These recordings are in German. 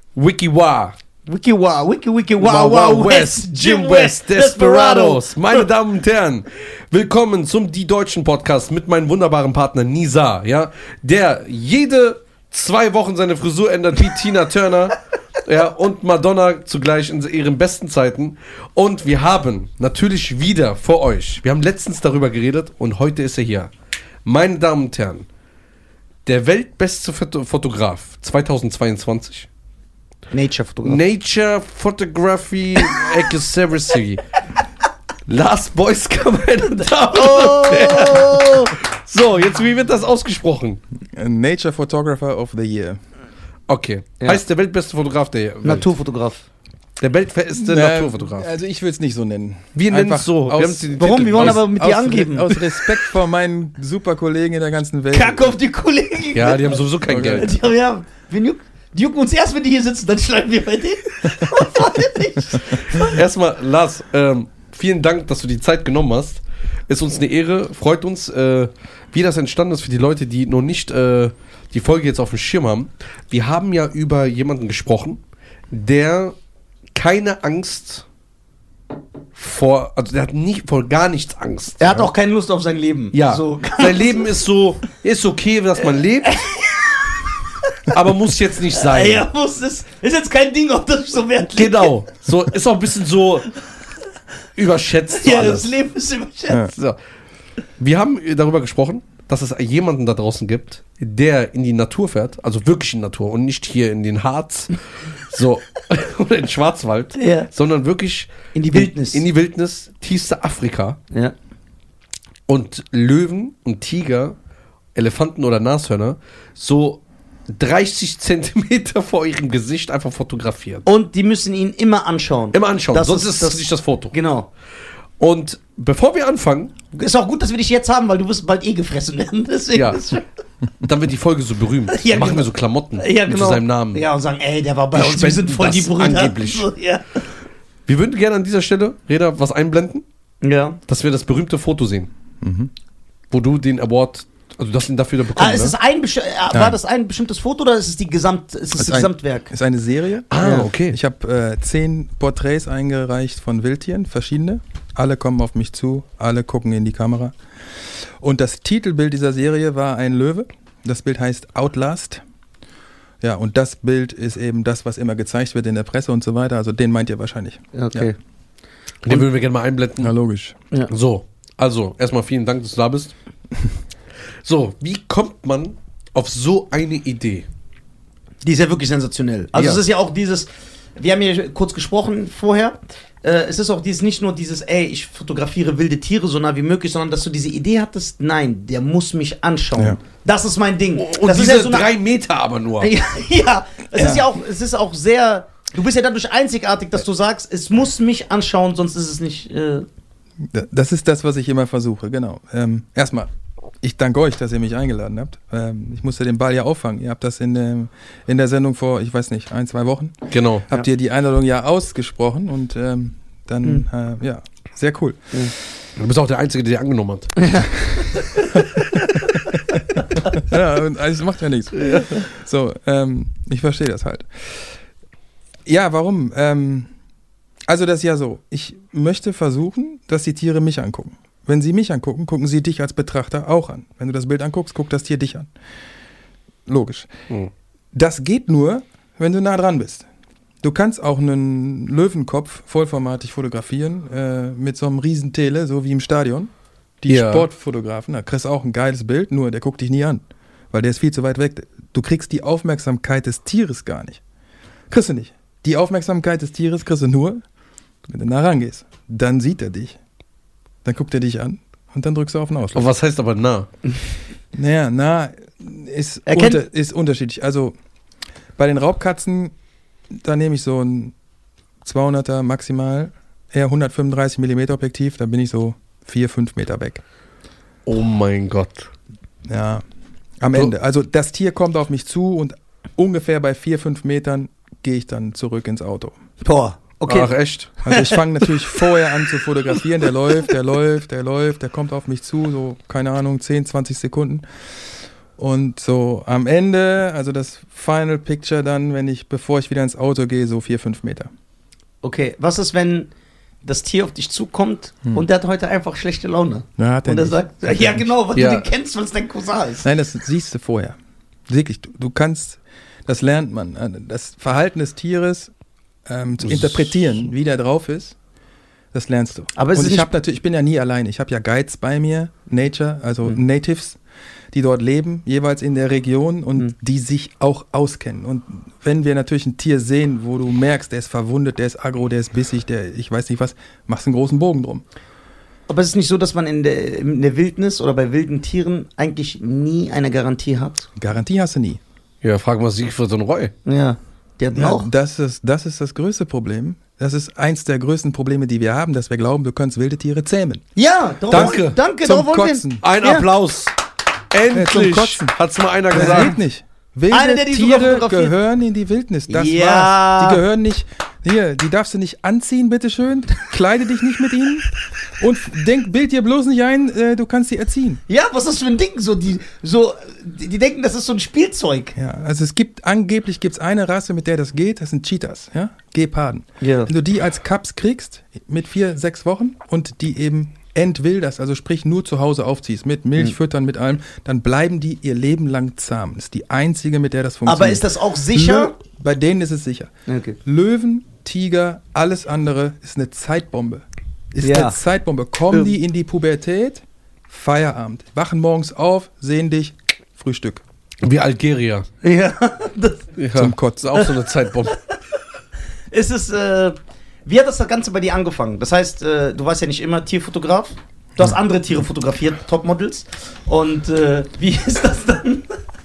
Wiki-Wah. Wiki-Wow West, Jim West, Desperados. Meine Damen und Herren, willkommen zum Die Deutschen Podcast mit meinem wunderbaren Partner Nizar, ja, der jede 2 Wochen seine Frisur ändert wie Tina Turner, ja, und Madonna zugleich in ihren besten Zeiten. Und wir haben natürlich wieder für euch, wir haben letztens darüber geredet und heute ist er hier. Meine Damen und Herren, der weltbeste Fotograf 2022. Nature Photography Accuracy. Last Boys Scout, meine Damen und Herren. So, jetzt wie wird das ausgesprochen? Nature Photographer of the Year. Okay. Ja. Heißt der weltbeste Fotograf der Welt. Naturfotograf. Der weltbeste Naturfotograf. Also ich will es nicht so nennen. Wir nennen es so. Warum? Wir wollen aber mit dir angeben. Aus Respekt vor meinen super Kollegen in der ganzen Welt. Kack auf die Kollegen. Ja, die haben sowieso kein Geld. Die jucken uns erst, wenn die hier sitzen, dann schreiben wir bei denen. Erstmal, Lars, vielen Dank, dass du die Zeit genommen hast. Ist uns eine Ehre, freut uns, wie das entstanden ist für die Leute, die noch nicht die Folge jetzt auf dem Schirm haben. Wir haben ja über jemanden gesprochen, der keine Angst also der hat vor gar nichts Angst. Er hat auch keine Lust auf sein Leben. Ja, sein Leben ist okay, dass man lebt. Aber muss jetzt nicht sein. Ja, ist jetzt kein Ding, ob das so wert liegt. Genau. So, ist auch ein bisschen so überschätzt. So ja, alles. das Leben ist überschätzt. Ja. So. Wir haben darüber gesprochen, dass es jemanden da draußen gibt, der in die Natur fährt, also wirklich in die Natur und nicht hier in den Harz so oder in den Schwarzwald, ja, sondern wirklich in die Wildnis. In die Wildnis, tiefste Afrika. Ja. Und Löwen und Tiger, Elefanten oder Nashörner so 30 Zentimeter vor ihrem Gesicht einfach fotografiert. Und die müssen ihn immer anschauen. Immer anschauen, das sonst ist das nicht das Foto. Genau. Und bevor wir anfangen... Ist auch gut, dass wir dich jetzt haben, weil du wirst bald gefressen werden. Deswegen ja. Dann wird die Folge so berühmt. Ja, machen genau. wir so Klamotten ja, mit genau. seinem Namen. Ja, und sagen, ey, der war bei uns, wir sind voll die Brüder. Angeblich. So, ja. Wir würden gerne an dieser Stelle, Reda, was einblenden, ja, dass wir das berühmte Foto sehen. Wo du den Award... Also du hast ihn dafür bekommen, ist es war das ein bestimmtes Foto oder ist es das Gesamtwerk? Ist eine Serie. Okay. Ich habe 10 Porträts eingereicht von Wildtieren, verschiedene. Alle kommen auf mich zu, alle gucken in die Kamera. Und das Titelbild dieser Serie war ein Löwe. Das Bild heißt Outlast. Ja, und das Bild ist eben das, was immer gezeigt wird in der Presse und so weiter. Also den meint ihr wahrscheinlich. Okay. Ja. Den würden wir gerne mal einblenden. Na, logisch. Ja. So, also erstmal vielen Dank, dass du da bist. So, wie kommt man auf so eine Idee? Die ist ja wirklich sensationell. Also es ist ja auch dieses, wir haben ja kurz gesprochen vorher, es ist auch nicht nur dieses, ich fotografiere wilde Tiere so nah wie möglich, sondern dass du diese Idee hattest, nein, der muss mich anschauen. Ja. Das ist mein Ding. Und das diese ist ja so 3 Meter aber nur. Es ist auch sehr, du bist ja dadurch einzigartig, dass du sagst, es muss mich anschauen, sonst ist es nicht... Das ist das, was ich immer versuche, genau. Erstmal, ich danke euch, dass ihr mich eingeladen habt. Ich musste den Ball ja auffangen. Ihr habt das in der Sendung vor, ich weiß nicht, 1-2 Wochen. Genau. Habt ihr die Einladung ja ausgesprochen und dann, sehr cool. Du bist auch der Einzige, der die angenommen hat. Ja, und das macht ja nichts. Ja. So, ich verstehe das halt. Ja, warum? Also das ist ja so, ich möchte versuchen, dass die Tiere mich angucken. Wenn sie mich angucken, gucken sie dich als Betrachter auch an. Wenn du das Bild anguckst, guckt das Tier dich an. Logisch. Das geht nur, wenn du nah dran bist. Du kannst auch einen Löwenkopf vollformatig fotografieren, mit so einem riesen Tele, so wie im Stadion. Die Sportfotografen, da kriegst du auch ein geiles Bild, nur der guckt dich nie an, weil der ist viel zu weit weg. Du kriegst die Aufmerksamkeit des Tieres gar nicht. Kriegst du nicht. Die Aufmerksamkeit des Tieres kriegst du nur, wenn du nah rangehst. Dann sieht er dich. Dann guckt er dich an und dann drückst du auf den Auslöser. Was heißt aber nah? Naja, nah ist unterschiedlich. Also bei den Raubkatzen, da nehme ich so ein 200er maximal, eher 135 mm Objektiv, da bin ich so 4-5 Meter weg. Oh mein Gott. Ja, am Ende. Also das Tier kommt auf mich zu und ungefähr bei 4-5 Metern gehe ich dann zurück ins Auto. Boah. Okay. Ach, echt? Also ich fange natürlich vorher an zu fotografieren, der kommt auf mich zu, so, keine Ahnung, 10, 20 Sekunden. Und so am Ende, also das Final Picture dann, bevor ich wieder ins Auto gehe, so 4-5 Meter. Okay, was ist, wenn das Tier auf dich zukommt und der hat heute einfach schlechte Laune? Na, hat er Und er nicht. sagt, ja genau, weil Ja. du den kennst, weil es dein Cousin ist. Nein, das siehst du vorher. Wirklich, du kannst, das lernt man, das Verhalten des Tieres zu interpretieren, wie der drauf ist, das lernst du. Aber es und ist ich bin ja nie alleine. Ich habe ja Guides bei mir, Nature, also Natives, die dort leben, jeweils in der Region und die sich auch auskennen. Und wenn wir natürlich ein Tier sehen, wo du merkst, der ist verwundet, der ist aggro, der ist bissig, ich weiß nicht was, machst einen großen Bogen drum. Aber es ist nicht so, dass man in der Wildnis oder bei wilden Tieren eigentlich nie eine Garantie hat? Garantie hast du nie. Ja, frag mal Siegfried und Roy. Ja. Die hatten Ja, auch. das ist das größte Problem. Das ist eins der größten Probleme, die wir haben, dass wir glauben, du könntest wilde Tiere zähmen. Ja, Danke. Danke, Zum darauf wollen wir Kotzen. Ein Ja. Applaus. Endlich zum Kotzen. hat's mal einer Das gesagt. geht nicht. Wilde Einer, der die sogar Tiere fotografiert. gehören in die Wildnis. Das Ja. war's. Die gehören nicht. Hier, die darfst du nicht anziehen, bitteschön. Kleide dich nicht mit ihnen. Und bild dir bloß nicht ein, du kannst sie erziehen. Ja, was ist das für ein Ding? Die denken, das ist so ein Spielzeug. Ja, also angeblich gibt's eine Rasse, mit der das geht, das sind Cheetahs, ja? Geparden. Ja. Wenn du die als Cubs kriegst, mit 4-6 Wochen und die eben entwilderst, also sprich nur zu Hause aufziehst, mit Milch füttern, mit allem, dann bleiben die ihr Leben lang zahm. Das ist die einzige, mit der das funktioniert. Aber ist das auch sicher? Bei denen ist es sicher. Okay. Löwen, Tiger, alles andere ist eine Zeitbombe. Ja. Eine Zeitbombe. Kommen die in die Pubertät, Feierabend. Wachen morgens auf, sehen dich, Frühstück. Wie Algeria. Ja. Ja. Zum Das Kotzen. ist auch so eine Zeitbombe. Ist es, wie hat das Ganze bei dir angefangen? Das heißt, du warst ja nicht immer Tierfotograf. Du hast andere Tiere fotografiert, Topmodels. Und wie ist das dann?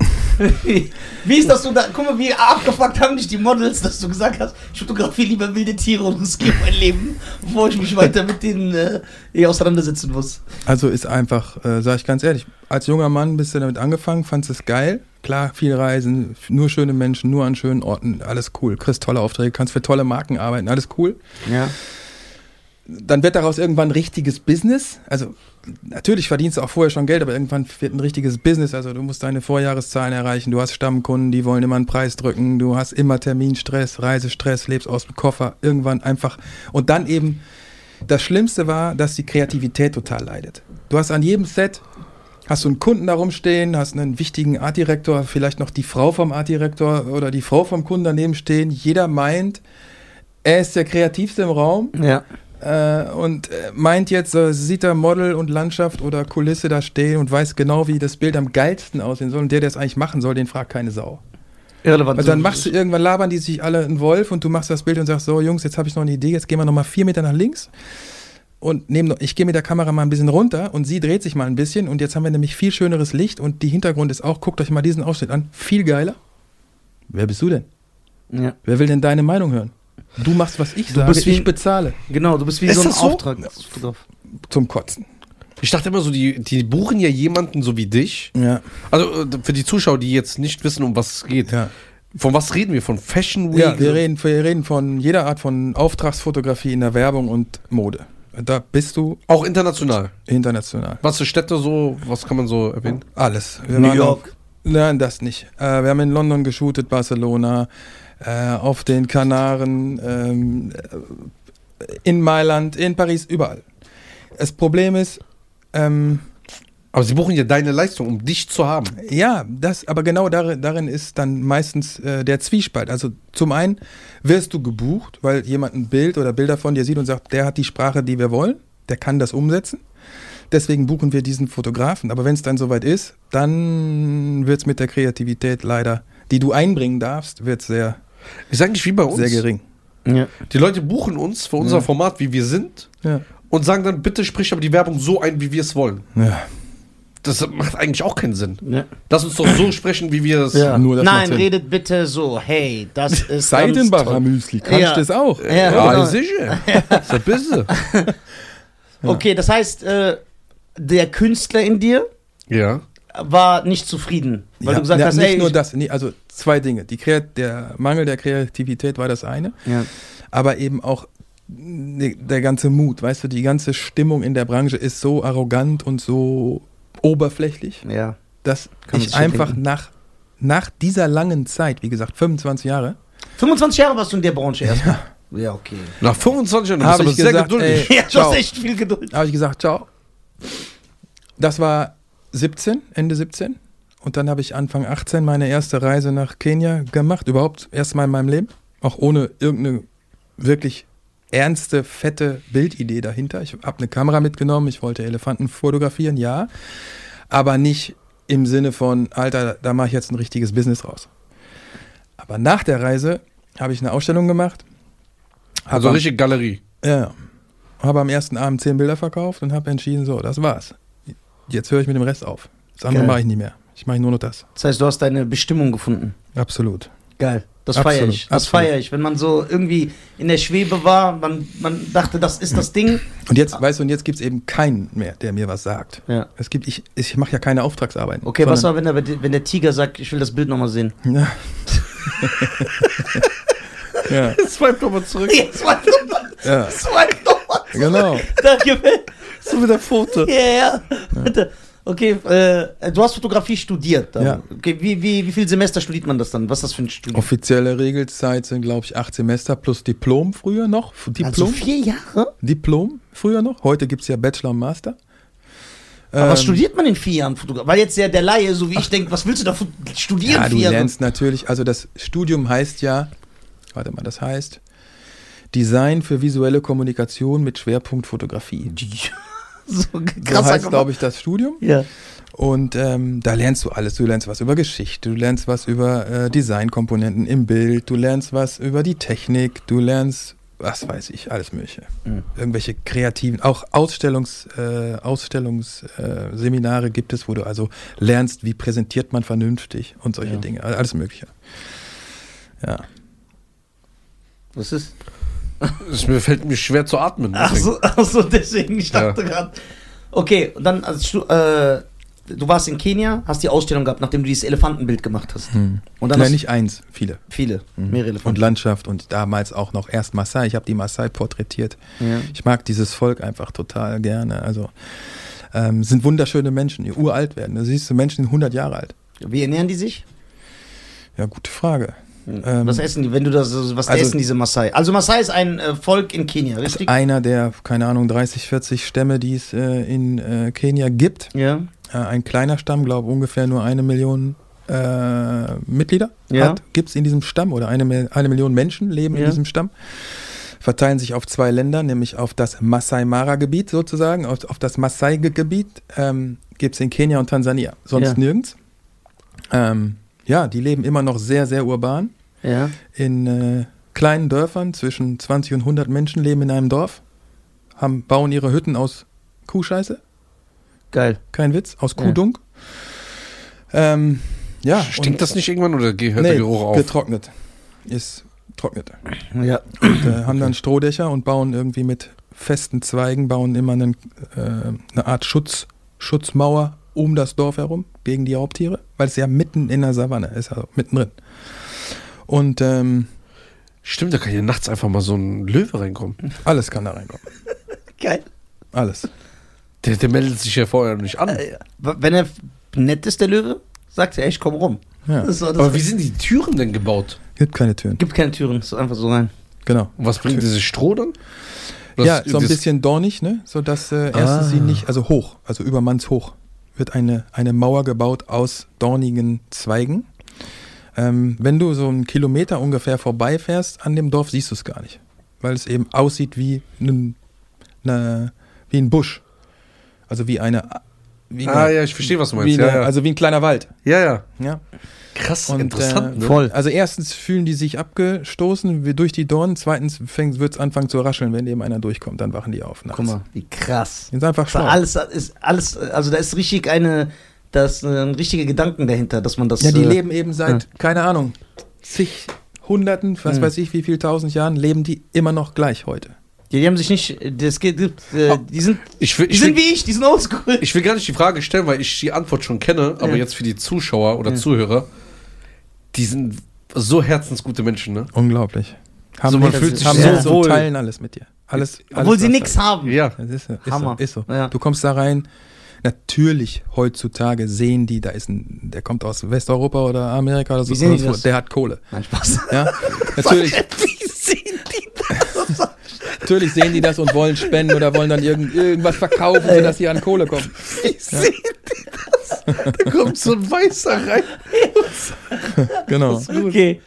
Wie ist das so da? Guck mal, wie abgefuckt haben dich die Models, dass du gesagt hast, ich fotografiere lieber wilde Tiere und riskiere mein Leben, bevor ich mich weiter mit denen auseinandersetzen muss. Also ist einfach, sag ich ganz ehrlich, als junger Mann bist du damit angefangen, fandst es geil. Klar, viel reisen, nur schöne Menschen, nur an schönen Orten, alles cool. Kriegst tolle Aufträge, kannst für tolle Marken arbeiten, alles cool. Ja. Dann wird daraus irgendwann ein richtiges Business. Also natürlich verdienst du auch vorher schon Geld, aber irgendwann wird ein richtiges Business. Also du musst deine Vorjahreszahlen erreichen, du hast Stammkunden, die wollen immer einen Preis drücken, du hast immer Terminstress, Reisestress, lebst aus dem Koffer, irgendwann einfach. Und dann eben, das Schlimmste war, dass die Kreativität total leidet. Du hast an jedem Set, hast du einen Kunden da rumstehen, hast einen wichtigen Artdirektor, vielleicht noch die Frau vom Artdirektor oder die Frau vom Kunden daneben stehen. Jeder meint, er ist der Kreativste im Raum. Ja. Und meint jetzt, sieht er Model und Landschaft oder Kulisse da stehen und weiß genau, wie das Bild am geilsten aussehen soll. Und der es eigentlich machen soll, den fragt keine Sau. Irrelevant. Und dann machst du irgendwann, labern die sich alle einen Wolf und du machst das Bild und sagst, so Jungs, jetzt habe ich noch eine Idee, jetzt gehen wir nochmal 4 Meter nach links und ich gehe mit der Kamera mal ein bisschen runter und sie dreht sich mal ein bisschen und jetzt haben wir nämlich viel schöneres Licht und die Hintergrund ist auch, guckt euch mal diesen Ausschnitt an, viel geiler. Wer bist du denn? Ja. Wer will denn deine Meinung hören? Du machst, was ich sage, bist wie- ich bezahle. Genau, du bist wie Ist so ein das so? Auftragsfotograf. Zum Kotzen. Ich dachte immer so, die buchen ja jemanden so wie dich. Ja. Also für die Zuschauer, die jetzt nicht wissen, um was es geht. Ja. Von was reden wir? Von Fashion Week? Ja, wir reden von jeder Art von Auftragsfotografie in der Werbung und Mode. Da bist du Auch international. international. Was für Städte so, was kann man so erwähnen? Alles. Wir New waren York. Nein, das nicht. Wir haben in London geshootet, Barcelona, auf den Kanaren, in Mailand, in Paris, überall. Das Problem ist, Aber sie buchen ja deine Leistung, um dich zu haben. ja, aber genau darin ist dann meistens der Zwiespalt. Also zum einen wirst du gebucht, weil jemand ein Bild oder Bilder von dir sieht und sagt, der hat die Sprache, die wir wollen, der kann das umsetzen. Deswegen buchen wir diesen Fotografen. Aber wenn es dann soweit ist, dann wird es mit der Kreativität leider, die du einbringen darfst, wird sehr, Ist eigentlich wie bei uns. sehr gering. Ja. Die Leute buchen uns für unser Ja. Format, wie wir sind, Ja. und sagen dann, bitte sprich aber die Werbung so ein, wie wir es wollen. Ja. Das macht eigentlich auch keinen Sinn. Ja. Lass uns doch so sprechen, wie wir es... Ja. Nur das macht Nein, Sinn. redet bitte so. Hey, das ist ganz Seidenbacher toll. Müsli, kannst Ja. du das auch? Ja, Ja, genau. sicher. Das ist ein bisschen. Okay, das heißt, der Künstler in dir Ja. war nicht zufrieden, weil Ja, du gesagt ja, hast, nicht ey, nur das, nee, also 2 Dinge. Der Mangel der Kreativität war das eine, Ja. aber eben auch der ganze Mut, weißt du, die ganze Stimmung in der Branche ist so arrogant und so oberflächlich. Ja. dass Kann man ich sich ja einfach denken. nach dieser langen Zeit, wie gesagt, 25 Jahre, 25 Jahre warst du in der Branche erstmal. Ja, okay. Nach 25 Jahren, du bist Habe aber ich sehr gesagt, geduldig. ey, Ja, du ciao. hast echt viel Geduld. habe ich gesagt, ciao. Das war Ende 17. Und dann habe ich Anfang 18 meine erste Reise nach Kenia gemacht. Überhaupt erstmal in meinem Leben. Auch ohne irgendeine wirklich ernste, fette Bildidee dahinter. Ich habe eine Kamera mitgenommen. Ich wollte Elefanten fotografieren, ja. Aber nicht im Sinne von, Alter, da mache ich jetzt ein richtiges Business raus. Aber nach der Reise habe ich eine Ausstellung gemacht. Also richtig Galerie. Ja. Habe am ersten Abend 10 Bilder verkauft und habe entschieden, so, das war's. Jetzt höre ich mit dem Rest auf. Das andere Geil. mache ich nicht mehr. Ich mache nur noch das. Das heißt, du hast deine Bestimmung gefunden. Absolut. Geil. Das Absolut, feiere ich. Das absolut. feiere ich. Wenn man so irgendwie in der Schwebe war, man dachte, das ist das Ding. Und jetzt, weißt du, und jetzt gibt es eben keinen mehr, der mir was sagt. Ja. Es gibt, ich mache ja keine Auftragsarbeiten. Okay, was war, wenn der Tiger sagt, ich will das Bild nochmal sehen? Ja. Ja, Swipe nochmal zurück. Jetzt swipe nochmal. ja, Swipe nochmal. genau. Danke. So mit der Pfote. Ja. Okay, du hast Fotografie studiert. Dann. Ja. Okay, wie viel Semester studiert man das dann? Was ist das für ein Studium? Offizielle Regelzeit sind, glaube ich, 8 Semester plus Diplom früher noch. Also 4 Jahre? Diplom früher noch. Heute gibt es ja Bachelor und Master. Aber was studiert man in 4 Jahren Fotografie? Weil jetzt der Laie, so wie ich, denkt, was willst du da studieren? Ja, du 4 Jahre? lernst natürlich, also das Studium heißt ja, das heißt Design für visuelle Kommunikation mit Schwerpunkt Fotografie. So So krass. heißt, glaube ich, das Studium. Ja. Und da lernst du alles. Du lernst was über Geschichte, du lernst was über Designkomponenten im Bild, du lernst was über die Technik, du lernst, was weiß ich, alles Mögliche. Mhm. Irgendwelche kreativen, auch Ausstellungsseminare gibt es, wo du also lernst, wie präsentiert man vernünftig und solche Ja. Dinge. Alles Mögliche. Ja. Was ist? Fällt mir schwer zu atmen. Ach so, deswegen. Ich dachte gerade. Okay, und dann, also, du warst in Kenia, hast die Ausstellung gehabt, nachdem du dieses Elefantenbild gemacht hast. Und dann Nein, hast nicht eins, viele. viele, mehrere Und Elefanten. Landschaft und damals auch noch erst Maasai. Ich habe die Maasai porträtiert. Ja. Ich mag dieses Volk einfach total gerne. Also sind wunderschöne Menschen, die uralt werden. Da siehst du Menschen, die sind 100 Jahre alt. Wie ernähren die sich? Ja, gute Frage. Was essen die, wenn du das, was also- essen diese Maasai? Also Maasai ist ein Volk in Kenia, Das ist richtig? einer der, keine Ahnung, 30, 40 Stämme, die es in Kenia gibt. Ja. Ein kleiner Stamm, glaube ungefähr nur 1 Million Mitglieder Ja. gibt es in diesem Stamm oder 1 Million Menschen leben in Ja. diesem Stamm. Verteilen sich auf 2 Länder, nämlich auf das Masai Mara-Gebiet sozusagen, auf das Masai-Gebiet gibt es in Kenia und Tansania, sonst Ja. nirgends. Ja, die leben immer noch sehr, sehr urban. Ja. In kleinen Dörfern, zwischen 20 und 100 Menschen leben in einem Dorf, bauen ihre Hütten aus Kuhscheiße, Geil. kein Witz, aus Ja. Kuhdunk. Ja, Stinkt das nicht irgendwann oder hört der nee, Geruch auf? getrocknet. Ist trocknet. Ja. Und haben dann Strohdächer und bauen irgendwie mit festen Zweigen, bauen immer eine Art Schutzmauer um das Dorf herum, gegen die Raubtiere, weil es ja mitten in der Savanne ist, also mittendrin. Und Stimmt, da kann hier nachts einfach mal so ein Löwe reinkommen. alles kann da reinkommen. Geil. Alles. Der meldet sich ja vorher nicht an. Wenn er nett ist, der Löwe, sagt er, ey, ich komm rum. Ja. Das ist so, das Aber wie sind die Türen denn gebaut? Gibt keine Türen. gibt keine Türen, ist einfach so rein. Genau. Und was bringt dieses Stroh dann? Ja, so ein bisschen dornig, ne? Sodass erstens sie nicht, also hoch, also übermannshoch, wird eine Mauer gebaut aus dornigen Zweigen. Wenn du so einen Kilometer ungefähr vorbeifährst an dem Dorf, siehst du es gar nicht. Weil es eben aussieht wie ein Busch. Also wie eine. ja, ich verstehe, was du meinst. Also wie ein kleiner Wald. ja. Ja. Krass, Und, interessant. Ne? Voll. Also erstens fühlen die sich abgestoßen durch die Dornen, zweitens wird es anfangen zu rascheln, wenn eben einer durchkommt, dann wachen die auf nachts. Guck mal, wie krass. Die sind einfach schlau. Das ist alles, also da ist richtig ein richtiger Gedanken dahinter, dass man das. Ja, die leben eben seit, keine Ahnung, zig Hunderten, was weiß ich, wie viel 1000 Jahren, leben die immer noch gleich heute. Die haben sich nicht, die sind Ich will wie ich, die sind oldschool. Ich will gar nicht die Frage stellen, weil ich die Antwort schon kenne, aber jetzt für die Zuschauer oder Zuhörer, die sind so herzensgute Menschen, ne? Unglaublich. Also man fühlt sich haben so nichts wohl. und teilen alles mit dir. Alles, Obwohl sie was nichts da- haben. Ja. Das ist Hammer. so. Ja. Du kommst da rein, Natürlich heutzutage sehen die, der kommt aus Westeuropa oder Amerika oder so, Wie sehen die das? der hat Kohle. Nein, Spaß. Ja, natürlich. Wie sehen die das? Natürlich sehen die das und wollen spenden oder wollen dann irgendwas verkaufen, sodass sie an Kohle kommen. Wie sehen die das? Da kommt so ein Weißer rein. Genau. Okay.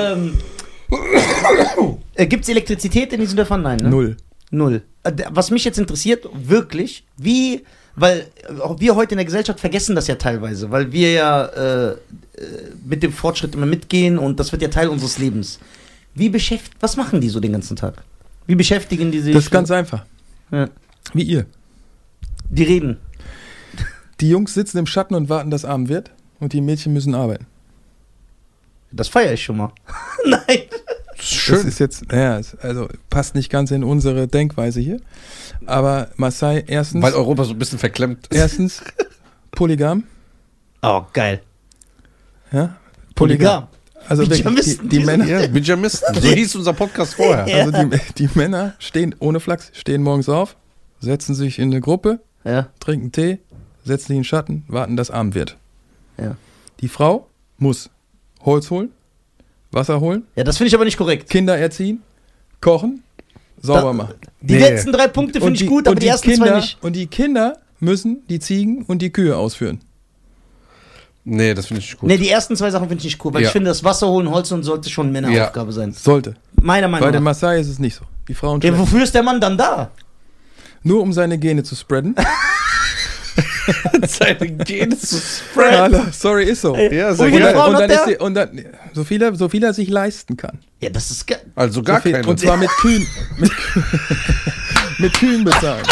Gibt es Elektrizität in diesen Dörfern? Nein, ne? Null. Was mich jetzt interessiert, wirklich, weil wir heute in der Gesellschaft vergessen das ja teilweise, weil wir ja mit dem Fortschritt immer mitgehen und das wird ja Teil unseres Lebens. Was machen die so den ganzen Tag? Wie beschäftigen die sich? Das ist ganz einfach. Ja. Wie ihr. Die reden. Die Jungs sitzen im Schatten und warten, dass Abend wird und die Mädchen müssen arbeiten. Das feiere ich schon mal. Nein. Schön. Das ist jetzt, also passt nicht ganz in unsere Denkweise hier. Aber Maasai erstens. Weil Europa so ein bisschen verklemmt ist. Erstens polygam. Oh, geil. Ja? Polygam. Also wirklich, Pyjamisten, die Männer. Ja, Pyjamisten. So hieß unser Podcast vorher. Ja. Also die Männer stehen ohne Flachs, stehen morgens auf, setzen sich in eine Gruppe, Ja. trinken Tee, setzen sich in den Schatten, warten, dass Abend wird. Ja. Die Frau muss Holz holen, Wasser holen, Ja, das finde ich aber nicht korrekt. Kinder erziehen, kochen, sauber machen. Die Nee. letzten 3 Punkte finde ich gut, aber die ersten 2 nicht. Und die Kinder müssen die Ziegen und die Kühe ausführen. Nee, das finde ich nicht gut. Ne, die ersten 2 Sachen finde ich nicht cool, weil Ja. ich finde, das Wasser holen, Holz und sollte schon Männeraufgabe sein. Sollte. Meiner Bei Meinung den nach. Maasai ist es nicht so. Die Frauen Ja, schlecht. wofür ist der Mann dann da? Nur um seine Gene zu spreaden. Seine Gene zu spreaden. Alter, sorry, ist so. Ja, Wie sehr viele geil. Frauen Und hat dann der? ist die, und dann, so viel er sich leisten kann. Ja, das ist geil. Also gar So viel, keine. und zwar mit Kühen. Mit Kühen bezahlen.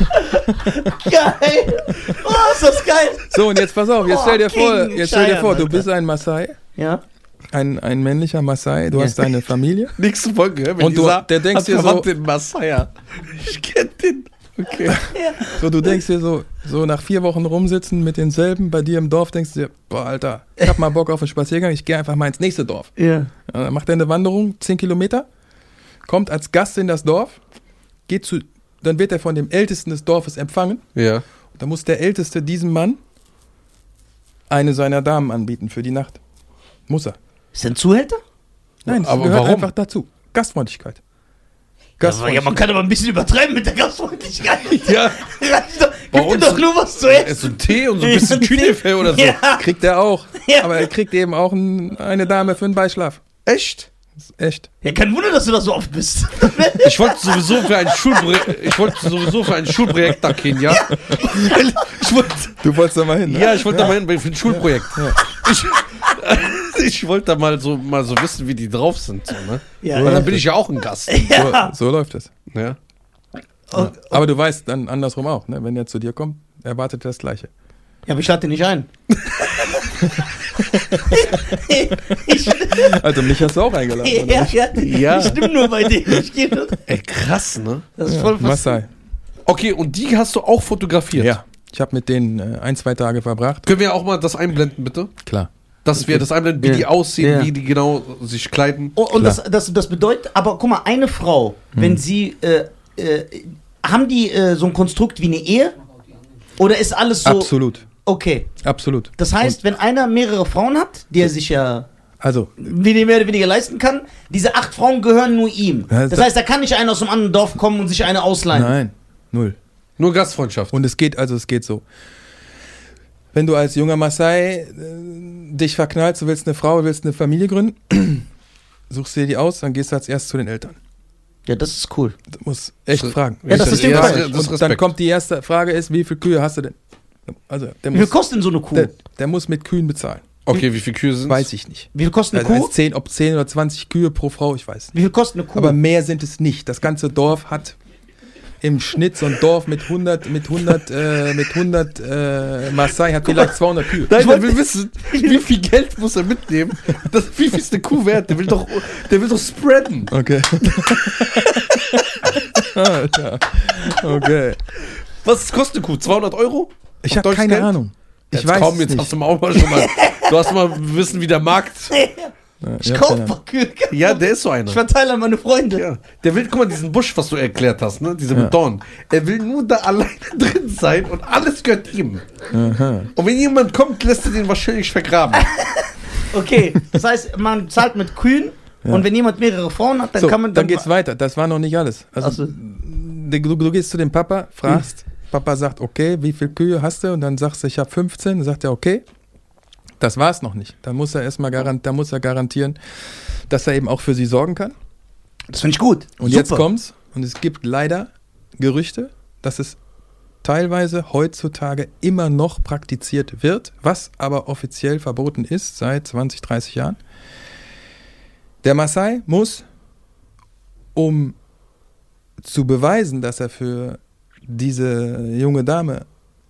Geil. Oh, ist das geil. So, und jetzt pass auf, jetzt Oh, stell dir vor, King du Cheyenne, bist ein Maasai, Ja. ein männlicher Maasai, du Ja. hast deine Familie. Nächste Folge, wenn Und die du- sagt, der denkst hast dir so- verwandt den Masaya. Ich kenn den. Okay. So, du denkst dir so nach 4 Wochen rumsitzen mit denselben bei dir im Dorf, denkst du dir, boah, Alter, ich hab mal Bock auf einen Spaziergang, ich gehe einfach mal ins nächste Dorf. Ja. Ja, dann macht er eine Wanderung, 10 Kilometer, kommt als Gast in das Dorf, dann wird er von dem Ältesten des Dorfes empfangen. Ja. Und dann muss der Älteste diesem Mann eine seiner Damen anbieten für die Nacht. Muss er. Ist der ein Zuhälter? Nein, das Aber gehört warum? einfach dazu. Gastfreundlichkeit. Ja, man kann aber ein bisschen übertreiben mit der Gastfreundlichkeit. Ja. Reicht doch. Bei Gib dir uns doch nur was zu essen. So ein Tee und so ein bisschen Künefe oder so. Ja. Kriegt er auch. Ja. Aber er kriegt eben auch eine Dame für einen Beischlaf. Echt? Das ist echt. Ja, kein Wunder, dass du da so oft bist. Ich wollte sowieso für ein Schulprojekt nach Kenia. Ich wollte, Du wolltest da mal hin, ne? ja, ich wollte da mal hin für ein Schulprojekt. Ja. Ich wollte da mal so wissen, wie die drauf sind. So, ne? Ja. Weil dann bin ich ja auch ein Gast. Ja. So läuft es. Ja. Und, Aber du weißt dann andersrum auch, ne? Wenn er zu dir kommt, erwartet er das Gleiche. ja, aber ich lade den nicht ein. Also mich hast du auch eingeladen, oder Ja, nicht? ja. Ich stimme nur bei dir. Ich gehe nur. Ey, krass, ne? Das ist voll Maasai. Okay, und die hast du auch fotografiert? Ja. Ich habe mit denen 1-2 Tage verbracht. Können wir auch mal das einblenden, bitte? Klar. Dass wir das einblenden, wie Ja. die aussehen, Ja. wie die genau sich kleiden. Und das bedeutet, aber guck mal, eine Frau, wenn sie, haben die so ein Konstrukt wie eine Ehe? Oder ist alles so? Absolut. Okay. Absolut. Das heißt, wenn einer mehrere Frauen hat, die er sich ja Also, mehr oder weniger leisten kann, diese 8 Frauen gehören nur ihm. Ja, Das heißt, da kann nicht einer aus einem anderen Dorf kommen und sich eine ausleihen. nein, 0. Nur Gastfreundschaft. Und es geht so. Wenn du als junger Maasai dich verknallst, du willst eine Frau, willst eine Familie gründen, suchst dir die aus, dann gehst du als erstes zu den Eltern. Ja, das ist cool. Du musst echt fragen. Ja, das ist dem Fall. das ist Und dann Respekt. kommt die erste Frage ist, wie viele Kühe hast du denn? Also, der Wie viel muss, kostet denn so eine Kuh? der muss mit Kühen bezahlen. Okay, wie viele Kühe sind Weiß ich nicht. Wie viel kostet eine Also Kuh? 10 oder 20 Kühe pro Frau, ich weiß nicht. Wie viel kostet eine Kuh? Aber mehr sind es nicht. Das ganze Dorf hat im Schnitt so ein Dorf mit 100 Maasai hat vielleicht 200 Kühe. Nein, der will wissen, wie viel Geld muss er mitnehmen. Wie viel ist eine Kuh wert? Der will doch spreaden. Okay. Alter. Okay. Was kostet eine Kuh? 200 Euro? Ich Auf habe deutsches keine Geld? Ahnung. Ich Jetzt weiß komm, es jetzt nicht. hast du mal auch mal schon mal. Du hast mal wissen, wie der Markt. Ich kaufe ein paar Kühe. Ja, der ist so einer. Ich verteile an meine Freunde. Ja. Der will, guck mal, diesen Busch, was du erklärt hast, ne? Diese mit Dorn. Er will nur da alleine drin sein und alles gehört ihm. Aha. Und wenn jemand kommt, lässt er den wahrscheinlich vergraben. Okay, das heißt, man zahlt mit Kühen und wenn jemand mehrere Frauen hat, dann So, kann man... dann geht's weiter. Das war noch nicht alles. Also, Ach so. du gehst zu dem Papa, fragst, Papa sagt, okay, wie viele Kühe hast du? Und dann sagst du, ich habe 15. Dann sagt er, okay. Das war's noch nicht. Da muss er erstmal garantieren, dass er eben auch für sie sorgen kann. Das finde ich gut. Und jetzt kommt's. Und es gibt leider Gerüchte, dass es teilweise heutzutage immer noch praktiziert wird, was aber offiziell verboten ist seit 20, 30 Jahren. Der Maasai muss, um zu beweisen, dass er für diese junge Dame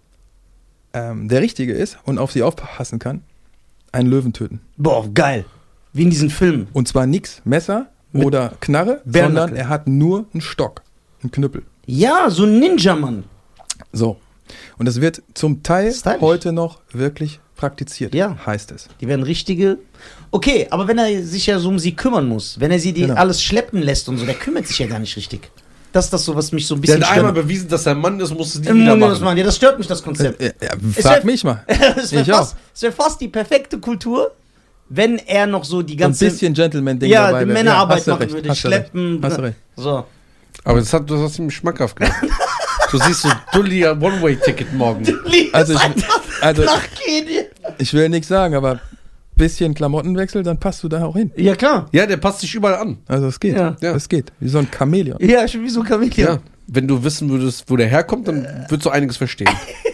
der Richtige ist und auf sie aufpassen kann, einen Löwen töten. Boah, geil. Wie in diesen Filmen. Und zwar nix Messer oder Knarre, Bärennackel. sondern er hat nur einen Stock, einen Knüppel. Ja, so ein Ninja-Mann. So. Und das wird zum Teil Stylisch. heute noch wirklich praktiziert, Ja. heißt es. Die werden richtige... Okay, aber wenn er sich ja so um sie kümmern muss, wenn er sie Genau. alles schleppen lässt und so, der kümmert sich ja gar nicht richtig. Das ist das so, was mich so ein Der bisschen hat einmal bewiesen, dass er ein Mann ist, muss es nie wieder machen. Ja, das stört mich, das Konzept. Frag mich mal. Es Ich wäre fast die perfekte Kultur, wenn er noch so die Ein ganze... bisschen Gentleman-Ding ja, dabei die wäre. Männerarbeit hast du machen recht, würde, hast du recht, schleppen. Hast du recht. So. Aber das hast du ihm schmackhaft gemacht. Du siehst so Dulli One-Way-Ticket morgen. Also also Nachgehen. ich will nichts sagen, aber bisschen Klamottenwechsel, dann passt du da auch hin. Ja, klar. Ja, der passt sich überall an. Also es geht. Ja. Es geht. Wie so ein Chamäleon. Ja, schon wie so ein Chamäleon. Ja. Wenn du wissen würdest, wo der herkommt, dann würdest du einiges verstehen.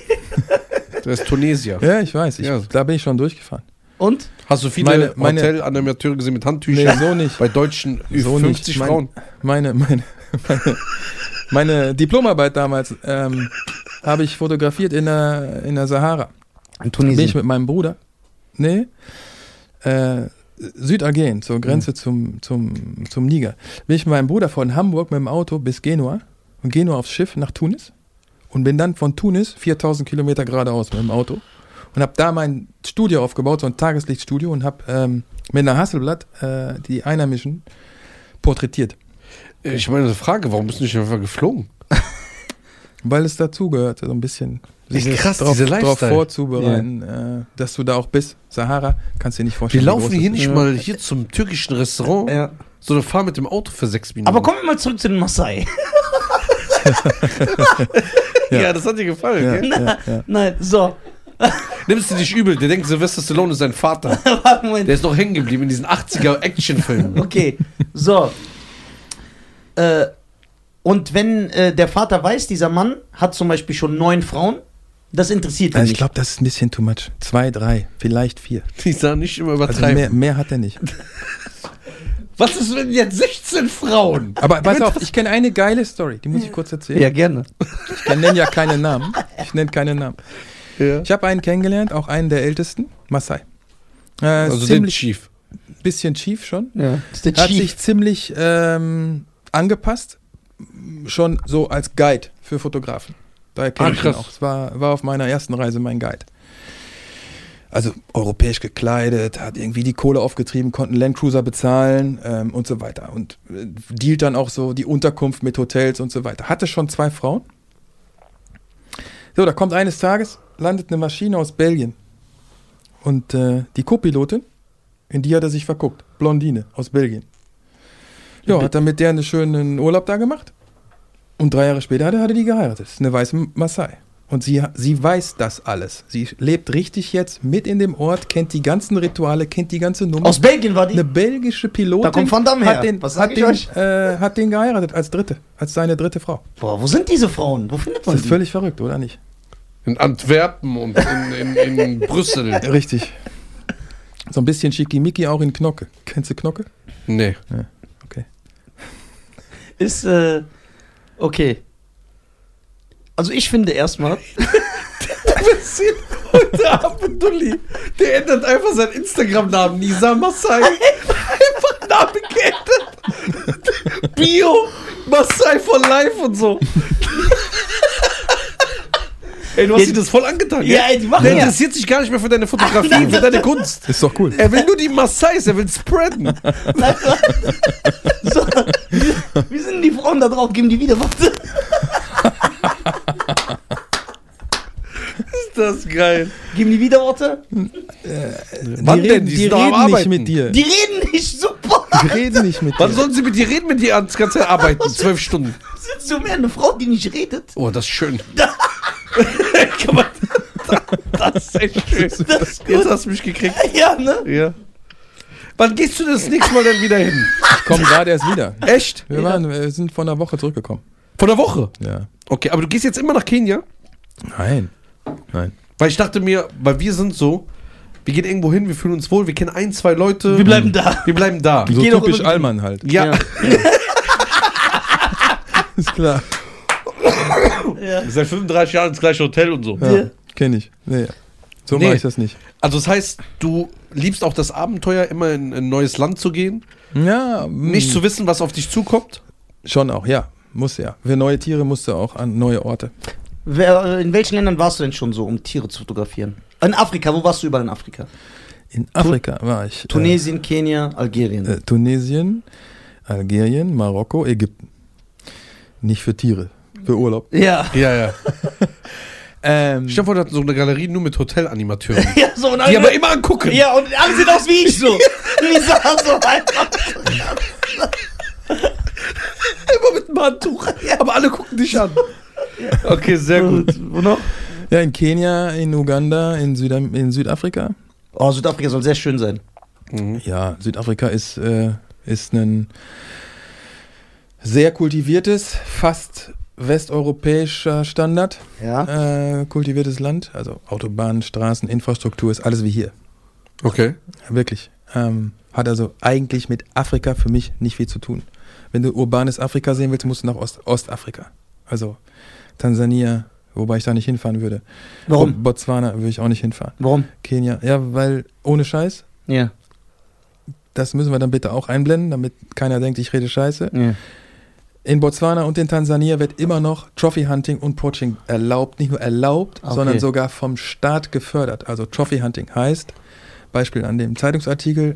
Der ist Tunesier. Ja, ich weiß. Ja. Da bin ich schon durchgefahren. Und? Hast du viele Meine- Hotel-Animateure gesehen mit Handtüchern? Nee, so nicht. Bei deutschen So 50 nicht. Frauen? Meine Diplomarbeit damals habe ich fotografiert in der Sahara. In Bin ich Tunesien. mit meinem Bruder. Nee. Südalgerien, zur Grenze zum Niger. Bin ich mit meinem Bruder von Hamburg mit dem Auto bis Genua und Genua aufs Schiff nach Tunis und bin dann von Tunis 4000 Kilometer geradeaus mit dem Auto und habe da mein Studio aufgebaut, so ein Tageslichtstudio und habe mit einer Hasselblatt die Einheimischen porträtiert. Ich meine, eine Frage, warum bist du nicht einfach geflogen? Weil es dazugehört, so ein bisschen Wie krass, drauf, diese drauf Lifestyle. vorzubereiten, dass du da auch bist. Sahara, kannst du dir nicht Wir vorstellen. wie laufen groß hier es nicht ist. mal hier zum türkischen Restaurant, Ja. sondern fahren mit dem Auto für 6 Minuten. Aber kommen wir mal zurück zu den Maasai. Ja, das hat dir gefallen, Ja, gell? ja, ja. Nein, so. Nimmst du dich übel, der denkt, Sylvester Stallone ist sein Vater. Moment. Der ist noch hängen geblieben in diesen 80er-Actionfilmen. Okay, so. Und wenn der Vater weiß, dieser Mann hat zum Beispiel schon 9 Frauen, das interessiert ihn Also ich nicht. glaube, das ist ein bisschen too much. 2, 3, vielleicht 4. Die sagen nicht immer Also übertreiben. mehr hat er nicht. Was ist, wenn jetzt 16 Frauen? Aber pass auf, ich kenne eine geile Story, die muss ich kurz erzählen. Ja, gerne. Ich nenne ja keine Namen. Ich nenne keine Namen. Ja. Ich habe einen kennengelernt, auch einen der ältesten, Maasai. Also den ziemlich Chief. bisschen chief schon. Ja. Das ist der Hat Chief. sich ziemlich angepasst, schon so als Guide für Fotografen. Daher kenne ich ihn krass. auch. Es war auf meiner ersten Reise mein Guide. Also europäisch gekleidet, hat irgendwie die Kohle aufgetrieben, konnten Landcruiser bezahlen und so weiter. Und dealt dann auch so die Unterkunft mit Hotels und so weiter. Hatte schon 2 Frauen. So, da kommt eines Tages, landet eine Maschine aus Belgien. Und die Co-Pilotin, in die hat er sich verguckt. Blondine aus Belgien. Ja, hat dann mit der einen schönen Urlaub da gemacht. Und 3 Jahre später hat er die geheiratet. Das ist eine weiße Maasai. Und sie weiß das alles. Sie lebt richtig jetzt mit in dem Ort, kennt die ganzen Rituale, kennt die ganze Nummer. Aus Belgien war die. Eine belgische Pilotin Da kommt Van Damme her. hat den, Was sag hat ich den, euch? hat den geheiratet als seine dritte Frau. Boah, wo sind diese Frauen? Wo findet Das man ist die? völlig verrückt, oder nicht? In Antwerpen und in Brüssel. Richtig. So ein bisschen Schickimicki auch in Knocke. Kennst du Knocke? Nee. Okay. Ist, okay. Also ich finde erstmal, Wir sehen heute Abend Dulli. Der ändert einfach seinen Instagram-Namen. Nisa Maasai. Einfach Name geändert. Bio. Maasai for Life und so. Ey, du hast dir das voll angetan, Ja, ey, die machen Der ja. interessiert sich gar nicht mehr für deine Fotografie, für deine Kunst. Ist doch cool. Er will nur die Maasais, er will spreaden. So, wie sind die Frauen da drauf? Geben die wieder was? Ist das geil. Geben die wieder Worte? Wann denn? Die sind doch am reden nicht Arbeiten. mit dir. Die reden nicht super. Die reden nicht mit Wann dir. sollen sie mit dir reden, wenn die die ganze Zeit arbeiten? 12 Stunden. Sitzt du mehr eine Frau, die nicht redet? Oh, das ist schön. Kann man, das ist echt schön. Das ist gut. Jetzt hast du mich gekriegt. Ja, ne? Ja. Wann gehst du das nächste Mal dann wieder hin? Ich komme gerade erst wieder. Echt? Wir sind vor einer Woche zurückgekommen. Von der Woche? Ja. Okay, aber du gehst jetzt immer nach Kenia? Nein. Weil ich dachte mir, weil wir sind so, wir gehen irgendwo hin, wir fühlen uns wohl, wir kennen 1, 2 Leute. Wir bleiben da. Wir bleiben da. So Geh doch typisch irgendwie- Allmann halt. Ja. Ist klar. Seit 35 Jahren ins gleiche Hotel und so. Ja. Kenn ich. Nee. So Nee. mache ich das nicht. Also das heißt, du liebst auch das Abenteuer, immer in ein neues Land zu gehen, Ja. nicht zu wissen, was auf dich zukommt. Schon auch, ja. Muss ja. Für neue Tiere musst du auch an neue Orte. In welchen Ländern warst du denn schon so, um Tiere zu fotografieren? In Afrika, wo warst du überall in Afrika? In Afrika war ich. Tunesien, Kenia, Algerien. Tunesien, Algerien, Marokko, Ägypten. Nicht für Tiere, für Urlaub. Ja. Ja, ja. Stell dir vor, wir hatten so eine Galerie nur mit Hotelanimateuren. Ja, so und Die aber immer angucken. Ja, und alle sehen aus wie ich so. Die sahen so einfach. Immer mit einem Handtuch. Aber alle gucken dich an. Okay, sehr gut. Wo noch? Ja, in Kenia, in Uganda, in Südafrika. Oh, Südafrika soll sehr schön sein. Ja, Südafrika ist ein sehr kultiviertes, fast westeuropäischer Standard. Ja. Kultiviertes Land, also Autobahnen, Straßen, Infrastruktur ist alles wie hier. Okay. Ja, wirklich. Hat also eigentlich mit Afrika für mich nicht viel zu tun. Wenn du urbanes Afrika sehen willst, musst du nach Ostafrika. Also Tansania, wobei ich da nicht hinfahren würde. Warum? Botswana würde ich auch nicht hinfahren. Warum? Kenia, ja, weil ohne Scheiß, Ja. das müssen wir dann bitte auch einblenden, damit keiner denkt, ich rede Scheiße. Ja. In Botswana und in Tansania wird immer noch Trophy Hunting und Poaching erlaubt. Nicht nur erlaubt, Okay. sondern sogar vom Staat gefördert. Also Trophy Hunting heißt, Beispiel an dem Zeitungsartikel,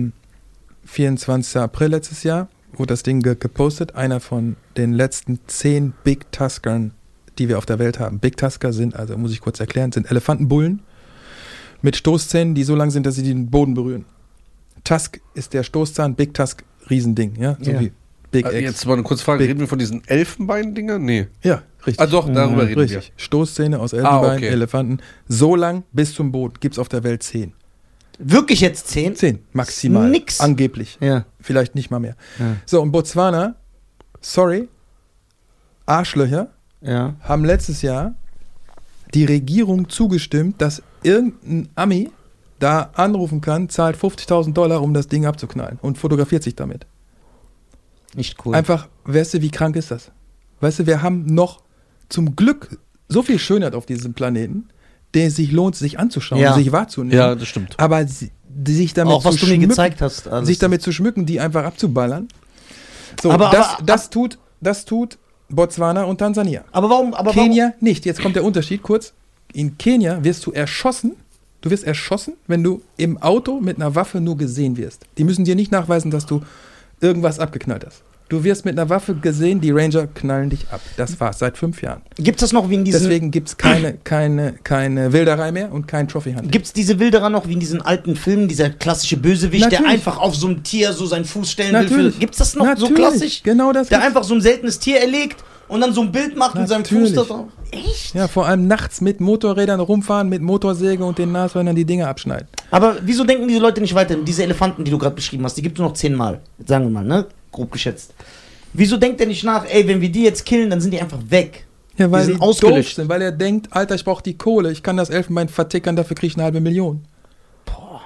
24. April letztes Jahr, wurde das Ding gepostet, einer von den letzten 10 Big Tuskern, die wir auf der Welt haben. Big Tusker sind, also muss ich kurz erklären, sind Elefantenbullen mit Stoßzähnen, die so lang sind, dass sie den Boden berühren. Tusk ist der Stoßzahn, Big Tusk, Riesending, ja, so Ja. wie Big X. Jetzt mal eine kurze Frage. Big. Reden wir von diesen Elfenbein-Dingern? Nee. Ja, richtig. Ah, doch, darüber reden Richtig. Stoßzähne aus Elfenbein, okay. Elefanten, so lang bis zum Boden. Gibt's auf der Welt 10. Wirklich jetzt 10? 10 maximal. Nix. Angeblich. Ja. Vielleicht nicht mal mehr. Ja. So, und Botswana, sorry, Arschlöcher, Ja. haben letztes Jahr die Regierung zugestimmt, dass irgendein Ami da anrufen kann, zahlt $50.000, um das Ding abzuknallen und fotografiert sich damit. Nicht cool. Einfach, weißt du, wie krank ist das? Weißt du, wir haben noch zum Glück so viel Schönheit auf diesem Planeten, der sich lohnt, sich anzuschauen, Ja. sich wahrzunehmen. Ja, das stimmt. Aber sich damit auch was zu du mir schmücken, gezeigt hast. Alles. sich damit zu schmücken, die einfach abzuballern. So, Aber- das tut Botswana und Tansania. Aber warum? Aber Kenia nicht. Jetzt kommt der Unterschied kurz. In Kenia wirst du erschossen. Du wirst erschossen, wenn du im Auto mit einer Waffe nur gesehen wirst. Die müssen dir nicht nachweisen, dass du irgendwas abgeknallt hast. Du wirst mit einer Waffe gesehen, die Ranger knallen dich ab. Das war's seit 5 Jahren. Gibt es das noch wie in diesen... Deswegen gibt es keine Wilderei mehr und kein Trophy-Hunting. Gibt es diese Wilderer noch wie in diesen alten Filmen, dieser klassische Bösewicht, der Natürlich. einfach auf so einem Tier so seinen Fuß stellen will? Natürlich. Gibt es das noch so Natürlich. klassisch? Genau das. Der gibt's. einfach so ein seltenes Tier erlegt und dann so ein Bild macht mit seinem Fuß da Natürlich. drauf. Echt? Ja, vor allem nachts mit Motorrädern rumfahren, mit Motorsäge und den Nashörnern die Dinge abschneiden. Aber wieso denken diese Leute nicht weiter? Diese Elefanten, die du gerade beschrieben hast, die gibt es nur noch 10 Mal. Sagen wir mal, ne? Grob geschätzt. Wieso denkt er nicht nach, ey, wenn wir die jetzt killen, dann sind die einfach weg? Ja, weil Die die sind doof ausgelöscht. sind, weil er denkt, Alter, ich brauche die Kohle, ich kann das Elfenbein vertickern, dafür kriege ich 500.000. Boah.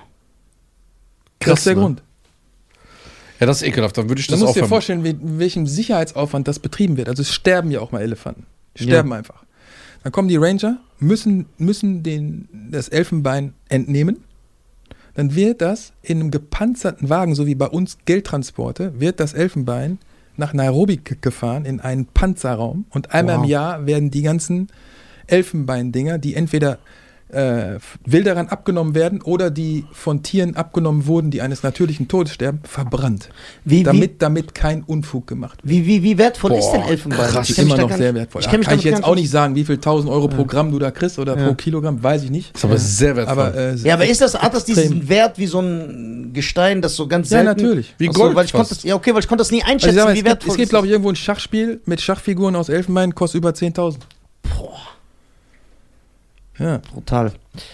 Das ist der ne? Grund. Ja, das ist ekelhaft. Dann würde ich Du das musst dir aufhören. vorstellen, welchem Sicherheitsaufwand das betrieben wird. Also es sterben ja auch mal Elefanten. Die sterben einfach. Dann kommen die Ranger, müssen das Elfenbein entnehmen. Dann wird das in einem gepanzerten Wagen, so wie bei uns Geldtransporte, wird das Elfenbein nach Nairobi gefahren in einen Panzerraum. Und einmal im Jahr werden die ganzen Elfenbeindinger, die entweder Wilderern abgenommen werden oder die von Tieren abgenommen wurden, die eines natürlichen Todes sterben, verbrannt. Damit kein Unfug gemacht wird. Wie wertvoll ist denn Elfenbein? krass. Die ist immer noch sehr wertvoll. Kann ich jetzt auch nicht sagen, wie viel 1.000 Euro pro Gramm du da kriegst oder pro Kilogramm, weiß ich nicht. Ist aber sehr wertvoll. Aber hat das diesen Wert wie so ein Gestein, das so ganz selten... Ja, natürlich. Wie Gold weil ich konnte das nie einschätzen, Also wie wertvoll es gibt, glaube ich, irgendwo ein Schachspiel mit Schachfiguren aus Elfenbein, kostet über 10.000. Boah, Ja. brutal.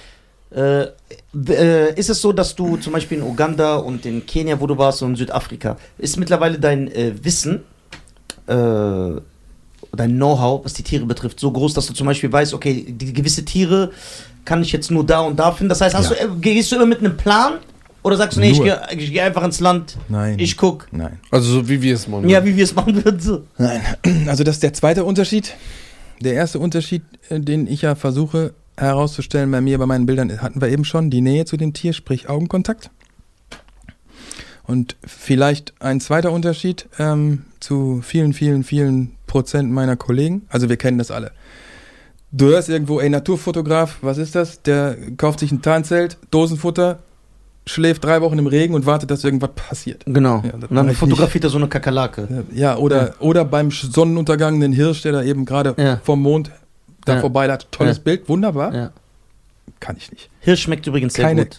Ist es so, dass du zum Beispiel in Uganda und in Kenia, wo du warst, und in Südafrika, ist mittlerweile dein Wissen, dein Know-how, was die Tiere betrifft, so groß, dass du zum Beispiel weißt, okay, die gewisse Tiere kann ich jetzt nur da und da finden? Das heißt, gehst du immer mit einem Plan? Oder sagst du, nee, ich geh einfach ins Land, Nein. ich guck? Nein. Also so wie wir es machen. Ja, wie wir es machen würden. So. Nein. Also das ist der zweite Unterschied. Der erste Unterschied, den ich ja versuche herauszustellen bei mir, bei meinen Bildern, hatten wir eben schon, die Nähe zu dem Tier, sprich Augenkontakt. Und vielleicht ein zweiter Unterschied zu vielen Prozent meiner Kollegen, also wir kennen das alle. Du hörst irgendwo, Naturfotograf, was ist das? Der kauft sich ein Tarnzelt, Dosenfutter, schläft 3 Wochen im Regen und wartet, dass irgendwas passiert. Genau. Ja, das und dann mach ich fotografiert er so eine Kakerlake. Ja, oder beim Sonnenuntergang einen Hirsch, der da eben gerade vom Mond da vorbei hat. Tolles Bild, wunderbar. Ja. Kann ich nicht. Hirsch schmeckt übrigens sehr gut.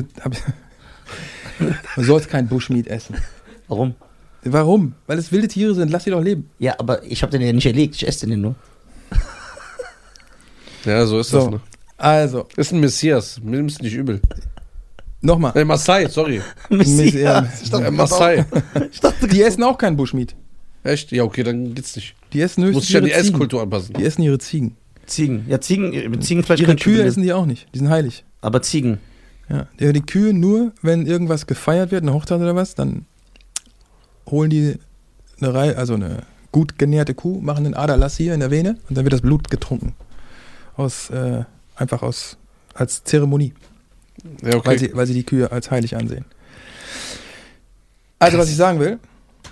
Man sollte kein Bushmeat essen. Warum? Warum? Weil es wilde Tiere sind, lass sie doch leben. Ja, aber ich habe den ja nicht erlegt, ich esse den nur. Ja, so ist das, ne? Also, Ist ein Messias, nimm's nicht übel. nochmal. Maasai, sorry. Messias. Maasai. Die essen auch kein Bushmeat. Echt? Ja, okay, dann geht's nicht. Die essen Muss höchstens ich an die ihre Ziegen. Esskultur anpassen. Die essen ihre Ziegen. Ziegen. Ja, Ziegenfleisch Ihre kann ich Kühe schon essen die auch nicht. Die sind heilig. aber Ziegen. Ja, die Kühe nur, wenn irgendwas gefeiert wird, eine Hochzeit oder was, dann holen die eine gut genährte Kuh, machen einen Aderlass hier in der Vene und dann wird das Blut getrunken. Als Zeremonie. Ja, okay. Weil sie die Kühe als heilig ansehen. Also, was ich sagen will,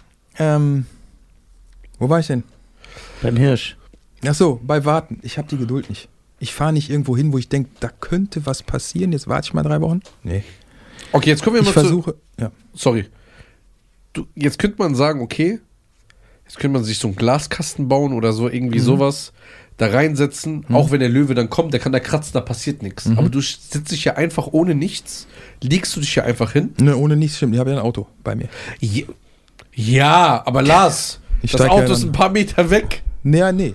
wo war ich denn? Beim Hirsch. Ach so, bei Warten. Ich habe die Geduld nicht. Ich fahre nicht irgendwo hin, wo ich denke, da könnte was passieren. Jetzt warte ich mal 3 Wochen. Nee. Okay, jetzt kommen wir mal ja. Sorry. Jetzt könnte man sagen, okay, jetzt könnte man sich so einen Glaskasten bauen oder so, irgendwie sowas da reinsetzen. Auch wenn der Löwe dann kommt, der kann da kratzen, da passiert nichts. Aber du sitzt dich ja einfach ohne nichts, legst du dich ja einfach hin. Ne, ohne nichts stimmt. Ich habe ja ein Auto bei mir. Ja, aber Lars, Ich das steig Auto ja ist dann- ein paar Meter weg. Nee.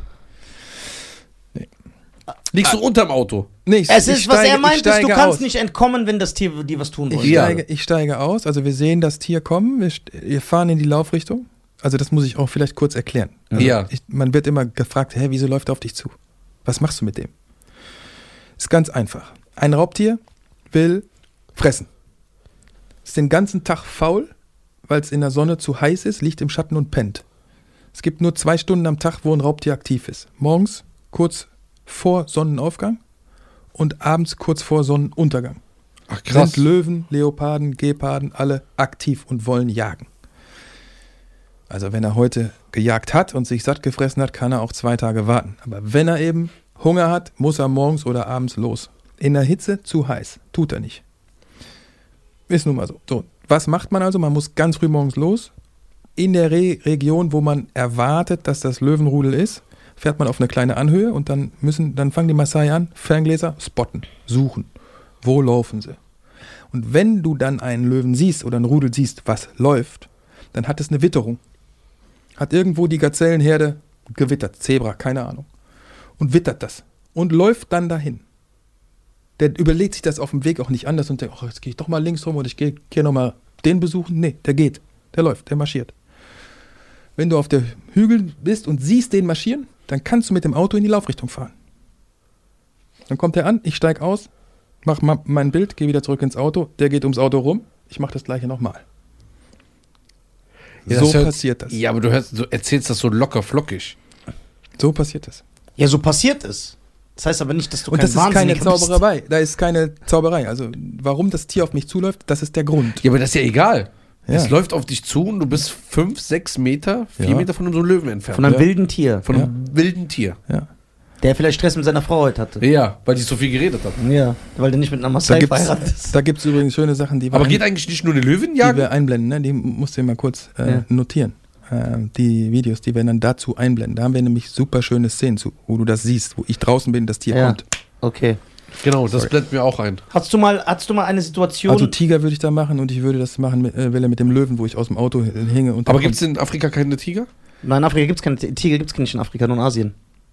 Liegst du unterm Auto? Nee, Was er meint, ist, du steige kannst aus. nicht entkommen, wenn das Tier dir was tun will. Ich steige aus, also wir sehen das Tier kommen, wir fahren in die Laufrichtung. Also das muss ich auch vielleicht kurz erklären. Also Ja. Man wird immer gefragt, wieso läuft er auf dich zu? Was machst du mit dem? Ist ganz einfach. Ein Raubtier will fressen. Ist den ganzen Tag faul, weil es in der Sonne zu heiß ist, liegt im Schatten und pennt. Es gibt nur 2 Stunden am Tag, wo ein Raubtier aktiv ist. Morgens kurz vor Sonnenaufgang und abends kurz vor Sonnenuntergang. Ach krass. Sind Löwen, Leoparden, Geparden alle aktiv und wollen jagen. Also wenn er heute gejagt hat und sich satt gefressen hat, kann er auch 2 Tage warten. Aber wenn er eben Hunger hat, muss er morgens oder abends los. In der Hitze zu heiß. Tut er nicht. Ist nun mal so. So, was macht man also? Man muss ganz früh morgens los. In der Region, wo man erwartet, dass das Löwenrudel ist, fährt man auf eine kleine Anhöhe und dann fangen die Maasai an, Ferngläser, spotten, suchen. Wo laufen sie? Und wenn du dann einen Löwen siehst oder ein Rudel siehst, was läuft, dann hat es eine Witterung. Hat irgendwo die Gazellenherde gewittert, Zebra, keine Ahnung. Und wittert das. Und läuft dann dahin. Der überlegt sich das auf dem Weg auch nicht anders und denkt, jetzt gehe ich doch mal links rum und ich gehe hier nochmal den besuchen. Nee, der geht. Der läuft, der marschiert. Wenn du auf der Hügel bist und siehst den marschieren, dann kannst du mit dem Auto in die Laufrichtung fahren. Dann kommt er an, ich steige aus, mach mein Bild, gehe wieder zurück ins Auto, der geht ums Auto rum, ich mache das gleiche nochmal. Ja, so passiert das. Ja, aber du erzählst das so locker flockig. So passiert das. Ja, so passiert es. Das heißt aber nicht, dass du Und kein das ist keine Wahnsinniger bist. Zauberei. Da ist keine Zauberei. Also warum das Tier auf mich zuläuft, das ist der Grund. Ja, aber das ist ja egal. Ja. Es läuft auf dich zu und du bist 5, 6 Meter, 4 Ja. Meter von einem so Löwen entfernt. Von einem Ja. wilden Tier. Von einem wilden Tier. Ja. Der vielleicht Stress mit seiner Frau heute hatte. Ja, weil die so viel geredet hat. Ja, weil der nicht mit einer Maasai verheiratet ist. Da gibt's übrigens schöne Sachen, die wir, Aber geht eigentlich nicht nur eine Löwen die jagen? wir einblenden, ne? Die musst du dir mal kurz notieren. Die Videos, die werden dann dazu einblenden. Da haben wir nämlich super schöne Szenen zu, wo du das siehst, wo ich draußen bin, das Tier kommt. Okay. Genau, das blenden wir auch ein. Hast du mal eine Situation... Also Tiger würde ich da machen und ich würde das machen mit dem Löwen, wo ich aus dem Auto hänge. Und Aber gibt es in Afrika keine Tiger? Nein, in Afrika gibt es keine Tiger, gibt es nicht in Afrika, nur in Asien.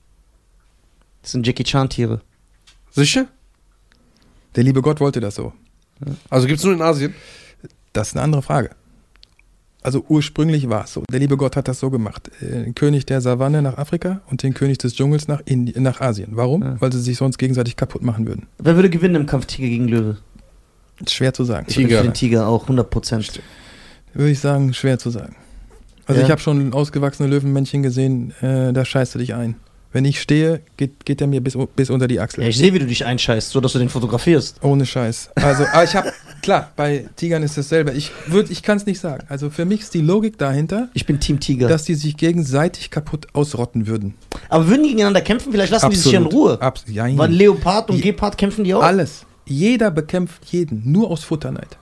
Das sind Jackie Chan-Tiere. Sicher? Der liebe Gott wollte das so. Also gibt es nur in Asien? Das ist eine andere Frage. Also ursprünglich war es so. Der liebe Gott hat das so gemacht. Den König der Savanne nach Afrika und den König des Dschungels nach Asien. Warum? Ja. Weil sie sich sonst gegenseitig kaputt machen würden. Wer würde gewinnen im Kampf Tiger gegen Löwe? Schwer zu sagen. Tiger. Für den Tiger auch, 100%. Würde ich sagen, schwer zu sagen. Also Ja. ich habe schon ausgewachsene Löwenmännchen gesehen, da scheißt du dich ein. Wenn ich stehe, geht der mir bis unter die Achsel. Ja, ich sehe, wie du dich einscheißt, so dass du den fotografierst. Ohne Scheiß. Also, aber ich habe, klar, bei Tigern ist dasselbe. Ich kann es nicht sagen. Also für mich ist die Logik dahinter, Ich bin Team Tiger. dass die sich gegenseitig kaputt ausrotten würden. Aber würden die gegeneinander kämpfen? Vielleicht lassen die sich ja in Ruhe. Ja, Weil Leopard und Gepard kämpfen die auch? alles. Jeder bekämpft jeden, nur aus Futterneid.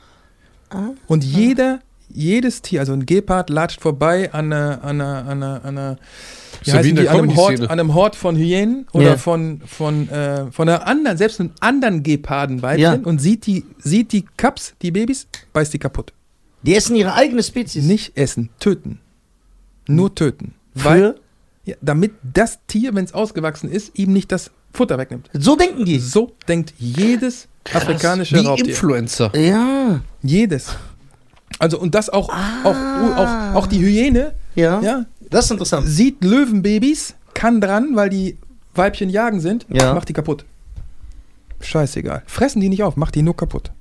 Und jedes Tier, also ein Gepard latscht vorbei an einer So wie in der Comedy-Szene. an einem Hort von Hyänen oder Ja. von einer anderen, selbst einem anderen Gepardenweibchen Ja. und sieht die Cubs, die Babys, beißt die kaputt. Die essen ihre eigene Spezies. Nicht essen, töten. Nur töten. Für? Ja, damit das Tier, wenn es ausgewachsen ist, ihm nicht das Futter wegnimmt. So denken die. So denkt jedes afrikanische Wie Raubtier. Influencer. Ja. Jedes. Also und das auch die Hyäne, Ja. ja, Das ist interessant. sieht Löwenbabys, kann dran, weil die Weibchen jagen sind, Ja. macht die kaputt. Scheißegal. Fressen die nicht auf, macht die nur kaputt.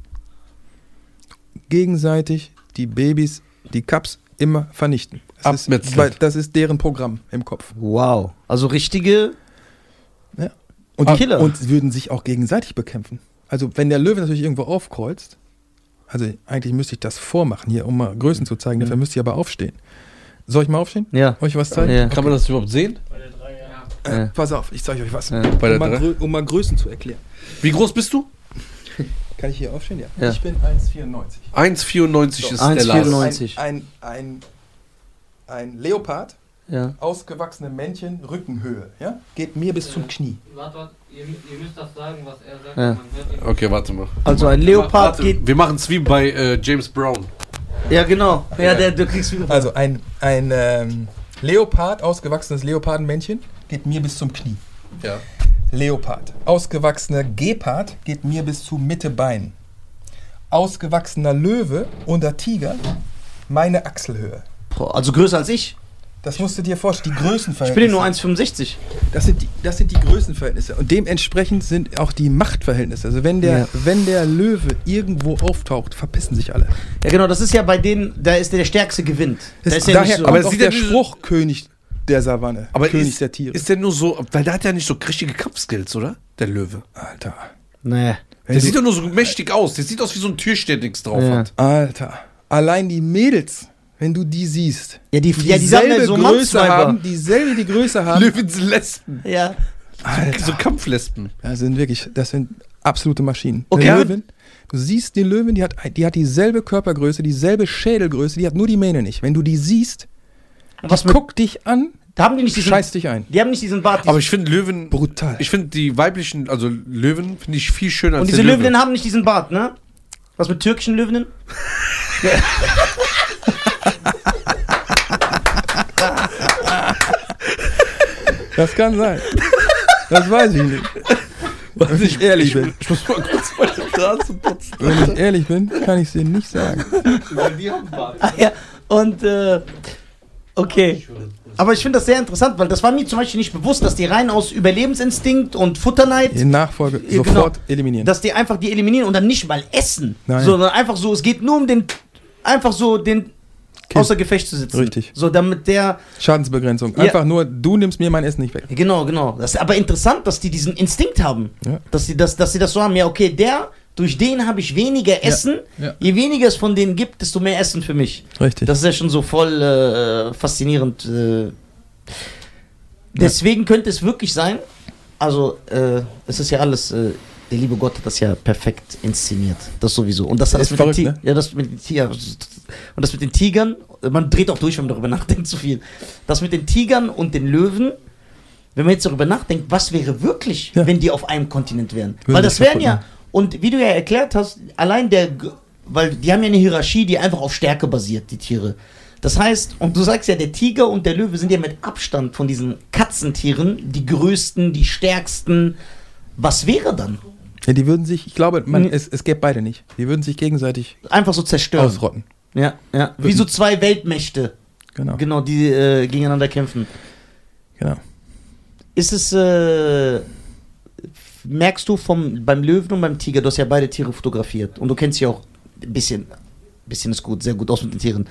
Gegenseitig die Babys, die Cubs immer vernichten. Abmetzelt. Das ist deren Programm im Kopf. Wow. Also richtige... Ja. Und Killer. Und würden sich auch gegenseitig bekämpfen. Also wenn der Löwe natürlich irgendwo aufkreuzt, also eigentlich müsste ich das vormachen hier, um mal Größen zu zeigen, dafür müsste ich aber aufstehen. Soll ich mal aufstehen? Ja. Euch was zeigen? Ja. Kann man das überhaupt sehen? Ja. Pass auf, ich zeige euch was. Ja. Bei der drei? Um mal Größen zu erklären. Wie groß bist du? Kann ich hier aufstehen? Ja. Ja. Ich bin 1,94. 1,94 ist der 1,94. Lars. 90. Ein Leopard, Ja. ausgewachsene Männchen, Rückenhöhe, ja? Geht mir bis zum Knie. Warte, ihr müsst das sagen, was er sagt. Ja. Man hört ihn. Okay, warte mal. Also ein Leopard geht... Wir machen es wie bei James Brown. Ja, genau. Ja, du kriegst wie... Also ein Leopard, ausgewachsenes Leopardenmännchen, geht mir bis zum Knie. Ja. Leopard. Ausgewachsener Gepard geht mir bis zu Mitte Bein. Ausgewachsener Löwe oder Tiger, meine Achselhöhe. Boah, also größer als ich. Das musst du dir vorstellen, die Ich Größenverhältnisse. bin ja nur 1,65. Das sind die Größenverhältnisse. Und dementsprechend sind auch die Machtverhältnisse. Also wenn der Löwe irgendwo auftaucht, verpissen sich alle. Ja, genau, das ist ja bei denen, da ist der Stärkste gewinnt. Da ist ja Daher nicht so. kommt Aber auch sieht der ja nicht so- Spruch König der Savanne, Aber König der Tiere. Ist der nur so, weil der hat ja nicht so richtige Kampfskills, oder? Der Löwe. Alter. Nee. Der sieht doch nur so mächtig aus. Der sieht aus wie so ein Türsteher, der nichts drauf Ja. hat. Alter. Allein die Mädels, wenn du die siehst, Ja, die haben ja dieselbe so Größe Mannsweiber. haben, die Größe haben. Löwen sind Lesben. Ja. Alter. So Kampflesben. Das sind absolute Maschinen. Okay. Der Löwen, du siehst den Löwen, die hat dieselbe Körpergröße, dieselbe Schädelgröße, die hat nur die Mähne nicht. Wenn du die siehst, Was mit, guck dich an, da haben die nicht diesen, scheiß dich ein. die haben nicht diesen Bart. Aber ich finde Löwen, Brutal. ich finde die weiblichen, also Löwen, finde ich viel schöner als und diese der Löwe. Löwinnen haben nicht diesen Bart, ne? Was mit türkischen Löwinnen? Das kann sein. Das weiß ich nicht. Wenn ich ehrlich bin. Ich muss mal kurz meine Nase putzen. Wenn ich ehrlich bin, kann ich es dir nicht sagen. Die haben Bart. Ah, ja. Und, okay. Aber ich finde das sehr interessant, weil das war mir zum Beispiel nicht bewusst, dass die rein aus Überlebensinstinkt und Futterneid, In Nachfolge Ja, sofort genau. eliminieren. dass die einfach die eliminieren und dann nicht mal essen, Nein. sondern einfach so, es geht nur um den, einfach so den außer Gefecht zu sitzen. Richtig. So, damit der, Schadensbegrenzung. Ja. Einfach nur, du nimmst mir mein Essen nicht weg. genau. Das ist aber interessant, dass die diesen Instinkt haben. Ja. Dass sie das so haben, ja, okay, durch den habe ich weniger Essen. Ja. Je weniger es von denen gibt, desto mehr Essen für mich. Richtig. Das ist ja schon so voll faszinierend. Deswegen könnte es wirklich sein, also es ist ja alles, der liebe Gott hat das ja perfekt inszeniert, das sowieso. Und das Ist mit verrückt, den ne? Ja, das mit den Tigern, und das mit den Tigern, man dreht auch durch, wenn man darüber nachdenkt, zu viel. Das mit den Tigern und den Löwen, wenn man jetzt darüber nachdenkt, was wäre wirklich, wenn die auf einem Kontinent wären? Würden Weil das sich wären ja, und wie du ja erklärt hast, allein weil die haben ja eine Hierarchie, die einfach auf Stärke basiert, die Tiere. Das heißt, und du sagst ja, der Tiger und der Löwe sind ja mit Abstand von diesen Katzentieren die größten, die stärksten. Was wäre dann? Ja, die würden sich, ich glaube, es gäbe beide nicht. Die würden sich gegenseitig Einfach so zerstören. ausrotten. Ja, ja. Wie so zwei Weltmächte. Genau. Genau, die gegeneinander kämpfen. Genau. Ist es, merkst du beim Löwen und beim Tiger, du hast ja beide Tiere fotografiert und du kennst ja auch ein bisschen ist gut, sehr gut aus mit den Tieren.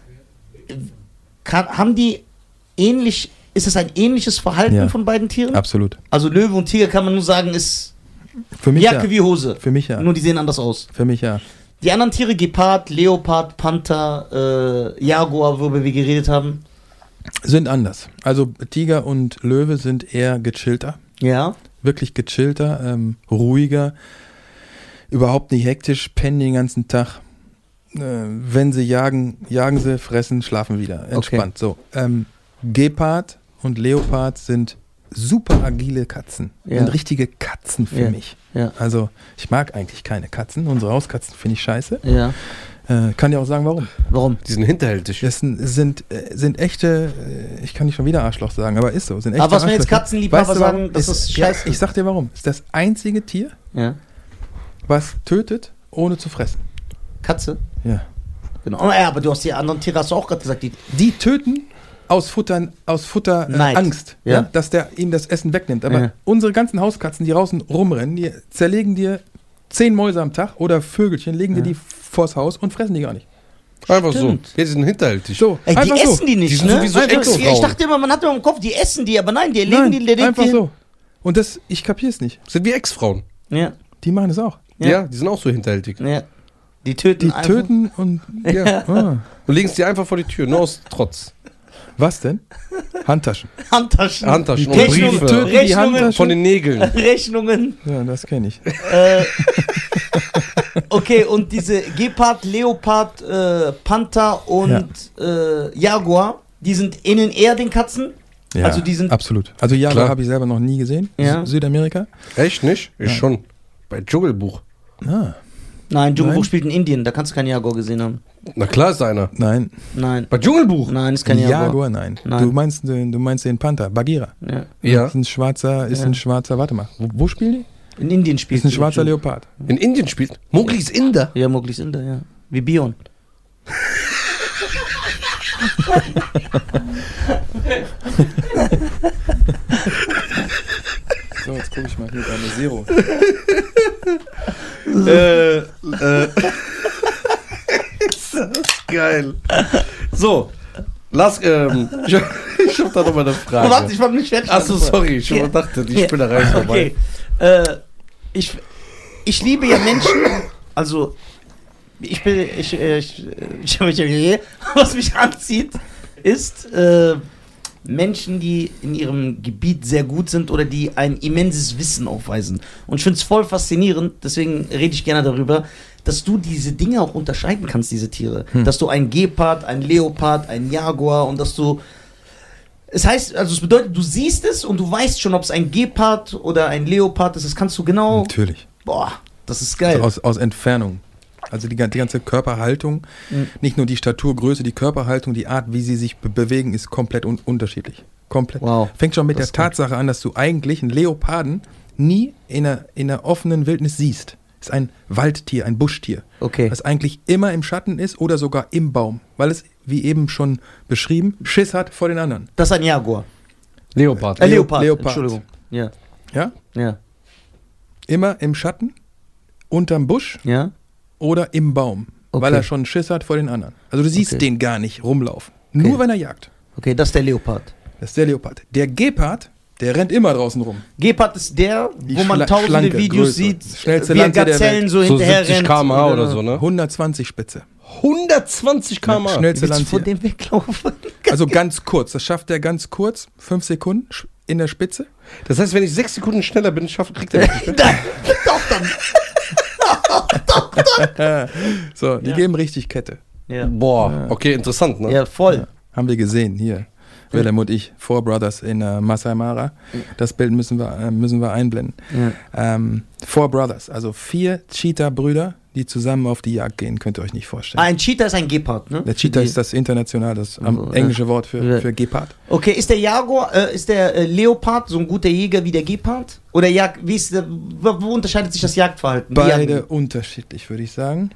Haben die ähnlich, ist es ein ähnliches Verhalten von beiden Tieren? Absolut. Also Löwe und Tiger kann man nur sagen, ist Für mich Jacke ja. wie Hose. Für mich ja. Nur die sehen anders aus. Für mich ja. Die anderen Tiere, Gepard, Leopard, Panther, Jaguar, worüber wir geredet haben. Sind anders. Also Tiger und Löwe sind eher gechillter. Ja. Wirklich gechillter, ruhiger, überhaupt nicht hektisch, pennen den ganzen Tag. Wenn sie jagen sie, fressen, schlafen wieder. Entspannt. So. Gepard und Leopard sind super agile Katzen. Ja. Sind richtige Katzen für mich. Ja. Also ich mag eigentlich keine Katzen. Unsere Hauskatzen finde ich scheiße. Ja. Kann dir auch sagen, warum. Warum? Die sind hinterhältig. Das sind echte, ich kann nicht schon wieder Arschloch sagen, aber ist so. Sind echte Aber was mir jetzt Arschlöcher. Katzenliebhaber Weißt du, sagen, warum? das ist scheiße. Ja, ich sag dir warum. Ist das einzige Tier, Ja. was tötet, ohne zu fressen. Katze? Ja. Genau. Oh, ja, aber du hast die anderen Tiere, hast du auch gerade gesagt, Die töten aus Futter Neid. Angst, Ja. dass der ihnen das Essen wegnimmt. Aber Ja. unsere ganzen Hauskatzen, die draußen rumrennen, die zerlegen dir 10 Mäuse am Tag oder Vögelchen, legen dir die vors Haus und fressen die gar nicht. Einfach Stimmt. so. Ja, die sind hinterhältig. So, Ey, die einfach essen so. die nicht, Die sind ne? sowieso Einfach so. Ex-Frauen. Ich dachte immer, man hat immer im Kopf, die essen die, aber nein, die legen Nein, die, der einfach die. so. Und das, ich kapier's nicht. Sind wie Ex-Frauen. Ja, Die machen es auch. Ja. Ja. Die sind auch so hinterhältig. ja. Die töten Die einfach. töten und Ja. ah. Und legen es dir einfach vor die Tür, nur aus Trotz. Was denn? Handtaschen. Handtaschen. Handtaschen Die und Rechnungen, Briefe. töten die Rechnungen, Handtaschen. Von den Nägeln. Rechnungen. Ja, das kenne ich. Okay, und diese Gepard, Leopard, Panther und Jaguar, die sind innen eher den Katzen. Ja, Also die sind- absolut. Also Jaguar Klar. habe ich selber noch nie gesehen. Ja. Südamerika. Echt nicht? Ich schon. Bei Dschungelbuch. Ah, Nein, Dschungelbuch Nein. spielt in Indien, da kannst du keinen Jaguar gesehen haben. Na klar ist einer. nein. Nein. Bei Dschungelbuch? Nein, ist kein Jaguar. Jaguar, nein. Nein. Du meinst den Panther, Bagheera. Ja. Ja. Ist ein schwarzer, warte mal. Wo spielen die? In Indien spielt Ist ein schwarzer Leopard. In Indien spielt. Mowgli ist Inder. Ja, Mowgli ist Inder, ja. Wie Bion. So, jetzt gucke ich mal hier deine Zero. Das ist geil. So. Ich hab da noch mal eine Frage. Warte, ich war nicht fertig. Achso, sorry. Ich dachte, die Spinnerei ist vorbei. Okay. Ich liebe ja Menschen, also was mich anzieht, ist Menschen, die in ihrem Gebiet sehr gut sind oder die ein immenses Wissen aufweisen. Und ich finde es voll faszinierend, deswegen rede ich gerne darüber, dass du diese Dinge auch unterscheiden kannst, diese Tiere. Dass du ein Gepard, ein Leopard, ein Jaguar und dass du... Es heißt, also es bedeutet, du siehst es und du weißt schon, ob es ein Gepard oder ein Leopard ist. Das kannst du genau... Natürlich. Boah, das ist geil. Also aus Entfernung. Also die ganze Körperhaltung, nicht nur die Staturgröße, die Körperhaltung, die Art, wie sie sich bewegen, ist komplett unterschiedlich. Komplett. Wow. Fängt schon mit Das der ist gut. Tatsache an, dass du eigentlich einen Leoparden nie in einer offenen Wildnis siehst. Ist ein Waldtier, ein Buschtier. Okay. Was eigentlich immer im Schatten ist oder sogar im Baum. Weil es, wie eben schon beschrieben, Schiss hat vor den anderen. Das ist ein Jaguar. Leopard. Leopard. Leopard. Entschuldigung. Ja. Ja? Ja. Immer im Schatten, unterm Busch Ja. oder im Baum. Okay. Weil er schon Schiss hat vor den anderen. Also du siehst Okay. den gar nicht rumlaufen. Nur wenn er jagt. Okay, das ist der Leopard. Das ist der Leopard. Der Gepard Der rennt immer draußen rum. Gepard ist der, Die wo man tausende schlanke, Videos größer. sieht, Schnellste wie Lanze der Gazellen so So hinterher 70 rennt. km/h oder so, ne? 120 Spitze. 120 km/h. Schnellste Willst du Lanze. von dem weglaufen? Also ganz kurz. Das schafft er ganz kurz. 5 Sekunden in der Spitze. Das heißt, wenn ich 6 Sekunden schneller bin, kriegt er mich nicht. Doch, dann. So, die Ja. geben richtig Kette. Ja. Boah, okay, interessant, ne? Ja, voll. Haben wir gesehen hier. Willem und ich, Four Brothers in Masai Mara. Das Bild müssen wir einblenden. Ja. Four Brothers, also 4 Cheetah-Brüder, die zusammen auf die Jagd gehen, könnt ihr euch nicht vorstellen. Ein Cheetah ist ein Gepard, ne? Der Cheetah ist das international, das Also, englische Wort ja. für Gepard. Okay, ist der Jaguar, ist der Leopard so ein guter Jäger wie der Gepard? Oder wie ist wo unterscheidet sich das Jagdverhalten? Die Beide jagen- unterschiedlich, würde ich sagen.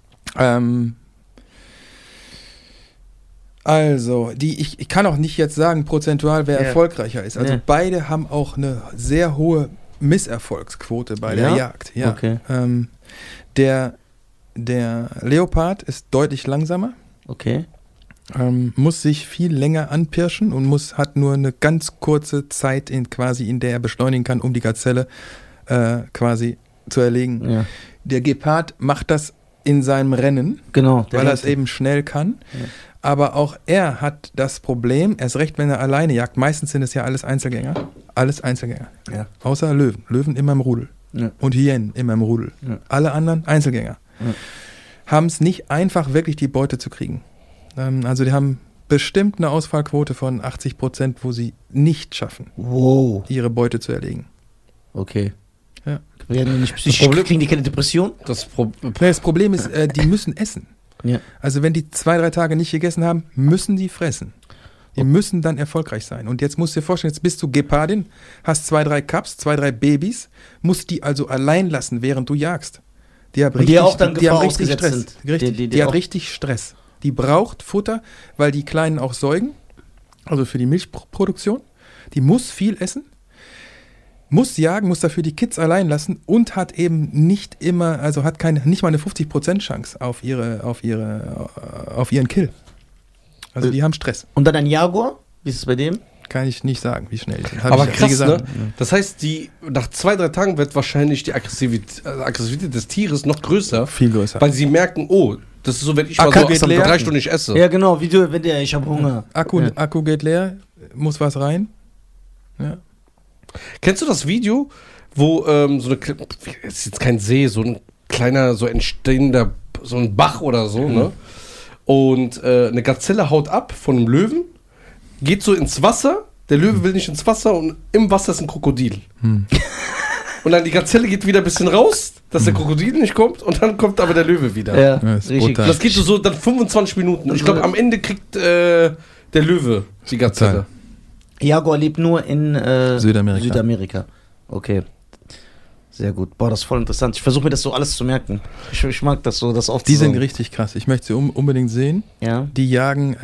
Also, ich kann auch nicht jetzt sagen, prozentual, wer Ja. erfolgreicher ist. Also Ja. beide haben auch eine sehr hohe Misserfolgsquote bei der Ja? Jagd. Ja. Okay. Der Leopard ist deutlich langsamer, Okay. muss sich viel länger anpirschen und hat nur eine ganz kurze Zeit, in der er beschleunigen kann, um die Gazelle quasi zu erlegen. Ja. Der Gepard macht das in seinem Rennen, Genau. weil er es eben schnell kann. Ja. Aber auch er hat das Problem, erst recht, wenn er alleine jagt. Meistens sind es ja alles Einzelgänger. Alles Einzelgänger. Ja. Außer Löwen. Löwen immer im Rudel. Ja. Und Hyänen immer im Rudel. Ja. Alle anderen Einzelgänger. Ja. Haben es nicht einfach, wirklich die Beute zu kriegen. Also die haben bestimmt eine Ausfallquote von 80%, wo sie nicht schaffen, Wow. ihre Beute zu erlegen. Okay. Ja. Werden die nicht psychisch, Problem- kriegen die keine Depression? Das Das Problem ist, die müssen essen. Ja. Also wenn die 2-3 Tage nicht gegessen haben, müssen die fressen. Die müssen dann erfolgreich sein. Und jetzt musst du dir vorstellen, jetzt bist du Gepardin, hast 2-3 Cubs, 2-3 Babys, musst die also allein lassen, während du jagst. Die haben Und die auch dann die haben Gefahr richtig ausgesetzt Stress. sind. Richtig, Die die hat auch- richtig Stress. Die braucht Futter, weil die Kleinen auch säugen, also für die Milchproduktion. Die muss viel essen, muss jagen, muss dafür die Kids allein lassen und hat eben nicht immer, also hat nicht mal eine 50% Chance auf ihren Kill. Also die haben Stress. Und dann ein Jaguar? Wie ist es bei dem? Kann ich nicht sagen, wie schnell die sind. Hab Aber ich nie krass, gesagt. ne? Das heißt, nach 2-3 Tagen wird wahrscheinlich die Aggressivität des Tieres noch größer, Viel größer. weil sie merken, oh, das ist so, wenn ich mal Akku so geht 3 leer. Stunden nicht esse. Ja, genau, wie du, ich habe Hunger. Ja. Akku geht leer, muss was rein. Ja. Kennst du das Video, wo so eine, es ist jetzt kein See, so ein kleiner, so entstehender, so ein Bach oder so, ne? Und eine Gazelle haut ab von einem Löwen, geht so ins Wasser, der Löwe will nicht ins Wasser und im Wasser ist ein Krokodil. Und dann die Gazelle geht wieder ein bisschen raus, dass der Krokodil nicht kommt und dann kommt aber der Löwe wieder. Ja, Das ist richtig. brutal. Das geht so dann 25 Minuten. Und ich glaube, am Ende kriegt der Löwe die Gazelle. Jaguar lebt nur in Südamerika. Südamerika. Okay. Sehr gut. Boah, das ist voll interessant. Ich versuche mir das so alles zu merken. Ich mag das so, das Die aufzusagen. sind richtig krass. Ich möchte sie unbedingt sehen. Ja. Die jagen,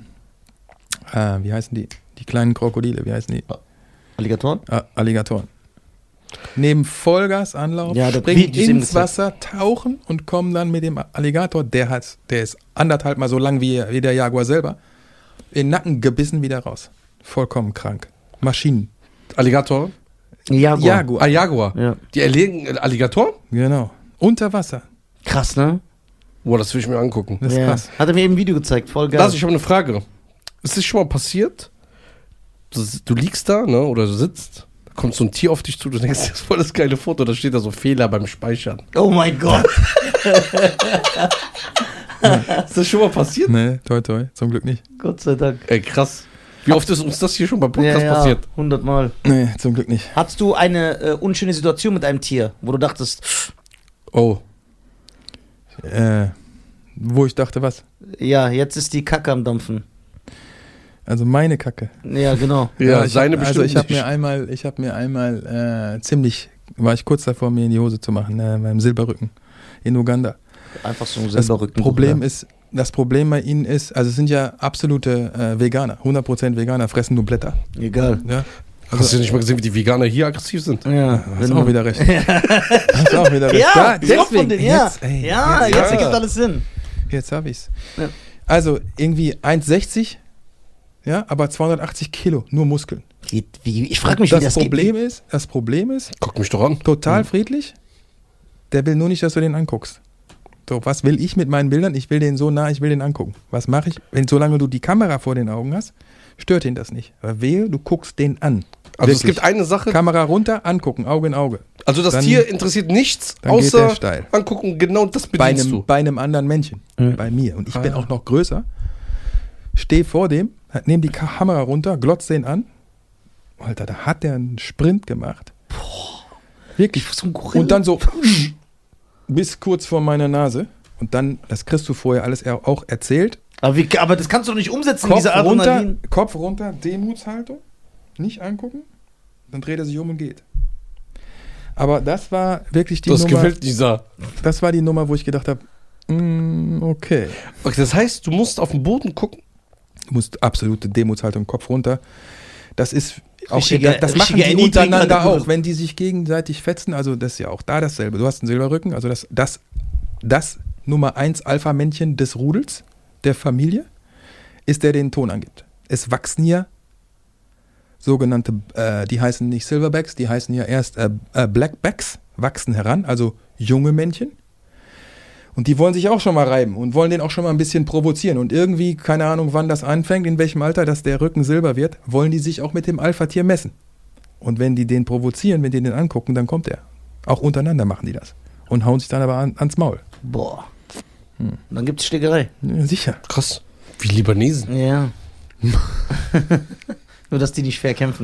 wie heißen die? Die kleinen Krokodile, wie heißen die? Alligatoren? Alligatoren. Nehmen Vollgasanlauf, Ja, der springen Video ist eben ins gezeigt. Wasser, tauchen und kommen dann mit dem Alligator, der ist 1,5 Mal so lang wie der Jaguar selber, in den Nacken gebissen wieder raus. Vollkommen krank. Maschinen. Alligator? Jaguar. Ah, Jaguar. Ja. Die erlegen Alligatoren? Genau. Unter Wasser. Krass, ne? Boah, das will ich mir angucken. Das ist Ja. krass. Hat er mir eben ein Video gezeigt. Voll geil. Lass, ich habe eine Frage. Ist das schon mal passiert? Du liegst da, ne, oder du sitzt, da kommt so ein Tier auf dich zu, du denkst, das ist voll das geile Foto, da steht da so Fehler beim Speichern. Oh mein Gott. Ist das schon mal passiert? Nee, toi toi, zum Glück nicht. Gott sei Dank. Ey, krass. Wie oft ist uns das hier schon beim Podcast passiert? 100 Mal. Nee, zum Glück nicht. Hattest du eine unschöne Situation mit einem Tier, wo du dachtest, Oh. Wo ich dachte, was? ja, jetzt ist die Kacke am Dampfen. Also meine Kacke. Ja, genau. Ja, ich seine hab, also bestimmt ich habe mir einmal war ich kurz davor, mir in die Hose zu machen, beim Silberrücken in Uganda. Einfach so ein Das Silberrücken. Problem bei ihnen ist, also es sind ja absolute Veganer, 100% Veganer, fressen nur Blätter. Egal. Ja, Hast du nicht mal gesehen, wie die Veganer hier aggressiv sind? Ja, hast auch wieder recht. Hast auch wieder recht. Ja, deswegen. Ja, Jetzt, ey, ja, jetzt ergibt alles Sinn. Jetzt hab ich's. Ja. Also irgendwie 1,60 ja, aber 280 Kilo, nur Muskeln. Ich frage mich, wie das geht. Das Problem ist, Guck mich doch an. total friedlich, der will nur nicht, dass du den anguckst. So, was will ich mit meinen Bildern? Ich will den so nah, ich will den angucken. Was mache ich? Solange du die Kamera vor den Augen hast, stört ihn das nicht. Aber wehe, du guckst den an. Also es Wirklich. gibt eine Sache, Kamera runter, angucken, Auge in Auge. also das Dann- Tier interessiert nichts, dann geht außer der steil. angucken, genau das Bei bedienst du. einem anderen Männchen, bei mir. Und ich bin auch noch größer. Stehe vor dem, nehme die Kamera runter, glotze den an. Alter, da hat der einen Sprint gemacht. Wirklich. So ein Gorilla. Und dann so bis kurz vor meiner Nase. Und dann, das kriegst du vorher alles auch erzählt. Aber das kannst du doch nicht umsetzen, Kopf diese runter, Adrenalin. Kopf runter, Demutshaltung. Nicht angucken. Dann dreht er sich um und geht. Aber das war wirklich die Das Nummer. gefällt dieser. Das war die Nummer, wo ich gedacht habe, okay. Okay, das heißt, du musst auf den Boden gucken. Du musst absolute Demutshaltung, Kopf runter. Das ist auch, Richtige- das machen richtige die untereinander Erniedrigung. auch, wenn die sich gegenseitig fetzen. Also das ist ja auch da dasselbe. Du hast einen Silberrücken, also das Nummer 1 Alpha-Männchen des Rudels, der Familie, ist der den Ton angibt. Es wachsen ja sogenannte, die heißen nicht Silverbacks, die heißen ja erst Blackbacks, wachsen heran, also junge Männchen. Und die wollen sich auch schon mal reiben und wollen den auch schon mal ein bisschen provozieren. Und irgendwie, keine Ahnung, wann das anfängt, in welchem Alter, dass der Rücken silber wird, wollen die sich auch mit dem Alpha-Tier messen. Und wenn die den provozieren, wenn die den angucken, dann kommt er. Auch untereinander machen die das. Und hauen sich dann aber ans Maul. Boah. Und dann gibt's Schlägerei. Ja, sicher. Krass. Wie Libanesen. Ja. Nur, dass die nicht fair kämpfen.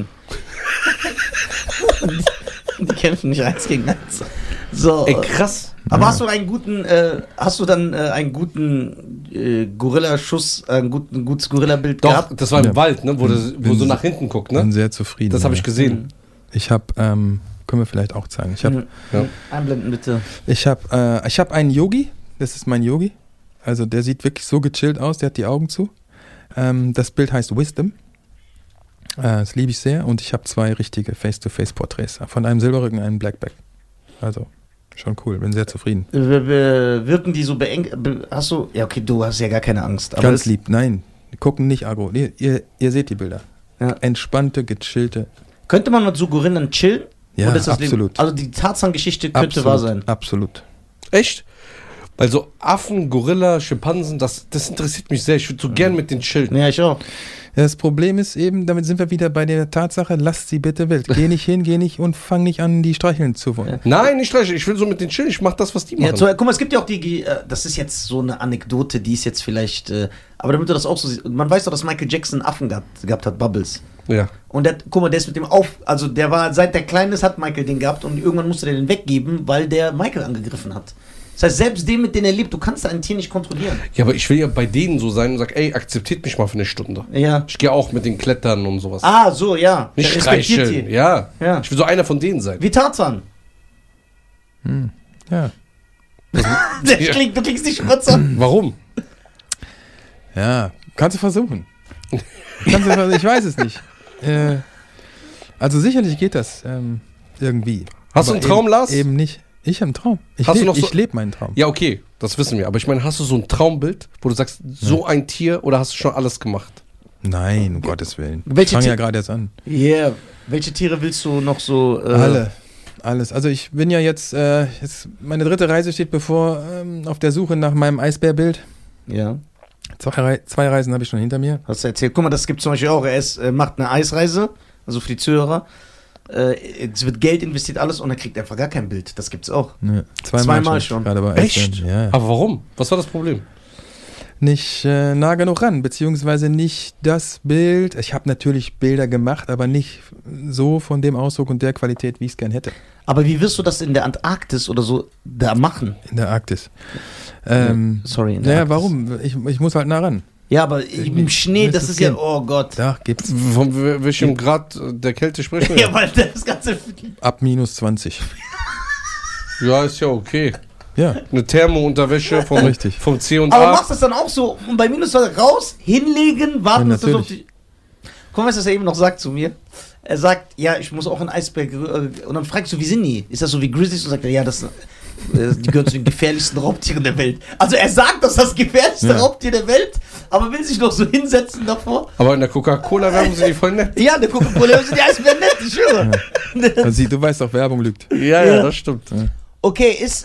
die kämpfen nicht 1 gegen 1. So. Ey, krass. Aber hast du einen guten, einen guten Gorilla-Schuss, ein gutes Gorilla-Bild Doch, gehabt? das war im Ja. Wald, ne, wo so nach hinten guckt, Bin ne? sehr zufrieden. Das habe ich ja. gesehen. Ich habe, können wir vielleicht auch zeigen. Ich habe Ja. Einblenden bitte. ich hab einen Yogi, das ist mein Yogi. Also der sieht wirklich so gechillt aus, der hat die Augen zu. Das Bild heißt Wisdom. Das liebe ich sehr. Und ich habe 2 richtige Face-to-Face-Porträts. Von einem Silberrücken, einem Blackback. Also schon cool, bin sehr zufrieden. Wirken die so beengt? Hast du, ja okay, du hast ja gar keine Angst. Aber Ganz lieb, nein, die gucken nicht aggro. Ihr seht die Bilder. Ja. Entspannte, gechillte. Könnte man mit so Gorillen chillen? Ja, Oder ist das absolut. Leben, also die Tarzan-Geschichte könnte wahr sein. Absolut. Echt? Weil so Affen, Gorilla, Schimpansen, das interessiert mich sehr. Ich würde so gern mit den chillen. Ja, ich auch. Ja, das Problem ist eben, damit sind wir wieder bei der Tatsache, lasst sie bitte wild. Geh nicht hin, geh nicht und fang nicht an, die streicheln zu wollen. Nein, nicht streicheln. Ich will so mit den chillen. Ich mach das, was die machen. Ja, guck mal, es gibt ja auch das ist jetzt so eine Anekdote, die ist jetzt vielleicht, aber damit du das auch so siehst, man weiß doch, dass Michael Jackson einen Affen gehabt hat, Bubbles. Ja. Und guck mal, der ist mit dem also der war, seit der klein ist, hat Michael den gehabt und irgendwann musste der den weggeben, weil der Michael angegriffen hat. Das heißt, selbst den, mit dem er lebt, du kannst ein Tier nicht kontrollieren. Ja, aber ich will ja bei denen so sein und sag, ey, akzeptiert mich mal für eine Stunde. Ja. Ich gehe auch mit den Klettern und sowas. Ah, so, ja. Nicht Der respektiert streicheln. die. Ja. Ja. Ich will so einer von denen sein. Wie Tarzan. Ja. Du kriegst die Spritzer. Warum? Ja, kannst du versuchen. Ich weiß es nicht. Also sicherlich geht das irgendwie. Hast du Aber einen Traum, eben, Lars? Eben nicht. Ich habe einen Traum. Hast du noch so- Ich lebe meinen Traum. Ja, okay, das wissen wir. Aber ich meine, hast du so ein Traumbild, wo du sagst, so ein Tier oder hast du schon alles gemacht? Nein, um Gottes Willen. Welche Ich fange ja Ti- gerade erst an. Yeah. Welche Tiere willst du noch so? Alles. Also ich bin ja jetzt meine 3. Reise steht bevor, auf der Suche nach meinem Eisbärbild. Ja. 2 Reisen habe ich schon hinter mir. Hast du erzählt. Guck mal, das gibt zum Beispiel auch. Er macht eine Eisreise, also für die Zuhörer. Es wird Geld investiert, alles, und er kriegt einfach gar kein Bild. Das gibt's auch. Ja, Zweimal schon. Gerade bei Echt? Eisbären. Ja. Aber warum? Was war das Problem? Nicht nah genug ran, beziehungsweise nicht das Bild. Ich habe natürlich Bilder gemacht, aber nicht so von dem Ausdruck und der Qualität, wie ich es gern hätte. Aber wie wirst du das in der Antarktis oder so da machen? In der Arktis. Sorry, in der Naja, Arktis. warum? Ich muss halt nah ran. Ja, aber im Schnee, das ist ja, oh Gott. Da gibt's Von welchem Grad der Kälte sprechen wir? Ja, weil das Ganze. ab minus 20. Ja, ist ja okay. Ja, Eine Thermounterwäsche vom, Richtig. vom C und Aber A. machst du das dann auch so und bei minus 20 raus, hinlegen, warten, Ja, bis das auf natürlich. die. Guck mal, was er eben noch sagt zu mir. Er sagt, ja, ich muss auch einen Eisberg. Und dann fragst du, wie sind die? Ist das so wie Grizzlies? Und sagt er, ja, das. die gehören zu den gefährlichsten Raubtieren der Welt. Also er sagt, das ist das gefährlichste Raubtier der Welt, aber will sich noch so hinsetzen davor. Aber in der Coca-Cola-Werbung sind die voll nett. Ja, der Coca-Cola sind die Eisbären nett, ich schwöre. Also, du weißt doch, Werbung lügt. Ja, das stimmt. Ja. Okay, ist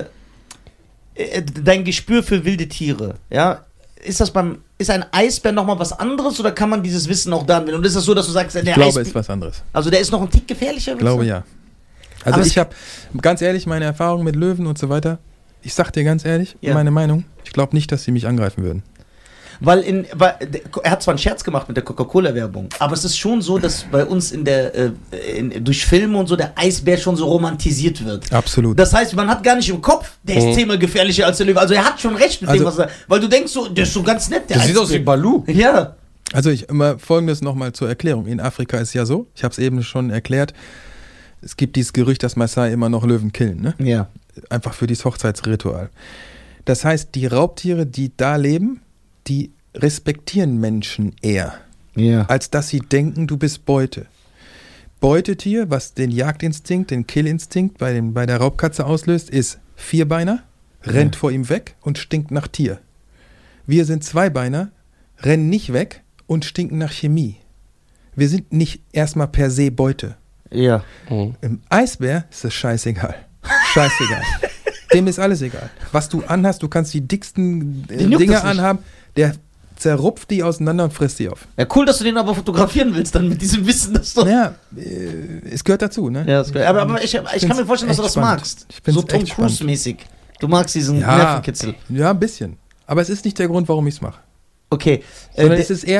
dein Gespür für wilde Tiere, ja, ist ein Eisbär nochmal was anderes oder kann man dieses Wissen auch da anwenden? Und ist das so, dass du sagst, Ich glaube, es ist was anderes. also der ist noch ein Tick gefährlicher? Ich glaube, ja. Also Aber ich habe, ganz ehrlich, meine Erfahrungen mit Löwen und so weiter, ich sag dir ganz ehrlich, meine Meinung, ich glaube nicht, dass sie mich angreifen würden. Weil er hat zwar einen Scherz gemacht mit der Coca-Cola-Werbung, aber es ist schon so, dass bei uns durch Filme und so der Eisbär schon so romantisiert wird. Absolut. Das heißt, man hat gar nicht im Kopf, der ist 10-mal gefährlicher als der Löwe. Also er hat schon recht mit dem, was er sagt. Weil du denkst so, der ist so ganz nett, der Das sieht aus wie Baloo. Ja. Also immer Folgendes nochmal zur Erklärung. In Afrika ist ja so, ich habe es eben schon erklärt, es gibt dieses Gerücht, dass Maasai immer noch Löwen killen, ne? Ja. Einfach für dieses Hochzeitsritual. Das heißt, die Raubtiere, die da leben, die respektieren Menschen eher, als dass sie denken, du bist Beute. Beutetier, was den Jagdinstinkt, den Killinstinkt bei der Raubkatze auslöst, ist Vierbeiner, rennt vor ihm weg und stinkt nach Tier. Wir sind Zweibeiner, rennen nicht weg und stinken nach Chemie. Wir sind nicht erstmal per se Beute. Ja. Im Eisbär ist es scheißegal. Scheißegal. Dem ist alles egal. Was du anhast, du kannst die dicksten Dinge anhaben, der zerrupft die auseinander und frisst die auf. Ja, cool, dass du den aber fotografieren willst, dann mit diesem Wissen, dass du... Ja, es gehört dazu, ne? Ja, das gehört. Aber ich kann mir vorstellen, dass du das magst. So Tom Cruise-mäßig. Du magst diesen Nervenkitzel. Ja, ein bisschen. Aber es ist nicht der Grund, warum ich es mache. Okay. Sondern es ist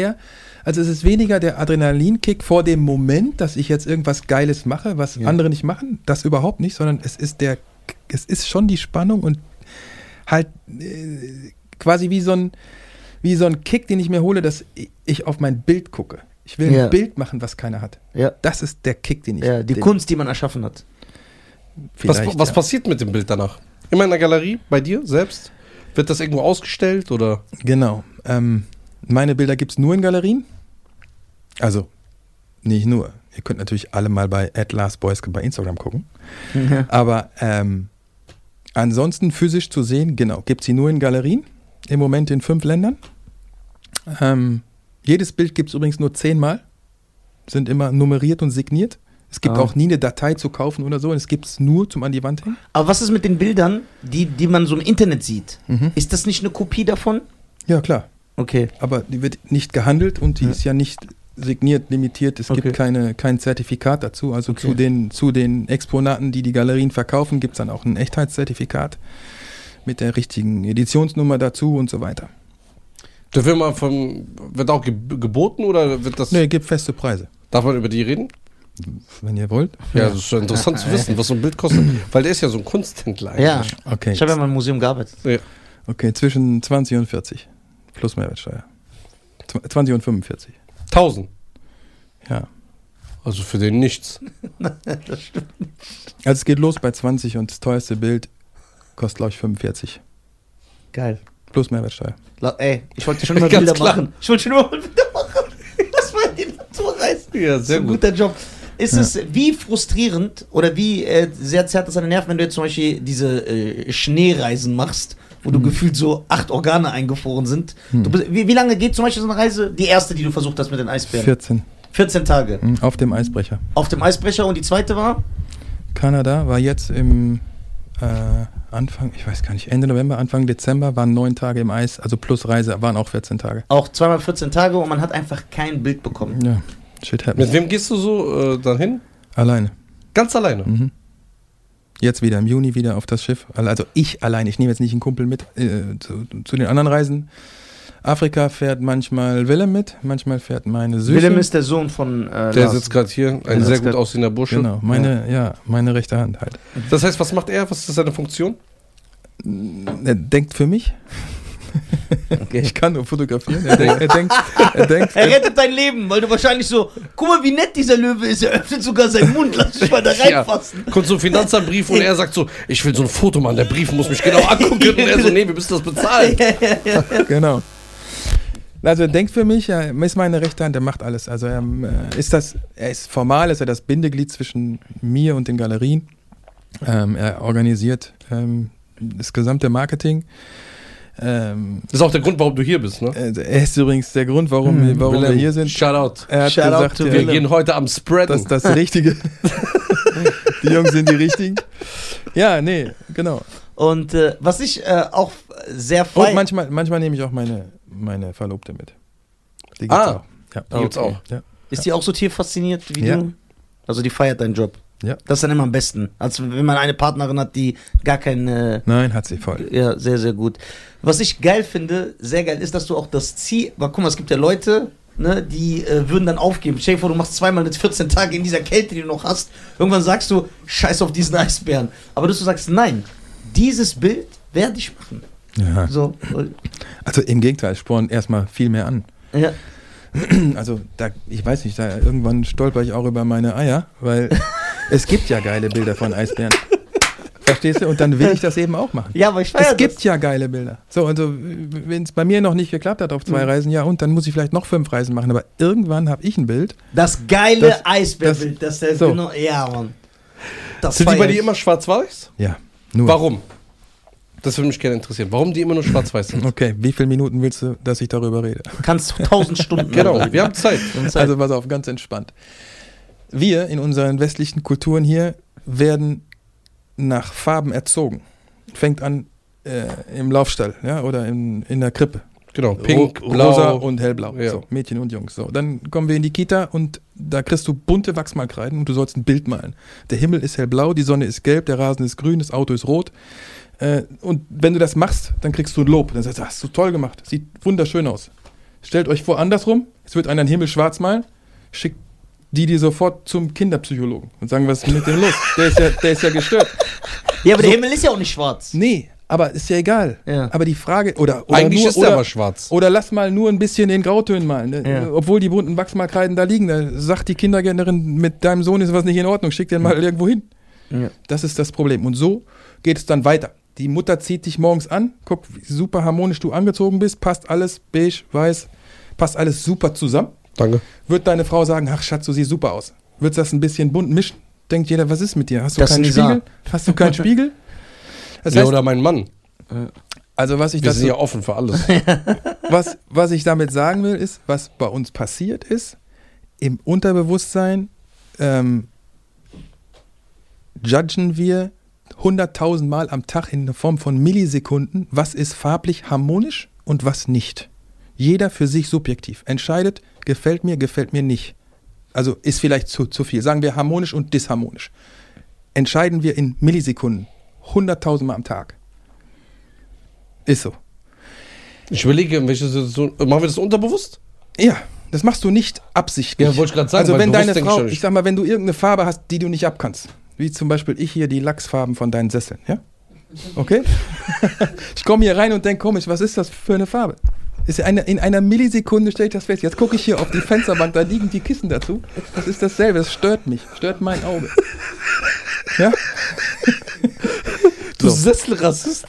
weniger der Adrenalinkick vor dem Moment, dass ich jetzt irgendwas Geiles mache, was andere nicht machen. Das überhaupt nicht, sondern es ist schon die Spannung und halt quasi wie so ein Kick, den ich mir hole, dass ich auf mein Bild gucke. Ich will ein Bild machen, was keiner hat. Ja. Das ist der Kick, den ich... Ja, die Kunst, die man erschaffen hat. Was passiert mit dem Bild danach? Immer in der Galerie, bei dir selbst? Wird das irgendwo ausgestellt oder? Genau. Meine Bilder gibt es nur in Galerien. Also, nicht nur. Ihr könnt natürlich alle mal bei @lastboyske bei Instagram gucken. Mhm. Aber ansonsten physisch zu sehen, genau, gibt es sie nur in Galerien. Im Moment in 5 Ländern. Jedes Bild gibt es übrigens nur 10-mal. Sind immer nummeriert und signiert. Es gibt auch nie eine Datei zu kaufen oder so. Es gibt es nur zum an die Wand hängen. Aber was ist mit den Bildern, die man so im Internet sieht? Mhm. Ist das nicht eine Kopie davon? Ja, klar. Okay. Aber die wird nicht gehandelt und die ist ja nicht signiert, limitiert. Es gibt kein Zertifikat dazu. Also zu den Exponaten, die Galerien verkaufen, gibt es dann auch ein Echtheitszertifikat mit der richtigen Editionsnummer dazu und so weiter. Der Film wird auch geboten oder wird das... Nee, gibt feste Preise. Darf man über die reden? Wenn ihr wollt. Ja, das ist schon interessant zu wissen, was so ein Bild kostet. Weil der ist ja so ein Kunsthändler eigentlich. Ja, okay. Ich habe ja mal im Museum gearbeitet. Ja. Okay, zwischen 20 und 40. Plus Mehrwertsteuer. 20 und 45. 1000? Ja. Also für den nichts. Das stimmt. Also es geht los bei 20 und das teuerste Bild kostet, glaube ich, 45. Geil. Plus Mehrwertsteuer. Ey, ich wollte schon immer Bilder machen. Das war die Naturreise. Ja, sehr gut. Guter Job. Ist es wie frustrierend oder wie sehr zerrt das an den Nerven, wenn du jetzt zum Beispiel diese Schneereisen machst, wo du gefühlt so 8 Organe eingefroren sind? Wie lange geht zum Beispiel so eine Reise? Die erste, die du versucht hast mit den Eisbären? 14 Tage. Auf dem Eisbrecher. Auf dem Eisbrecher und die zweite war? Kanada war jetzt im Anfang, ich weiß gar nicht, Ende November, Anfang Dezember waren 9 Tage im Eis, also plus Reise waren auch 14 Tage. Auch zweimal 14 Tage und man hat einfach kein Bild bekommen. Ja, shit happens. Mit wem gehst du so dann hin? Alleine. Ganz alleine? Mhm. Jetzt wieder im Juni wieder auf das Schiff. Also ich alleine, ich nehme jetzt nicht einen Kumpel mit zu den anderen Reisen. Afrika fährt manchmal Willem mit, manchmal fährt meine Süße. Willem ist der Sohn von Der Lars. sitzt gerade hier, ein sehr gut aussehender Bursche. Genau, meine rechte Hand halt. Das heißt, was macht er? Was ist seine Funktion? Er denkt für mich. Okay. Ich kann nur fotografieren. Er denkt. Er rettet dein Leben, weil du wahrscheinlich so, guck mal, wie nett dieser Löwe ist. Er öffnet sogar seinen Mund, lass mich mal da reinfassen. Kommt so ein Finanzamtbrief und er sagt so, ich will so ein Foto machen, der Brief muss mich genau angucken. Und er so, nee, wir müssen das bezahlen. Genau. Also er denkt für mich, er ist meine rechte Hand, er macht alles. Also er ist formal, ist er das Bindeglied zwischen mir und den Galerien. Er organisiert das gesamte Marketing. Das ist auch der Grund, warum du hier bist, ne? Er ist übrigens der Grund, warum wir hier sind. Shoutout. Er hat Shout out gesagt, to Wir gehen heute am Spreaden. das Richtige. Die Jungs sind die Richtigen. Ja, nee, genau. Und was ich auch sehr Und feier... manchmal nehme ich auch meine Verlobte mit. Die gibt's Ah. auch. Ja. Die gibt's auch. Ja. Ist die auch so tierfasziniert wie Ja. du? Also die feiert deinen Job. Ja. Das ist dann immer am besten. Als wenn man eine Partnerin hat, die gar keine... Nein, hat sie voll. Ja, sehr, sehr gut. Was ich geil finde, sehr geil, ist, dass du auch das Ziel... Aber guck mal, es gibt ja Leute, ne, die würden dann aufgeben. Stell dir vor, du machst zweimal jetzt 14 Tage in dieser Kälte, die du noch hast. Irgendwann sagst du, scheiß auf diesen Eisbären. Aber dass du sagst, nein, dieses Bild werde ich machen. Ja. So. Also im Gegenteil, es spornt erstmal viel mehr an. Ja. Also ich weiß nicht, da irgendwann stolper ich auch über meine Eier, weil es gibt ja geile Bilder von Eisbären. Verstehst du? Und dann will ich das eben auch machen. Ja, aber ich feiere Es gibt ja geile Bilder. So, also wenn es bei mir noch nicht geklappt hat auf 2 Reisen, ja und, dann muss ich vielleicht noch 5 Reisen machen. Aber irgendwann habe ich ein Bild. das geile Das- Eisbärbild, das der so. genau... Ja, Mann. Das Sind die bei feier dir ich. immer schwarz-weiß? Ja, nur. Warum? Das würde mich gerne interessieren. Warum die immer nur schwarz-weiß sind? Okay, wie viele Minuten willst du, dass ich darüber rede? Kannst 1000 Stunden... Genau, wir haben Zeit. Also pass auf, ganz entspannt. Wir in unseren westlichen Kulturen hier werden nach Farben erzogen. Fängt an im Laufstall, ja, oder in der Krippe. Genau, pink, blau. Rosa und hellblau. Ja. So, Mädchen und Jungs. So, dann kommen wir in die Kita und da kriegst du bunte Wachsmalkreiden und du sollst ein Bild malen. Der Himmel ist hellblau, die Sonne ist gelb, der Rasen ist grün, das Auto ist rot. Und wenn du das machst, dann kriegst du ein Lob. Dann sagst du, hast du toll gemacht, sieht wunderschön aus. Stellt euch vor, andersrum, es wird einer den Himmel schwarz malen, schickt die sofort zum Kinderpsychologen und sagen, was ist mit dem los? Der ist ja gestört. Ja, aber So. der Himmel ist ja auch nicht schwarz. Nee, aber ist ja egal. Ja. Aber die Frage, oder Eigentlich nur, ist der aber schwarz. Oder lass mal nur ein bisschen in Grautönen malen. Ne? Ja. Obwohl die bunten Wachsmalkreiden da liegen, da sagt die Kindergärtnerin, mit deinem Sohn ist was nicht in Ordnung, schick den mal irgendwo hin. Ja. Das ist das Problem. Und so geht es dann weiter. Die Mutter zieht dich morgens an, guck, wie super harmonisch du angezogen bist, passt alles, beige, weiß, passt alles super zusammen. Danke. Wird deine Frau sagen, ach Schatz, du siehst super aus. Wird das ein bisschen bunt mischen? Denkt jeder, was ist mit dir? Hast du Das keinen Nisa. Spiegel? Hast du keinen Spiegel? Das Ja, heißt, oder mein Mann. also was ich Wir dazu sind ja offen für alles. was ich damit sagen will, ist, was bei uns passiert ist, im Unterbewusstsein judgen wir 100.000 Mal am Tag in der Form von Millisekunden, was ist farblich harmonisch und was nicht. Jeder für sich subjektiv entscheidet, gefällt mir nicht. Also ist vielleicht zu viel. Sagen wir harmonisch und disharmonisch. Entscheiden wir in Millisekunden 100.000 Mal am Tag. Ist so. Ich überlege, in welche Situation. Machen wir das unterbewusst? Ja, das machst du nicht absichtlich. Ja, wollte ich gerade sagen, Also weil wenn bewusst deine denke ich Frau, ja nicht. ich sag mal, wenn du irgendeine Farbe hast, die du nicht abkannst, wie zum Beispiel ich hier die Lachsfarben von deinen Sesseln, ja? Okay? Ich komme hier rein und denke, komisch, was ist das für eine Farbe? Ist in einer Millisekunde stelle ich das fest. Jetzt gucke ich hier auf die Fensterbank, da liegen die Kissen dazu. Das ist dasselbe, das stört mich, stört mein Auge. Ja? Du So. Sesselrassist.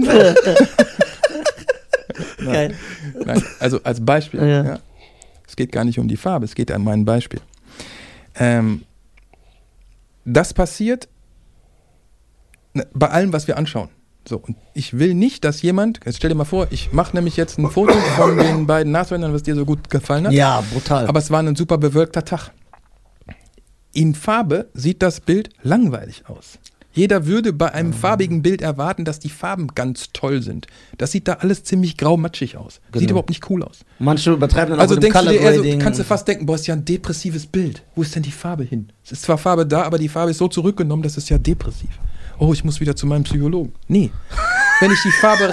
Geil. Nein, also als Beispiel. Ja. Ja. Es geht gar nicht um die Farbe, es geht an mein Beispiel. Das passiert bei allem, was wir anschauen. So, und ich will nicht, dass jemand, jetzt stell dir mal vor, ich mache nämlich jetzt ein Foto von den beiden Nashörnern, was dir so gut gefallen hat. Ja, brutal. Aber es war ein super bewölkter Tag. In Farbe sieht das Bild langweilig aus. Jeder würde bei einem farbigen Bild erwarten, dass die Farben ganz toll sind. Das sieht da alles ziemlich grau-matschig aus. Sieht Genau. überhaupt nicht cool aus. Manche übertreiben dann Also auch mit dem denkst du dir eher so, Color kannst du fast denken, boah, ist ja ein depressives Bild. Wo ist denn die Farbe hin? Es ist zwar Farbe da, aber die Farbe ist so zurückgenommen, das ist ja depressiv. Oh, ich muss wieder zu meinem Psychologen. Nee. Wenn ich die Farbe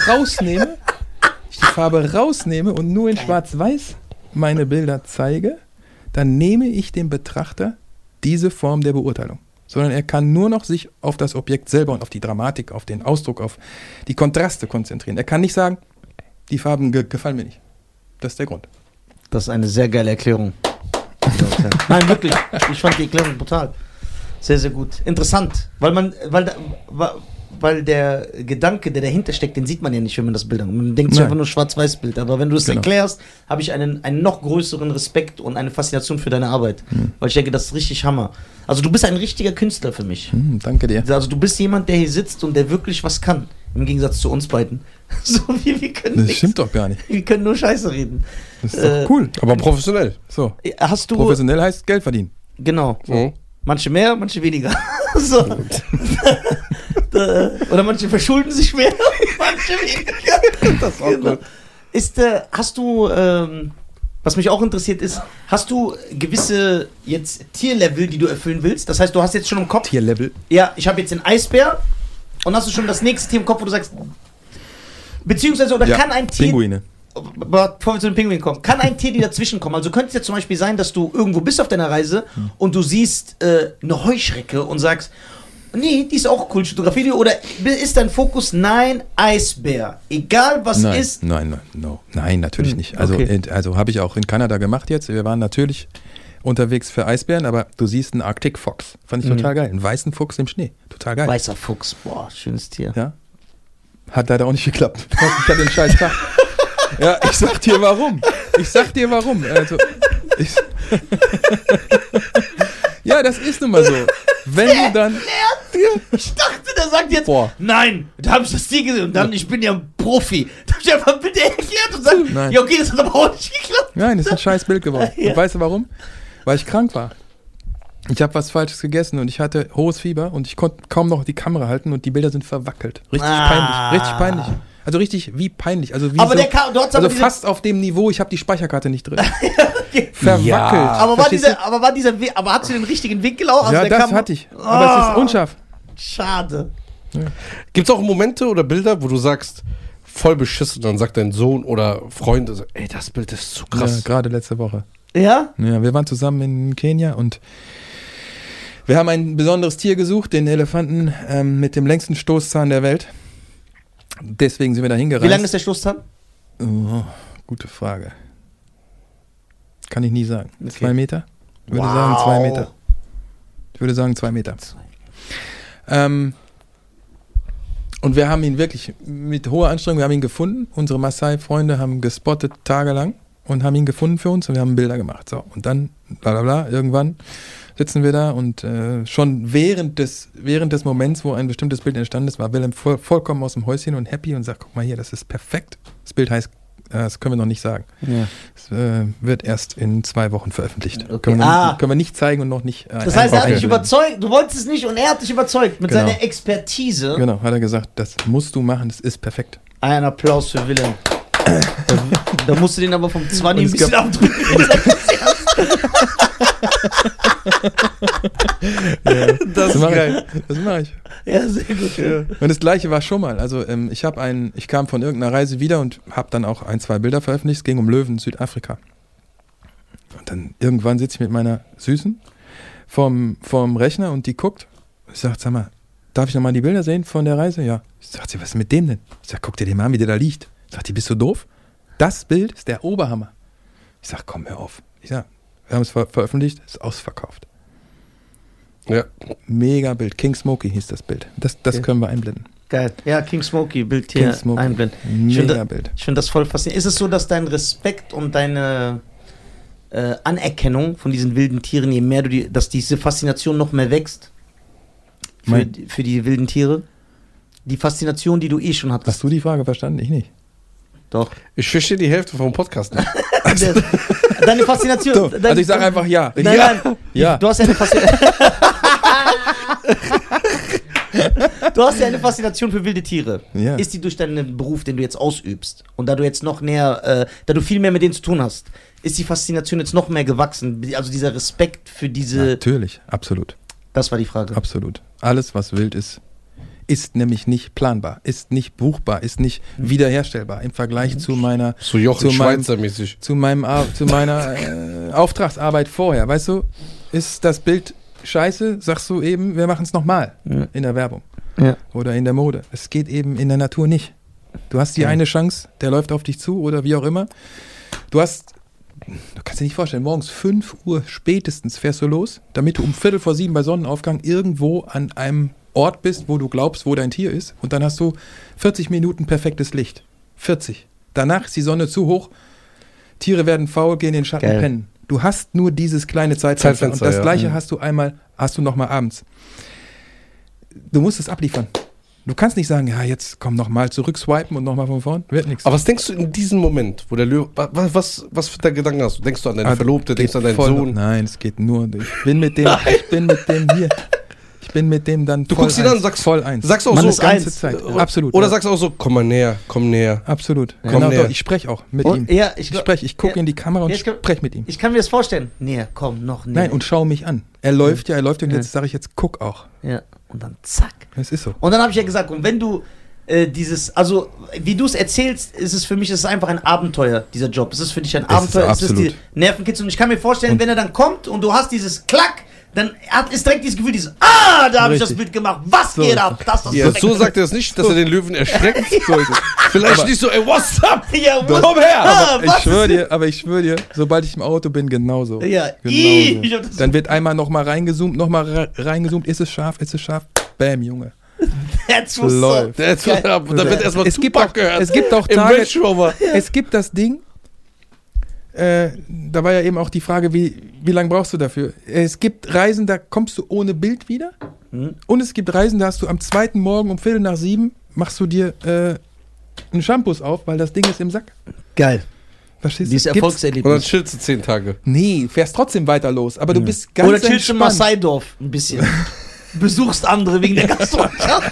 rausnehme und nur in Schwarz-Weiß meine Bilder zeige, dann nehme ich dem Betrachter diese Form der Beurteilung. Sondern er kann nur noch sich auf das Objekt selber und auf die Dramatik, auf den Ausdruck, auf die Kontraste konzentrieren. Er kann nicht sagen, die Farben gefallen mir nicht. Das ist der Grund. Das ist eine sehr geile Erklärung. Nein, wirklich. Ich fand die Erklärung brutal. Sehr, sehr gut. Interessant. weil der Gedanke, der dahinter steckt, den sieht man ja nicht, wenn man das Bild hat. Man denkt sich Nein. einfach nur Schwarz-Weiß-Bild. Aber wenn du es Genau. erklärst, habe ich einen noch größeren Respekt und eine Faszination für deine Arbeit. Weil ich denke, das ist richtig Hammer. Also du bist ein richtiger Künstler für mich. Danke dir. Also du bist jemand, der hier sitzt und der wirklich was kann. Im Gegensatz zu uns beiden. So, wir können Das nichts. stimmt doch gar nicht. Wir können nur Scheiße reden. Das ist doch cool. Aber professionell. So, Hast du... professionell heißt Geld verdienen. Genau. Mhm. Manche mehr, manche weniger. So. Oder manche verschulden sich mehr, manche weniger. Das war Genau. gut. Hast du, was mich auch interessiert ist, hast du gewisse jetzt Tierlevel, die du erfüllen willst? Das heißt, du hast jetzt schon im Kopf, Tierlevel. ja, ich habe jetzt den Eisbär und hast du schon das nächste Tier im Kopf, wo du sagst, beziehungsweise, oder Ja, kann ein Tier, Pinguine. bevor wir zu den Pinguinen kommen, kann ein Tier, die dazwischen kommen? Also könnte es ja zum Beispiel sein, dass du irgendwo bist auf deiner Reise und du siehst eine Heuschrecke und sagst, nee, die ist auch cool, Fotografie, oder ist dein Fokus, nein, Eisbär, egal was Nein, ist? nein, natürlich nicht. Also, okay. also habe ich auch in Kanada gemacht jetzt. Wir waren natürlich unterwegs für Eisbären, aber du siehst einen Arctic Fox. Fand ich total geil. Einen weißen Fuchs im Schnee. Total geil. Weißer Fuchs, boah, schönes Tier. Ja. Hat leider auch nicht geklappt. Ich hatte einen scheiß Tag. Ja, ich sag dir warum. Also, ja, das ist nun mal so. Wenn du dann... Ich dachte, der sagt jetzt, Boah. nein, da habe ich das Tier gesehen und dann, ich bin ja ein Profi. Da habe ich einfach bitte erklärt und sagt, Nein. ja okay, das hat aber auch nicht geklappt. Nein, das ist ein scheiß Bild geworden. Ja. Und weißt du warum? Weil ich krank war. Ich habe was Falsches gegessen und ich hatte hohes Fieber und ich konnte kaum noch die Kamera halten und die Bilder sind verwackelt. Richtig peinlich. Also richtig wie peinlich. Also wie Aber so, der du hast aber also fast auf dem Niveau, ich habe die Speicherkarte nicht drin. okay. Verwackelt. Ja. Aber Verstehst du? aber hast du den richtigen Winkel auch? Also Ja, der das hatte ich. Aber es ist unscharf. Schade. Gibt es auch Momente oder Bilder, wo du sagst, voll beschissen, dann sagt dein Sohn oder Freund, so, ey, das Bild ist zu Ja, krass. gerade letzte Woche. Ja? Ja, wir waren zusammen in Kenia und wir haben ein besonderes Tier gesucht, den Elefanten mit dem längsten Stoßzahn der Welt. Deswegen sind wir da hingereist. Wie lang ist der Schlusszahn? Oh, gute Frage. Kann ich nie sagen. Okay. 2 Meter? Ich würde Wow. sagen 2 Meter. Ich würde sagen 2 Meter. Und wir haben ihn wirklich mit hoher Anstrengung, wir haben ihn gefunden. Unsere Maasai-Freunde haben gespottet tagelang und haben ihn gefunden für uns und wir haben Bilder gemacht. So, und dann, bla bla bla, irgendwann sitzen wir da und schon während des Moments, wo ein bestimmtes Bild entstanden ist, war Willem vollkommen aus dem Häuschen und happy und sagt, guck mal hier, das ist perfekt. Das Bild heißt, das können wir noch nicht sagen. Ja. Es wird erst in 2 Wochen veröffentlicht. Okay. Können wir nicht zeigen und noch nicht. Das heißt, er hat okay. dich überzeugt, du wolltest es nicht und er hat dich überzeugt mit Genau. seiner Expertise. Genau, hat er gesagt, das musst du machen, das ist perfekt. Ein Applaus für Willem. Da musst du den aber vom 20 Und ein es bisschen gab- abdrücken. Das ist geil. Das mache ich. Ja, sehr gut. Ja. Und das Gleiche war schon mal. Also ich kam von irgendeiner Reise wieder und habe dann auch 1, 2 Bilder veröffentlicht. Es ging um Löwen in Südafrika. Und dann irgendwann sitze ich mit meiner Süßen vorm Rechner und die guckt. Ich sage, sag mal, darf ich nochmal die Bilder sehen von der Reise? Ja. Ich sage, was ist mit dem denn? Ich sage, guck dir den mal an, wie der da liegt. Sagt die, bist du doof? Das Bild ist der Oberhammer. Ich sage, komm, hör auf. Ich sage, wir haben es veröffentlicht, ist ausverkauft. Ja. Mega Bild. King Smokey hieß das Bild. Das Okay. können wir einblenden. Geil. Ja, King Smokey, Bild hier King Smokey. einblenden. Mega Bild. Ich finde das voll faszinierend. Ist es so, dass dein Respekt und deine Anerkennung von diesen wilden Tieren, je mehr dass diese Faszination noch mehr wächst für die wilden Tiere? Die Faszination, die du eh schon hattest. Hast du die Frage verstanden? Ich nicht. Doch. Ich verstehe die Hälfte vom Podcast nicht. Deine Faszination. So, also ich sage einfach ja. Nein, ja. nein. Ja. Du hast ja eine Faszination. Du hast ja eine Faszination für wilde Tiere. Ja. Ist die durch deinen Beruf, den du jetzt ausübst und da du jetzt noch näher, da du viel mehr mit denen zu tun hast, ist die Faszination jetzt noch mehr gewachsen? Also dieser Respekt für diese. Natürlich, absolut. Das war die Frage. Absolut. Alles, was wild ist nämlich nicht planbar, ist nicht buchbar, ist nicht wiederherstellbar im Vergleich zu meiner So Jochen Zu meinem- Schweizer-mäßig. zu meiner Auftragsarbeit vorher. Weißt du, ist das Bild scheiße, sagst du eben, wir machen es nochmal Ja. in der Werbung Ja. oder in der Mode. Es geht eben in der Natur nicht. Du hast die Ja. eine Chance, der läuft auf dich zu oder wie auch immer. Du kannst dir nicht vorstellen, morgens 5 Uhr spätestens fährst du los, damit du um 6:15 bei Sonnenaufgang irgendwo an einem Ort bist, wo du glaubst, wo dein Tier ist. Und dann hast du 40 Minuten perfektes Licht. 40. Danach ist die Sonne zu hoch. Tiere werden faul, gehen in den Schatten, pennen. Du hast nur dieses kleine Zeitfenster. Und das Gleiche hast du nochmal abends. Du musst es abliefern. Du kannst nicht sagen, ja, jetzt komm nochmal zurück, swipen und nochmal von vorn. Wird nichts. Aber was denkst du in diesem Moment, wo der Löwe, was für der Gedanken hast du? Denkst du an deine Verlobte, denkst du an deinen Sohn? Nein, es geht nur, ich bin mit dem hier. Ich bin mit dem dann du guckst ihn an und sagst voll eins. Sagst auch Man so ist ganze eins. Zeit. Absolut. Oder sagst auch so, komm mal näher, komm näher. Absolut. Komm Genau, näher. doch, ich spreche auch mit Und, ihm. ja, Ich gucke in die Kamera und spreche mit ihm. Ich kann mir das vorstellen. Näher, komm, noch näher. Nein, und schau mich an. Er läuft und jetzt sage ich jetzt, guck auch. Ja, und dann zack. Es ist so. Und dann habe ich ja gesagt, und wenn du also wie du es erzählst, ist es für mich, es ist einfach ein Abenteuer, dieser Job. Es ist für dich ein Abenteuer, es ist die Nervenkitzel. Und ich kann mir vorstellen, wenn er dann kommt und du hast dieses Klack, dann ist direkt dieses Gefühl, da habe ich das Bild gemacht, was geht ab? Ja, so sagt er es nicht, dass er den Löwen erschreckt. So ist es. Vielleicht nicht so, ey, what's up? Ja, Komm her! Aber ich schwöre dir, sobald ich im Auto bin, genauso. Ja, genauso. Dann wird einmal nochmal reingezoomt, ist es scharf, bam, Junge. That's what's Läuft. Dann wird erstmal Tupac gehört. Es gibt auch im Tage, Range Rover. es gibt das Ding, da war ja eben auch die Frage, wie lange brauchst du dafür? Es gibt Reisen, da kommst du ohne Bild wieder. Und es gibt Reisen, da hast du am 2. Morgen um 6:45 machst du dir einen Shampoos auf, weil das Ding ist im Sack. Geil. Verstehst du? Dieses Und dann Erfolgserlebnis. chillst du 10 Tage. Nee, fährst trotzdem weiter los, aber du bist ganz Oder chillst du in entspannt. Marseille-Dorf ein bisschen. Besuchst andere wegen der Gastfreundschaft.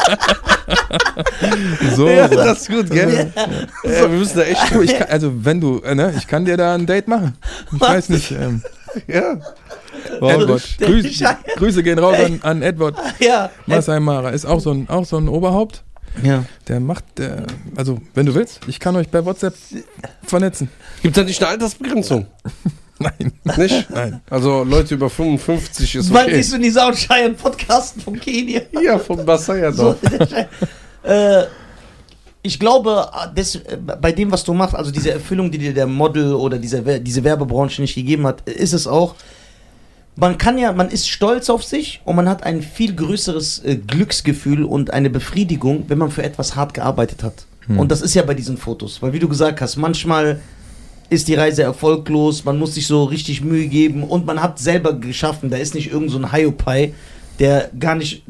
So, Ja, so. das ist gut, gell? Ja, wir müssen da echt. Du, wenn du, ich kann dir da ein Date machen. Ich weiß nicht. Ja. Edward. der Grüße gehen raus an Edward Ja. Masai Mara. Ist auch so ein Oberhaupt. Ja. Der macht, also wenn du willst, ich kann euch per WhatsApp vernetzen. Gibt es da nicht eine Altersbegrenzung? Nein. Nicht? Nein. Also Leute über 55 ist Wann okay. gehst du in die Soundshire und Podcasten von Kenia? Ja, vom Basaya So, doch. ich glaube, bei dem, was du machst, also diese Erfüllung, die dir der Model oder diese Werbebranche nicht gegeben hat, ist es auch, man ist stolz auf sich und man hat ein viel größeres Glücksgefühl und eine Befriedigung, wenn man für etwas hart gearbeitet hat. Und das ist ja bei diesen Fotos, weil wie du gesagt hast, manchmal ist die Reise erfolglos, man muss sich so richtig Mühe geben und man hat selber geschaffen, da ist nicht irgend so ein Hiopai, der gar nicht,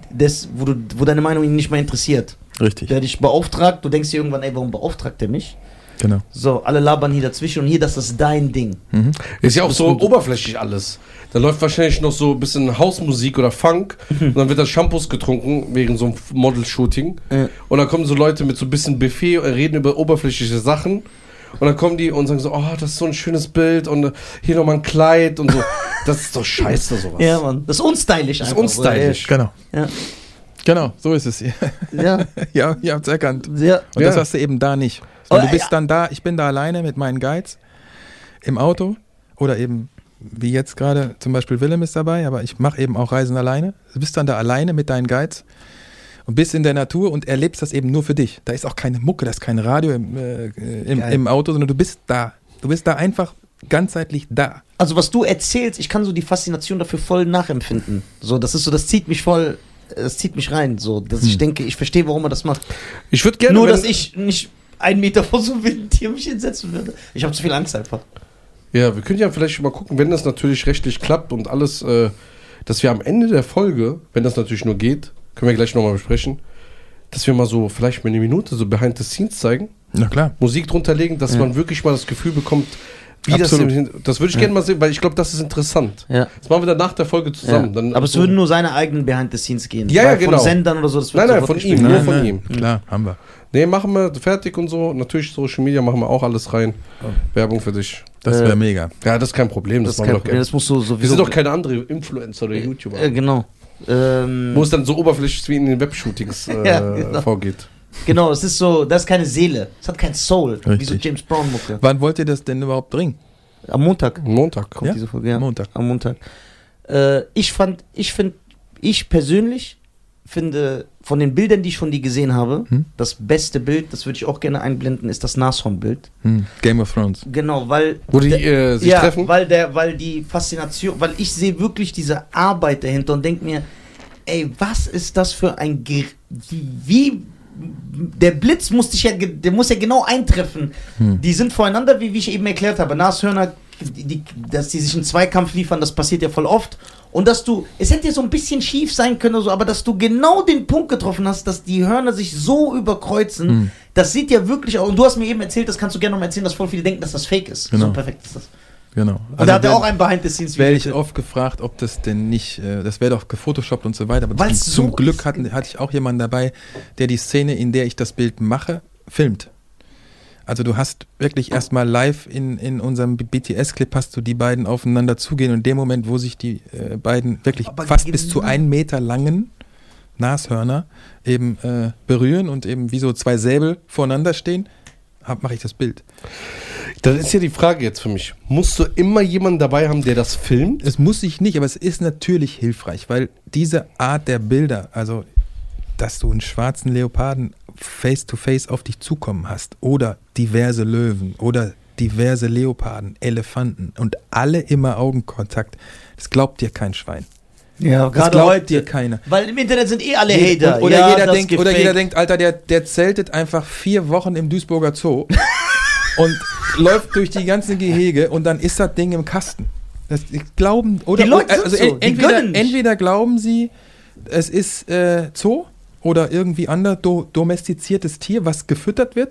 wo deine Meinung ihn nicht mehr interessiert. Richtig. Der dich beauftragt, du denkst dir irgendwann, ey, warum beauftragt der mich? Genau. So, alle labern hier dazwischen und hier, das ist dein Ding. Ist ja auch so oberflächlich alles. Da läuft wahrscheinlich noch so ein bisschen Hausmusik oder Funk und dann wird das Shampoos getrunken wegen so einem Model-Shooting. Und dann kommen so Leute mit so ein bisschen Buffet und reden über oberflächliche Sachen. Und dann kommen die und sagen so, oh, das ist so ein schönes Bild und hier nochmal ein Kleid und so. Das ist doch scheiße, sowas. Ja, Mann. Das ist unstylisch Das ist einfach. unstylisch. Genau. Ja. Genau, so ist es. Ja. Ja, ihr habt es erkannt. Ja. Und Ja. das hast du eben da nicht. Oh, Du bist dann da, ich bin da alleine mit meinen Guides im Auto oder eben, wie jetzt gerade, zum Beispiel Willem ist dabei, aber ich mache eben auch Reisen alleine. Du bist dann da alleine mit deinen Guides und bist in der Natur und erlebst das eben nur für dich. Da ist auch keine Mucke, da ist kein Radio im Auto, sondern du bist da. Du bist da einfach ganzheitlich da. Also was du erzählst, ich kann so die Faszination dafür voll nachempfinden. So, das ist so, das zieht mich rein, so, dass ich denke, ich verstehe, warum er das macht. Ich würde gerne. Nur, dass ich nicht 1 Meter vor so einem wilden Tier mich hinsetzen würde. Ich habe zu viel Angst einfach. Ja, wir können ja vielleicht mal gucken, wenn das natürlich rechtlich klappt und alles, dass wir am Ende der Folge, wenn das natürlich nur geht, können wir gleich nochmal besprechen, dass wir mal so vielleicht mal eine Minute so Behind the Scenes zeigen, Na klar. Musik drunter legen, dass man wirklich mal das Gefühl bekommt, wie Absolut. das würde ich gerne mal sehen, weil ich glaube, das ist interessant. Ja. Das machen wir dann nach der Folge zusammen. Dann Aber es würden nur seine eigenen Behind the Scenes gehen. Ja, ja, Weil genau. Von Sendern oder so, das wird Nein, sofort von gespielt. ihm, nur von ihm. Klar, haben wir. Nee, machen wir fertig und so. Natürlich Social Media machen wir auch alles rein. Werbung für dich. Das wäre mega. Ja, das ist kein Problem. Das ist machen kein wir doch Problem, gerne. das musst du sowieso. Wir sind doch keine andere Influencer oder YouTuber. Genau. Wo es dann so oberflächlich wie in den Webshootings Ja, genau. vorgeht. Genau, es ist so, das ist keine Seele. Es hat kein Soul. Wie so Richtig. James Brown-Mucke. Wann wollt ihr das denn überhaupt bringen? Am Montag Montag. kommt Ja? diese Folge. Ja. Am Montag. Am Montag. Ich persönlich finde, von den Bildern, die ich von dir gesehen habe, das beste Bild, das würde ich auch gerne einblenden, ist das Nashorn-Bild. Game of Thrones. Genau, weil Wo die sich treffen? weil die Faszination, weil ich sehe wirklich diese Arbeit dahinter und denke mir, ey, was ist das für ein wie der Blitz muss der muss ja genau eintreffen. Die sind voreinander, wie ich eben erklärt habe. Nashörner, dass die sich einen Zweikampf liefern, das passiert ja voll oft. Und es hätte ja so ein bisschen schief sein können, so, aber dass du genau den Punkt getroffen hast, dass die Hörner sich so überkreuzen, das sieht ja wirklich aus. Und du hast mir eben erzählt, das kannst du gerne noch mal erzählen, dass voll viele denken, dass das fake ist. Genau. So perfekt ist das. Genau. Und da hat er auch ein Behind-the-Scenes-Video. Werde ich oft gefragt, ob das denn nicht, das wäre doch gefotoshoppt und so weiter. Aber Weil's zum so Glück ist. hatte ich auch jemanden dabei, der die Szene, in der ich das Bild mache, filmt. Also du hast wirklich erstmal live in unserem BTS-Clip hast du die beiden aufeinander zugehen und in dem Moment, wo sich die beiden wirklich Aber fast genau. bis zu 1 Meter langen Nashörner eben berühren und eben wie so 2 Säbel voreinander stehen, mache ich das Bild. Das ist ja die Frage jetzt für mich. Musst du immer jemanden dabei haben, der das filmt? Es muss sich nicht, aber es ist natürlich hilfreich, weil diese Art der Bilder, also dass du einen schwarzen Leoparden face-to-face auf dich zukommen hast oder diverse Löwen oder diverse Leoparden, Elefanten und alle immer Augenkontakt, das glaubt dir kein Schwein. Ja, Das gerade glaubt heute. dir keiner. Weil im Internet sind alle Hater. Oder, Ja, jeder das denkt, ist oder gefaked. jeder denkt, Alter, der zeltet einfach 4 Wochen im Duisburger Zoo und läuft durch die ganzen Gehege und dann ist das Ding im Kasten. Das glauben, oder Die Leute sind also so, die gönnen nicht. entweder glauben sie, es ist Zoo oder irgendwie anders domestiziertes Tier, was gefüttert wird,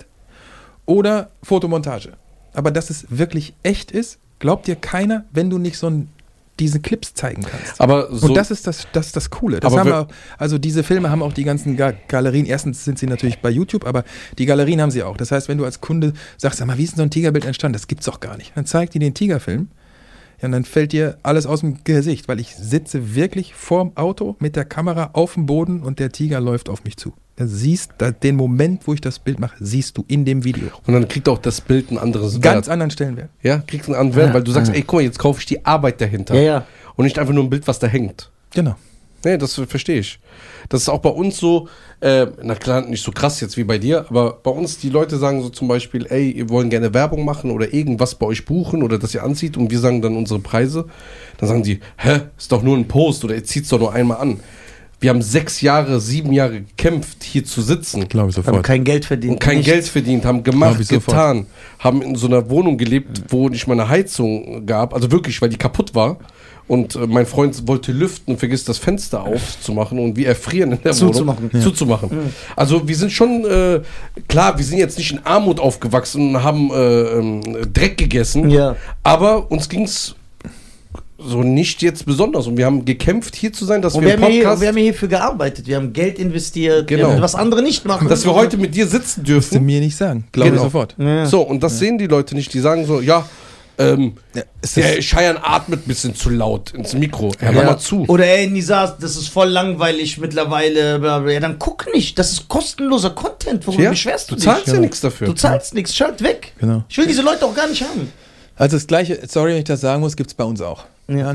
oder Fotomontage. Aber dass es wirklich echt ist, glaubt dir keiner, wenn du nicht diese Clips zeigen kannst. Aber so, Und das ist das Coole. Das Aber haben wir, also diese Filme haben auch die ganzen Galerien. Erstens sind sie natürlich bei YouTube, aber die Galerien haben sie auch. Das heißt, wenn du als Kunde sagst, sag mal, wie ist denn so ein Tigerbild entstanden? Das gibt's doch gar nicht. Dann zeigt die den Tigerfilm. Ja, und dann fällt dir alles aus dem Gesicht, weil ich sitze wirklich vorm Auto mit der Kamera auf dem Boden und der Tiger läuft auf mich zu. Du siehst den Moment, wo ich das Bild mache, siehst du in dem Video. und dann kriegt auch das Bild ein anderes Ganz Wert. anderen Stellenwert. Ja, kriegst einen anderen Wert, weil du sagst, ey, guck mal, jetzt kaufe ich die Arbeit dahinter. Ja, ja. Und nicht einfach nur ein Bild, was da hängt. Genau. Nee, das verstehe ich. Das ist auch bei uns so, na klar, nicht so krass jetzt wie bei dir, aber bei uns, die Leute sagen so zum Beispiel, ey, ihr wollen gerne Werbung machen oder irgendwas bei euch buchen oder das ihr anzieht und wir sagen dann unsere Preise. Dann sagen die, ist doch nur ein Post oder ihr zieht es doch nur einmal an. Wir haben 6 Jahre, 7 Jahre gekämpft, hier zu sitzen. Glaube ich Haben sofort. kein Geld verdient. Und kein nichts. Geld verdient, haben gemacht, Glaub ich sofort. getan, haben in so einer Wohnung gelebt, wo nicht mal eine Heizung gab, also wirklich, weil die kaputt war. Und mein Freund wollte lüften, vergisst das Fenster aufzumachen und wir erfrieren in der Zuzumachen. Wohnung. Zuzumachen. Also wir sind schon, klar, wir sind jetzt nicht in Armut aufgewachsen und haben Dreck gegessen, Ja. aber uns ging's so nicht jetzt besonders und wir haben gekämpft, hier zu sein, dass Und wir wir einen haben, Podcast, wir haben hierfür gearbeitet, wir haben Geld investiert, Genau. wir haben was andere nicht machen. dass wir heute mit dir sitzen Musst du dürfen. mir nicht sagen. Glaube Genau. ich sofort. Ja. So, und das sehen die Leute nicht. Die sagen so, ja, Es der Scheiern atmet ein bisschen zu laut ins Mikro. Hör Ja. mal zu. Oder ey, Nisa, das ist voll langweilig mittlerweile. Bla, bla. Ja, dann guck nicht. Das ist kostenloser Content. Warum Ja, beschwerst du du dich? zahlst ja nichts dafür. Du zahlst nichts. Schalt weg. Genau. Ich will diese Leute auch gar nicht haben. Also das gleiche, sorry, wenn ich das sagen muss, gibt es bei uns auch. Ja,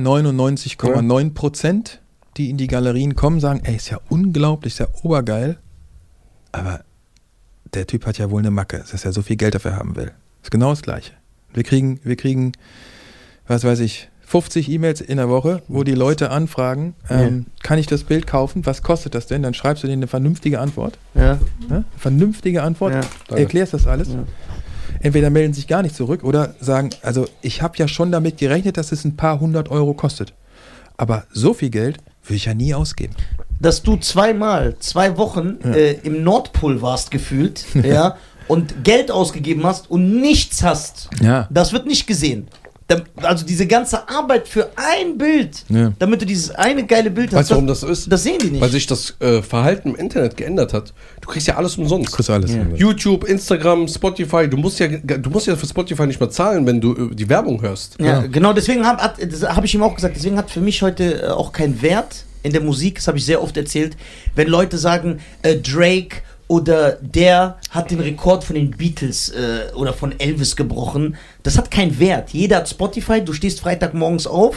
99,9%, die in die Galerien kommen, sagen, ey, ist ja unglaublich, ist ja obergeil, aber der Typ hat ja wohl eine Macke, dass er so viel Geld dafür haben will. Ist genau das Gleiche. Wir kriegen, was weiß ich, 50 E-Mails in der Woche, wo die Leute anfragen, kann ich das Bild kaufen? Was kostet das denn? Dann schreibst du denen eine vernünftige Antwort. Ja. Ne? Vernünftige Antwort, Ja. erklärst das alles. Ja. Entweder melden sich gar nicht zurück oder sagen, also ich habe ja schon damit gerechnet, dass es ein paar 100 Euro kostet. Aber so viel Geld würde ich ja nie ausgeben. Dass du 2 Wochen im Nordpol warst gefühlt, ja, und Geld ausgegeben hast und nichts hast, Ja. das wird nicht gesehen. Also diese ganze Arbeit für ein Bild, Ja. damit du dieses eine geile Bild hast, Weißt du, warum das so ist? das sehen die nicht. Weil sich das Verhalten im Internet geändert hat. Du kriegst ja alles umsonst. Kriegst alles. Ja. YouTube, Instagram, Spotify. Du musst ja für Spotify nicht mehr zahlen, wenn du die Werbung hörst. Ja, genau, deswegen habe ich ihm auch gesagt, deswegen hat für mich heute auch keinen Wert in der Musik, das habe ich sehr oft erzählt, wenn Leute sagen, Drake oder der hat den Rekord von den Beatles oder von Elvis gebrochen, das hat keinen Wert. Jeder hat Spotify, du stehst Freitagmorgens auf,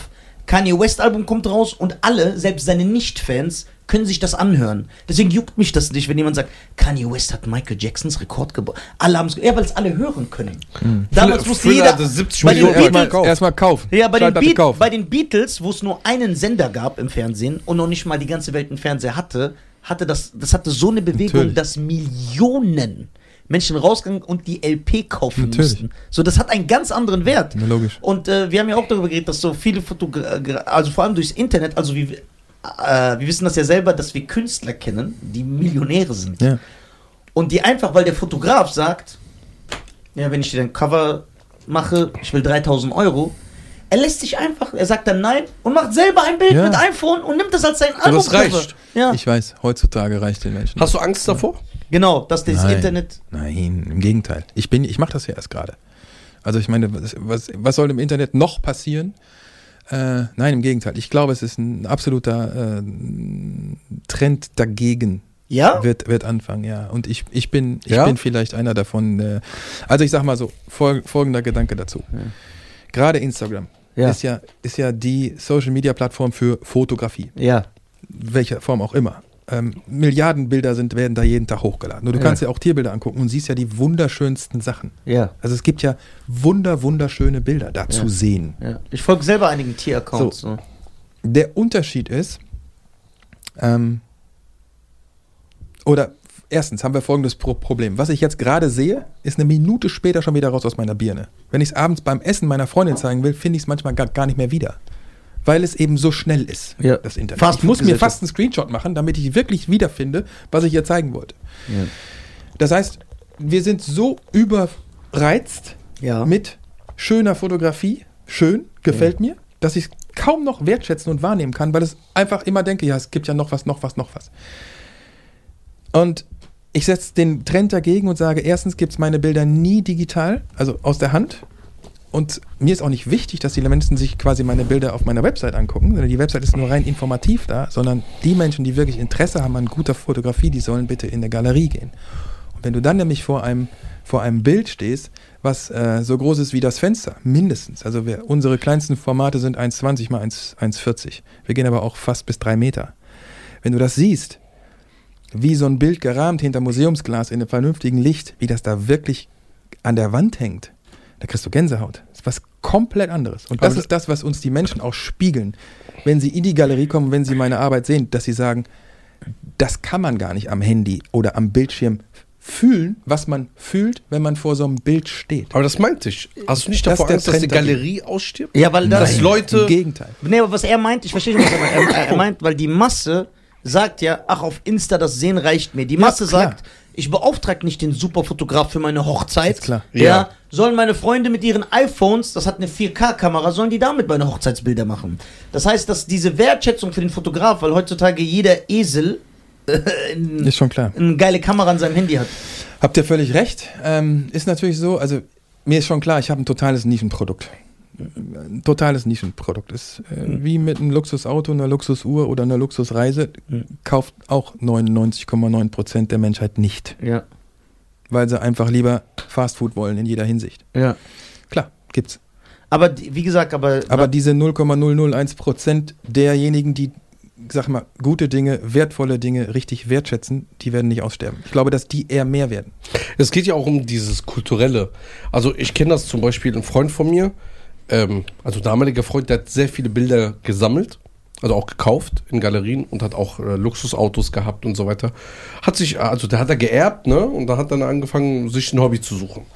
Kanye West Album kommt raus und alle, selbst seine Nicht-Fans, können sich das anhören. Deswegen juckt mich das nicht, wenn jemand sagt, Kanye West hat Michael Jacksons Rekord gebrochen. Alle haben es, ja, weil es alle hören können. Damals musste Thriller jeder, hatte 70 bei den Millionen Beatles, Erstmal kaufen. ja, bei Schallplatte kaufen. den Beatles, wo es nur einen Sender gab im Fernsehen und noch nicht mal die ganze Welt einen Fernseher hatte das hatte so eine Bewegung, Natürlich. dass Millionen Menschen rausgegangen und die LP kaufen Natürlich. mussten. So, das hat einen ganz anderen Wert. Ja, logisch. Und wir haben ja auch darüber geredet, dass so viele also vor allem durchs Internet, also wir wissen das ja selber, dass wir Künstler kennen, die Millionäre sind. Ja. Und die einfach, weil der Fotograf sagt, ja, wenn ich dir ein Cover mache, ich will 3.000 €, er lässt sich einfach, er sagt dann nein und macht selber ein Bild Ja. mit iPhone und nimmt das als sein Und Album. das reicht. Ja, Ich weiß, heutzutage reicht den Menschen. Hast du Angst davor? genau, dass das Nein. Internet. Nein, im Gegenteil. Ich mache das ja erst gerade. Also ich meine, was soll im Internet noch passieren? Nein, im Gegenteil. Ich glaube, es ist ein absoluter Trend dagegen. Ja? Wird anfangen, ja. Und ich bin Ja? vielleicht einer davon. Also ich sag mal so, folgender Gedanke dazu. Gerade Instagram Ja. ist ja die Social-Media-Plattform für Fotografie. Ja. Welcher Form auch immer. Milliarden Bilder werden da jeden Tag hochgeladen. Nur du Ja. kannst ja auch Tierbilder angucken und siehst ja die wunderschönsten Sachen. Ja. Also es gibt ja wunderschöne Bilder da zu sehen. Ja. Ich folge selber einigen Tieraccounts. So. Der Unterschied ist, oder erstens haben wir folgendes Problem. Was ich jetzt gerade sehe, ist eine Minute später schon wieder raus aus meiner Birne. Wenn ich es abends beim Essen meiner Freundin zeigen will, finde ich es manchmal gar nicht mehr wieder. Weil es eben so schnell ist, Ja. das Internet. Fast Ich muss mir Food-Gesellschaft. fast einen Screenshot machen, damit ich wirklich wiederfinde, was ich ihr zeigen wollte. Ja. Das heißt, wir sind so überreizt Ja. mit schöner Fotografie, schön, gefällt mir, dass ich es kaum noch wertschätzen und wahrnehmen kann, weil es einfach immer denke, ja, es gibt ja noch was. Und ich setze den Trend dagegen und sage, erstens gibt es meine Bilder nie digital, also aus der Hand. Und mir ist auch nicht wichtig, dass die Menschen sich quasi meine Bilder auf meiner Website angucken, sondern die Website ist nur rein informativ da, sondern die Menschen, die wirklich Interesse haben an guter Fotografie, die sollen bitte in eine Galerie gehen. Und wenn du dann nämlich vor einem Bild stehst, was so groß ist wie das Fenster, mindestens, also unsere kleinsten Formate sind 1,20 mal 1,40. Wir gehen aber auch fast bis 3 Meter. Wenn du das siehst, wie so ein Bild gerahmt hinter Museumsglas in einem vernünftigen Licht, wie das da wirklich an der Wand hängt, da kriegst du Gänsehaut. Das ist was komplett anderes. Und das Aber ist das, was uns die Menschen auch spiegeln, wenn sie in die Galerie kommen, wenn sie meine Arbeit sehen, dass sie sagen, das kann man gar nicht am Handy oder am Bildschirm fühlen, was man fühlt, wenn man vor so einem Bild steht. Aber das meinte ich. Hast du nicht Das davor ist der Angst, dass die Trend dagegen. Galerie ausstirbt? Ja, weil das. Dass Leute. Im Gegenteil. Nee, aber was er meint, ich verstehe nicht, was er meint. Er meint, weil die Masse sagt ja, ach, auf Insta das Sehen reicht mir. Die Masse klar. sagt, ich beauftrage nicht den Superfotograf für meine Hochzeit. Ist klar. Ja. Ja. Sollen meine Freunde mit ihren iPhones, das hat eine 4K-Kamera, sollen die damit meine Hochzeitsbilder machen. Das heißt, dass diese Wertschätzung für den Fotograf, weil heutzutage jeder Esel Ist schon klar. eine geile Kamera an seinem Handy hat. Habt ihr völlig recht. Ist natürlich so, also mir ist schon klar, ich habe ein totales Nischenprodukt. Ein totales Nischenprodukt. Ist wie mit einem Luxusauto, einer Luxusuhr oder einer Luxusreise, kauft auch 99,9% der Menschheit nicht. Ja. Weil sie einfach lieber Fastfood wollen in jeder Hinsicht. Ja. Klar, gibt's. Aber wie gesagt, Aber diese 0,001% derjenigen, die, sag mal, gute Dinge, wertvolle Dinge richtig wertschätzen, die werden nicht aussterben. Ich glaube, dass die eher mehr werden. Es geht ja auch um dieses Kulturelle. Also ich kenne das zum Beispiel, ein Freund von mir, also damaliger Freund, der hat sehr viele Bilder gesammelt, also auch gekauft in Galerien und hat auch Luxusautos gehabt und so weiter. Der hat er geerbt, ne? Und da hat dann angefangen, sich ein Hobby zu suchen.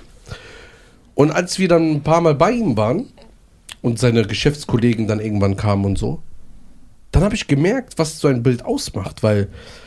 Und als wir dann ein paar Mal bei ihm waren und seine Geschäftskollegen dann irgendwann kamen und so, dann habe ich gemerkt, was so ein Bild ausmacht, weil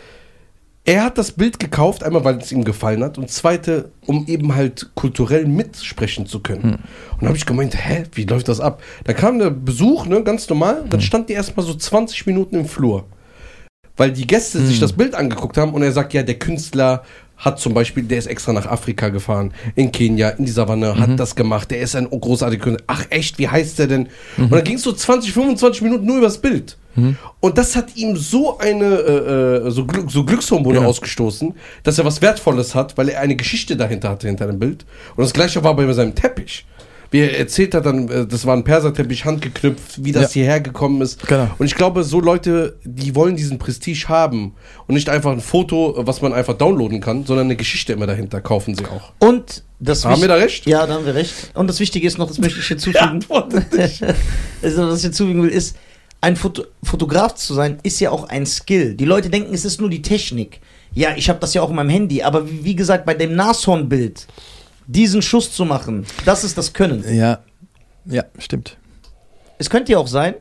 er hat das Bild gekauft, einmal, weil es ihm gefallen hat und zweite, um eben halt kulturell mitsprechen zu können. Und dann habe ich gemeint, wie läuft das ab? Da kam der Besuch, ne, ganz normal, dann stand die erstmal so 20 Minuten im Flur, weil die Gäste sich das Bild angeguckt haben und er sagt, ja, der Künstler hat zum Beispiel, der ist extra nach Afrika gefahren, in Kenia, in die Savanne, hat das gemacht, der ist ein großartiger Künstler. Ach echt, wie heißt der denn? Und dann ging es so 20, 25 Minuten nur übers Bild. Und das hat ihm so eine so Glückshormone Genau. ausgestoßen, dass er was Wertvolles hat, weil er eine Geschichte dahinter hatte, hinter dem Bild. Und das gleiche war bei seinem Teppich. wie er erzählt hat, dann, das war ein Perserteppich, handgeknüpft, wie das hierher gekommen ist. Genau. Und ich glaube, so Leute, die wollen diesen Prestige haben und nicht einfach ein Foto, was man einfach downloaden kann, sondern eine Geschichte immer dahinter, kaufen sie auch. Und das Haben wir da recht? Ja, da haben wir recht. Und das Wichtige ist noch, das möchte ich hinzufügen. Also, was ich hinzufügen will, ist, ein Fotograf zu sein, ist ja auch ein Skill. Die Leute denken, es ist nur die Technik. Ja, ich habe das ja auch in meinem Handy. Aber wie gesagt, bei dem Nashornbild, diesen Schuss zu machen, das ist das Können. Ja, stimmt. Es könnte ja auch sein,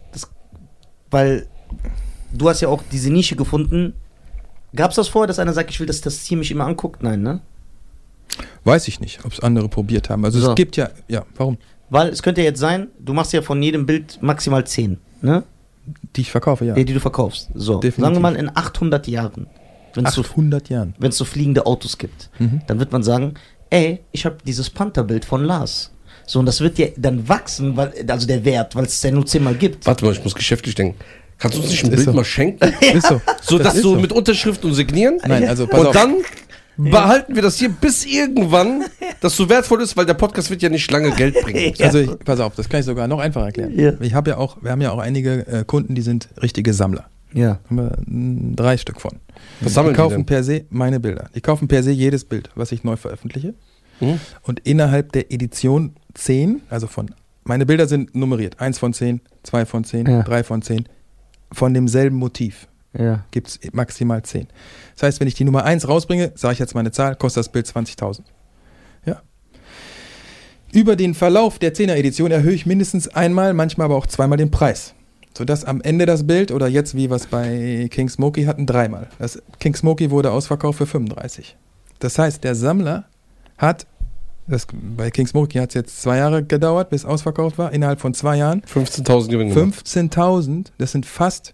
weil du hast ja auch diese Nische gefunden. Gab es das vorher, dass einer sagt, ich will, dass das Tier mich immer anguckt? Nein, ne? Weiß ich nicht, ob es andere probiert haben. Also So. es gibt ja, warum? Weil es könnte ja jetzt sein, du machst ja von jedem Bild maximal 10, ne? Die ich verkaufe, ja. Die du verkaufst. So, Definitiv. sagen wir mal in 800 Jahren, wenn es 800 Jahren. so fliegende Autos gibt, dann wird man sagen, ey, ich habe dieses Pantherbild von Lars. So, und das wird ja dann wachsen, also der Wert, weil es ja nur 10 Mal gibt. Warte mal, ich muss geschäftlich denken. Kannst du uns nicht ein Ist Bild so. mal schenken? Ist so. So, Das dass ist so so. mit Unterschrift und Signieren? Nein, also pass Und auf. dann behalten wir das hier bis irgendwann, das so wertvoll ist, weil der Podcast wird ja nicht lange Geld bringen. Ja. Also pass auf, das kann ich sogar noch einfacher erklären. Ja. Wir haben ja auch einige Kunden, die sind richtige Sammler. Ja. Haben wir 3 Stück von. Was sammeln Die die kaufen denn? per se meine Bilder. Die kaufen per se jedes Bild, was ich neu veröffentliche. Mhm. Und innerhalb der Edition 10, also meine Bilder sind nummeriert. 1 von 10, 2 von 10, Ja. 3 von 10. Von demselben Motiv Ja. gibt es maximal 10. Das heißt, wenn ich die Nummer 1 rausbringe, sage ich jetzt meine Zahl, kostet das Bild 20.000. Ja. Über den Verlauf der 10er Edition erhöhe ich mindestens einmal, manchmal aber auch zweimal den Preis. Sodass am Ende das Bild, oder jetzt wie wir es bei King Smokey hatten, 3-mal. Das King Smokey wurde ausverkauft für 35. Das heißt, der Sammler hat, bei King Smokey hat es jetzt 2 Jahre gedauert, bis ausverkauft war, innerhalb von 2 Jahren. 15.000 Gewinn gemacht. 15.000, das sind fast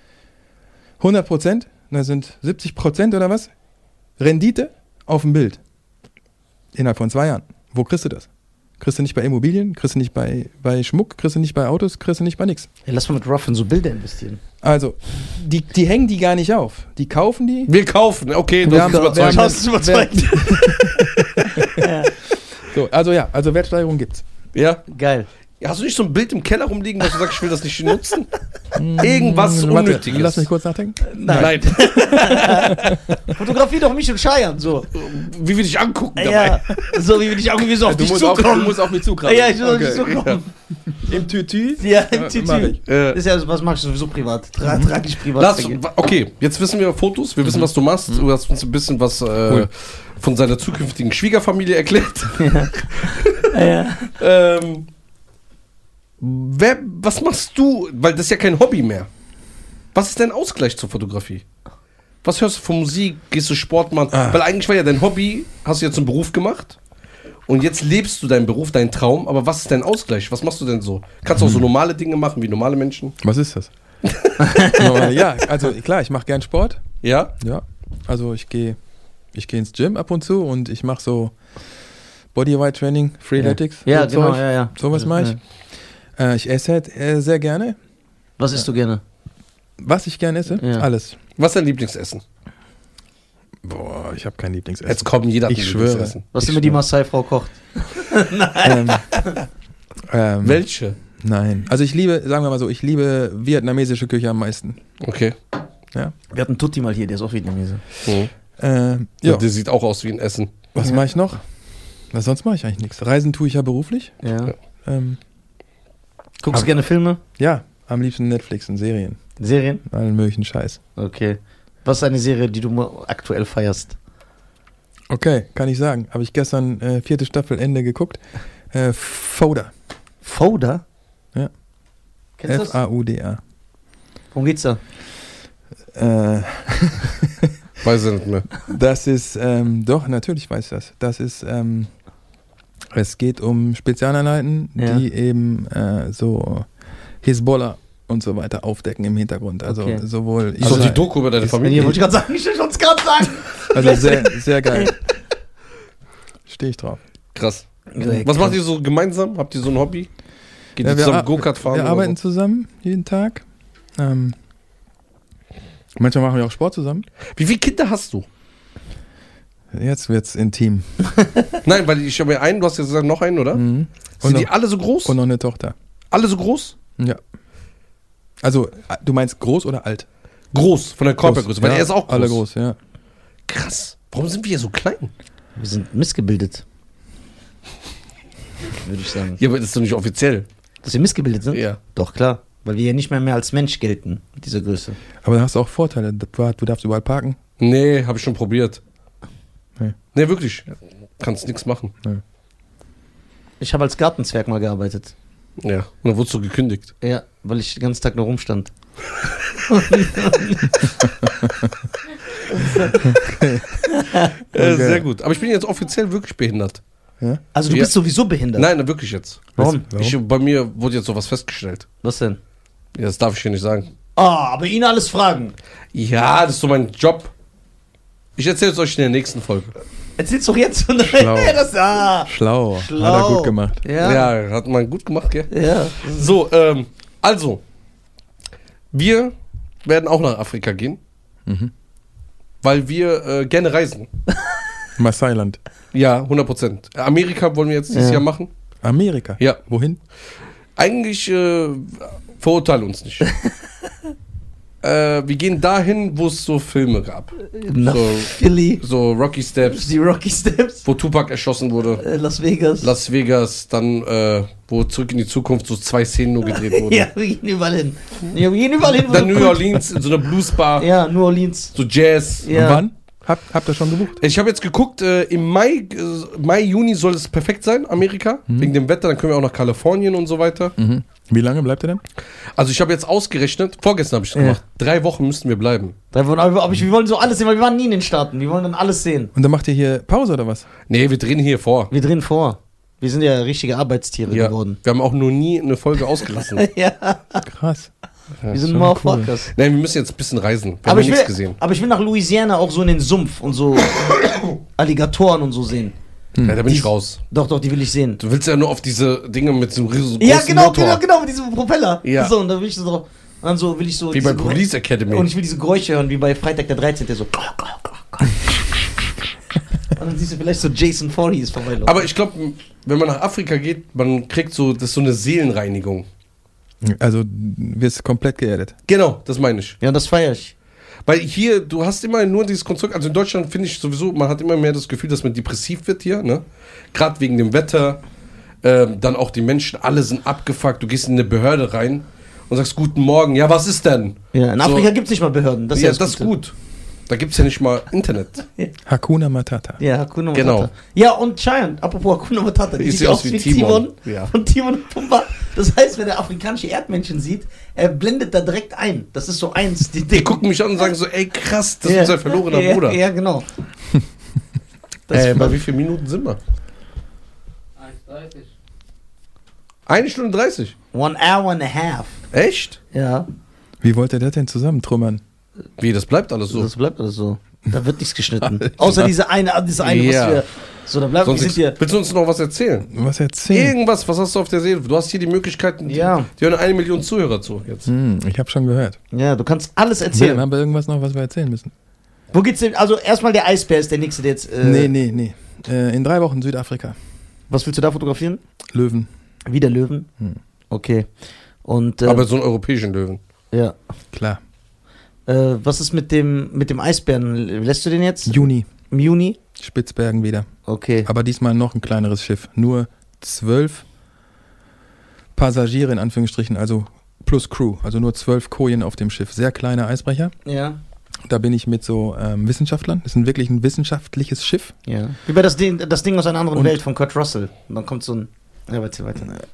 100%, das sind 70% oder was? Rendite auf dem Bild. Innerhalb von 2 Jahren. Wo kriegst du das? Kriegst du nicht bei Immobilien, kriegst du nicht bei Schmuck, kriegst du nicht bei Autos, kriegst du nicht bei nichts. Ja, lass mal mit Ruff in so Bilder investieren. Also, die hängen die gar nicht auf. Die kaufen die. Wir kaufen, okay, du Wir hast haben- uns wir überzeugt. haben- Hast du überzeugt? So, also Wertsteigerung gibt's. Ja? Geil. Hast du nicht so ein Bild im Keller rumliegen, dass du sagst, ich will das nicht nutzen? Irgendwas Warte, Unnötiges. lass mich kurz nachdenken. Nein. Fotografie doch mich und Scheiern, so. Wie wir dich angucken dabei. Ja, so wie wir dich auch irgendwie so auf dich zukommen. auf mich zukrabbeln. Ja, ich will auf dich zukommen. Im Tütü. Ja, im mach Tütü. ich. Ist ja, was machst du sowieso privat? Trag ich privat. Lass, okay, jetzt wissen wir Fotos, wir wissen, was du machst. Du hast uns ein bisschen was von seiner zukünftigen Schwiegerfamilie erklärt. Ja. Was machst du? Weil das ist ja kein Hobby mehr. Was ist dein Ausgleich zur Fotografie? Was hörst du von Musik? Gehst du Sport machen? Weil eigentlich war ja dein Hobby, hast du ja zum Beruf gemacht. Und jetzt lebst du deinen Beruf, deinen Traum. Aber was ist dein Ausgleich? Was machst du denn so? Kannst du auch so normale Dinge machen wie normale Menschen? Was ist das? Ja, also klar, ich mache gern Sport. Ja? Ja, also ich gehe ins Gym ab und zu und ich mache so Bodyweight Training, Freeletics. Ja, so genau, Zeug. ja. Sowas mache ich. Ich esse halt sehr gerne. Was isst du gerne? Was ich gerne esse? Ja. Alles. Was ist dein Lieblingsessen? Boah, ich habe kein Lieblingsessen. Jetzt kommen jeder hat Ich ein schwöre. Lieblingsessen. Was Ich immer die schwöre. Maasai-Frau kocht. Welche? Nein. Also ich liebe, sagen wir mal so, ich liebe vietnamesische Küche am meisten. Okay. Ja. Wir hatten Tutti mal hier, der ist auch Vietnamese. Mhm. Ja. Ja. Der sieht auch aus wie ein Essen. Was mache ich noch? Was sonst mache ich eigentlich nichts. Reisen tue ich ja beruflich. Ja. Ja. Guckst du gerne Filme? Ja, am liebsten Netflix und Serien. Serien? Allen möglichen Scheiß. Okay. Was ist eine Serie, die du aktuell feierst? Okay, kann ich sagen. Habe ich gestern 4. Staffel Ende geguckt. Fauda. Fauda? Ja. Kennst du das? F-A-U-D-A. Worum geht's da? Weiß ich nicht mehr. Das ist, doch, natürlich weiß ich das. Das ist, es geht um Spezialeinheiten, Ja. die eben so Hisbollah und so weiter aufdecken im Hintergrund. Also Okay. sowohl Also Israel- die Doku über deine Ja, Familie. wollte ich gerade sagen, ich wollte es gerade sagen. Also sehr, sehr geil. Stehe ich drauf. Krass. Was macht ihr so gemeinsam? Habt ihr so ein Hobby? Geht ihr Ja, zusammen Go-Kart fahren? Wir oder arbeiten zusammen jeden Tag. Manchmal machen wir auch Sport zusammen. so? Wie viele Kinder hast du? Jetzt wird's intim. Nein, weil ich habe ja einen, du hast ja gesagt, noch einen, oder? Mhm. Sind die alle so groß? Und noch eine Tochter. Alle so groß? Ja. Also, du meinst groß oder alt? Groß, von der Körpergröße, weil ja, er ist auch groß. Alle groß, ja. Krass. Warum sind wir hier so klein? Wir sind missgebildet. Würde ich sagen. Ja, aber das ist doch nicht offiziell. Dass wir missgebildet sind? Ja. Doch, klar. Weil wir ja nicht mehr als Mensch gelten mit dieser Größe. Aber da hast du auch Vorteile. Du darfst überall parken. Nee, habe ich schon probiert. Nee. Nee, wirklich. Kannst nichts machen. Ich habe als Gartenzwerg mal gearbeitet. Ja, und dann wurdest du gekündigt. Ja, weil ich den ganzen Tag nur rumstand. Sehr gut. Aber ich bin jetzt offiziell wirklich behindert. Ja? Also du Ja. bist sowieso behindert. Nein, wirklich jetzt. Warum? Bei mir wurde jetzt sowas festgestellt. Was denn? Ja, das darf ich hier nicht sagen. Aber ihn alles fragen. Ja, das ist so mein Job. Ich erzähle es euch in der nächsten Folge. Erzähl's doch jetzt. Schlau. Schlau. Hat er gut gemacht. Ja. Ja, hat man gut gemacht, gell? Ja. So, also, wir werden auch nach Afrika gehen, Mhm. weil wir gerne reisen. Maasailand. Ja, 100%. Amerika wollen wir jetzt dieses Ja. Jahr machen. Amerika. Ja. Wohin? Eigentlich verurteile uns nicht. Wir gehen dahin, wo es so Filme gab. Nach So, Philly. so Rocky Steps, Die Rocky Steps. wo Tupac erschossen wurde. Las Vegas. Las Vegas, dann wo Zurück in die Zukunft so 2 Szenen nur gedreht wurden. Ja, wir gehen überall hin. Ja, wir gehen überall hin. wo Dann du New guckst. Orleans in so einer Bluesbar, Ja, New Orleans. so Jazz. Ja. Und wann? Habt ihr schon gebucht? Ich habe jetzt geguckt, im Mai, Juni soll es perfekt sein, Amerika, wegen dem Wetter, dann können wir auch nach Kalifornien und so weiter. Mhm. Wie lange bleibt ihr denn? Also ich habe jetzt ausgerechnet, vorgestern habe ich es Ja. gemacht, 3 Wochen müssten wir bleiben. Aber wir wollen so alles sehen, weil wir waren nie in den Staaten. Wir wollen dann alles sehen. Und dann macht ihr hier Pause oder was? Nee, wir drehen hier vor. Wir drehen vor. Wir sind ja richtige Arbeitstiere Ja. geworden. Wir haben auch nur nie eine Folge ausgelassen. Ja, Krass. wir sind schon Motherfuckers. Nein, wir müssen jetzt ein bisschen reisen. Wir Aber haben ich, ja nichts will, gesehen. aber ich will nach Louisiana auch so in den Sumpf und so Alligatoren und so sehen. Ja, da bin Die- ich raus. Doch, die will ich sehen. Du willst ja nur auf diese Dinge mit so einem riesen Ja, großen genau, Motor. genau, mit diesem Propeller. Ja. So, und da will ich so drauf. Und dann so will ich so. Wie bei diese Police Gerä- Academy. Und ich will diese Geräusche hören, wie bei Freitag der 13. Der so. Und dann siehst du vielleicht so Jason Voorhees vorbeilaufen. Aber ich glaube, wenn man nach Afrika geht, man kriegt so, das ist so eine Seelenreinigung. Also wirst komplett geerdet. Genau, das meine ich. Ja, das feiere ich. Weil hier, du hast immer nur dieses Konstrukt, also in Deutschland finde ich sowieso, man hat immer mehr das Gefühl, dass man depressiv wird hier, ne? Gerade wegen dem Wetter, dann auch die Menschen, alle sind abgefuckt, du gehst in eine Behörde rein und sagst, guten Morgen, ja, was ist denn? Ja, in So. Afrika gibt es nicht mal Behörden. Das ist Ja, ja das ist Gute. gut. Da gibt es ja nicht mal Internet. Hakuna Matata. Ja, Hakuna Matata. Genau. Ja, und Cheyenne, apropos Hakuna Matata, die Sieht sieht aus aus wie wie Timon. Timon Ja. von Timon und Pumba. Das heißt, wenn er afrikanische Erdmännchen sieht, er blendet da direkt ein. Das ist so eins. Die gucken mich an und sagen so, ey krass, das Ja. ist unser verlorener Ja, Bruder. Ja, genau. Das Bei wie vielen Minuten sind wir? 1,30. 1 Stunde 30. 1 hour and a half. Echt? Ja, Wie wollt ihr das denn zusammentrümmern? Wie, das bleibt alles so. das bleibt alles so. Da wird nichts geschnitten. Außer diese eine Ja. was wir. So, da bleibt Sonst wir sind hier. willst du uns noch was erzählen? Was erzählen? Irgendwas, was hast du auf der Seele? Du hast hier die Möglichkeiten, Ja. die hören 1 Million Zuhörer zu jetzt. Ich habe schon gehört. Ja, du kannst alles Erzählen. erzählen. Haben wir irgendwas noch, was wir erzählen müssen? Wo geht's denn? Also erstmal der Eisbär ist der nächste, der jetzt. Nee. In 3 Wochen Südafrika. Was willst du da fotografieren? Löwen. Wieder Löwen? Okay. Und Aber so einen europäischen Löwen. ja. Klar. Was ist mit dem Eisbären? Lässt du den jetzt? Juni. Im Juni? Spitzbergen wieder. Okay. Aber diesmal noch ein kleineres Schiff. Nur 12 Passagiere in Anführungsstrichen, also plus Crew. Also nur 12 Kojen auf dem Schiff. Sehr kleiner Eisbrecher. Ja. Da bin ich mit so Wissenschaftlern. Das ist wirklich ein wissenschaftliches Schiff. Ja. Wie bei das Ding aus einer anderen Und- Welt von Kurt Russell. Und dann kommt so ein. Ja, weiter.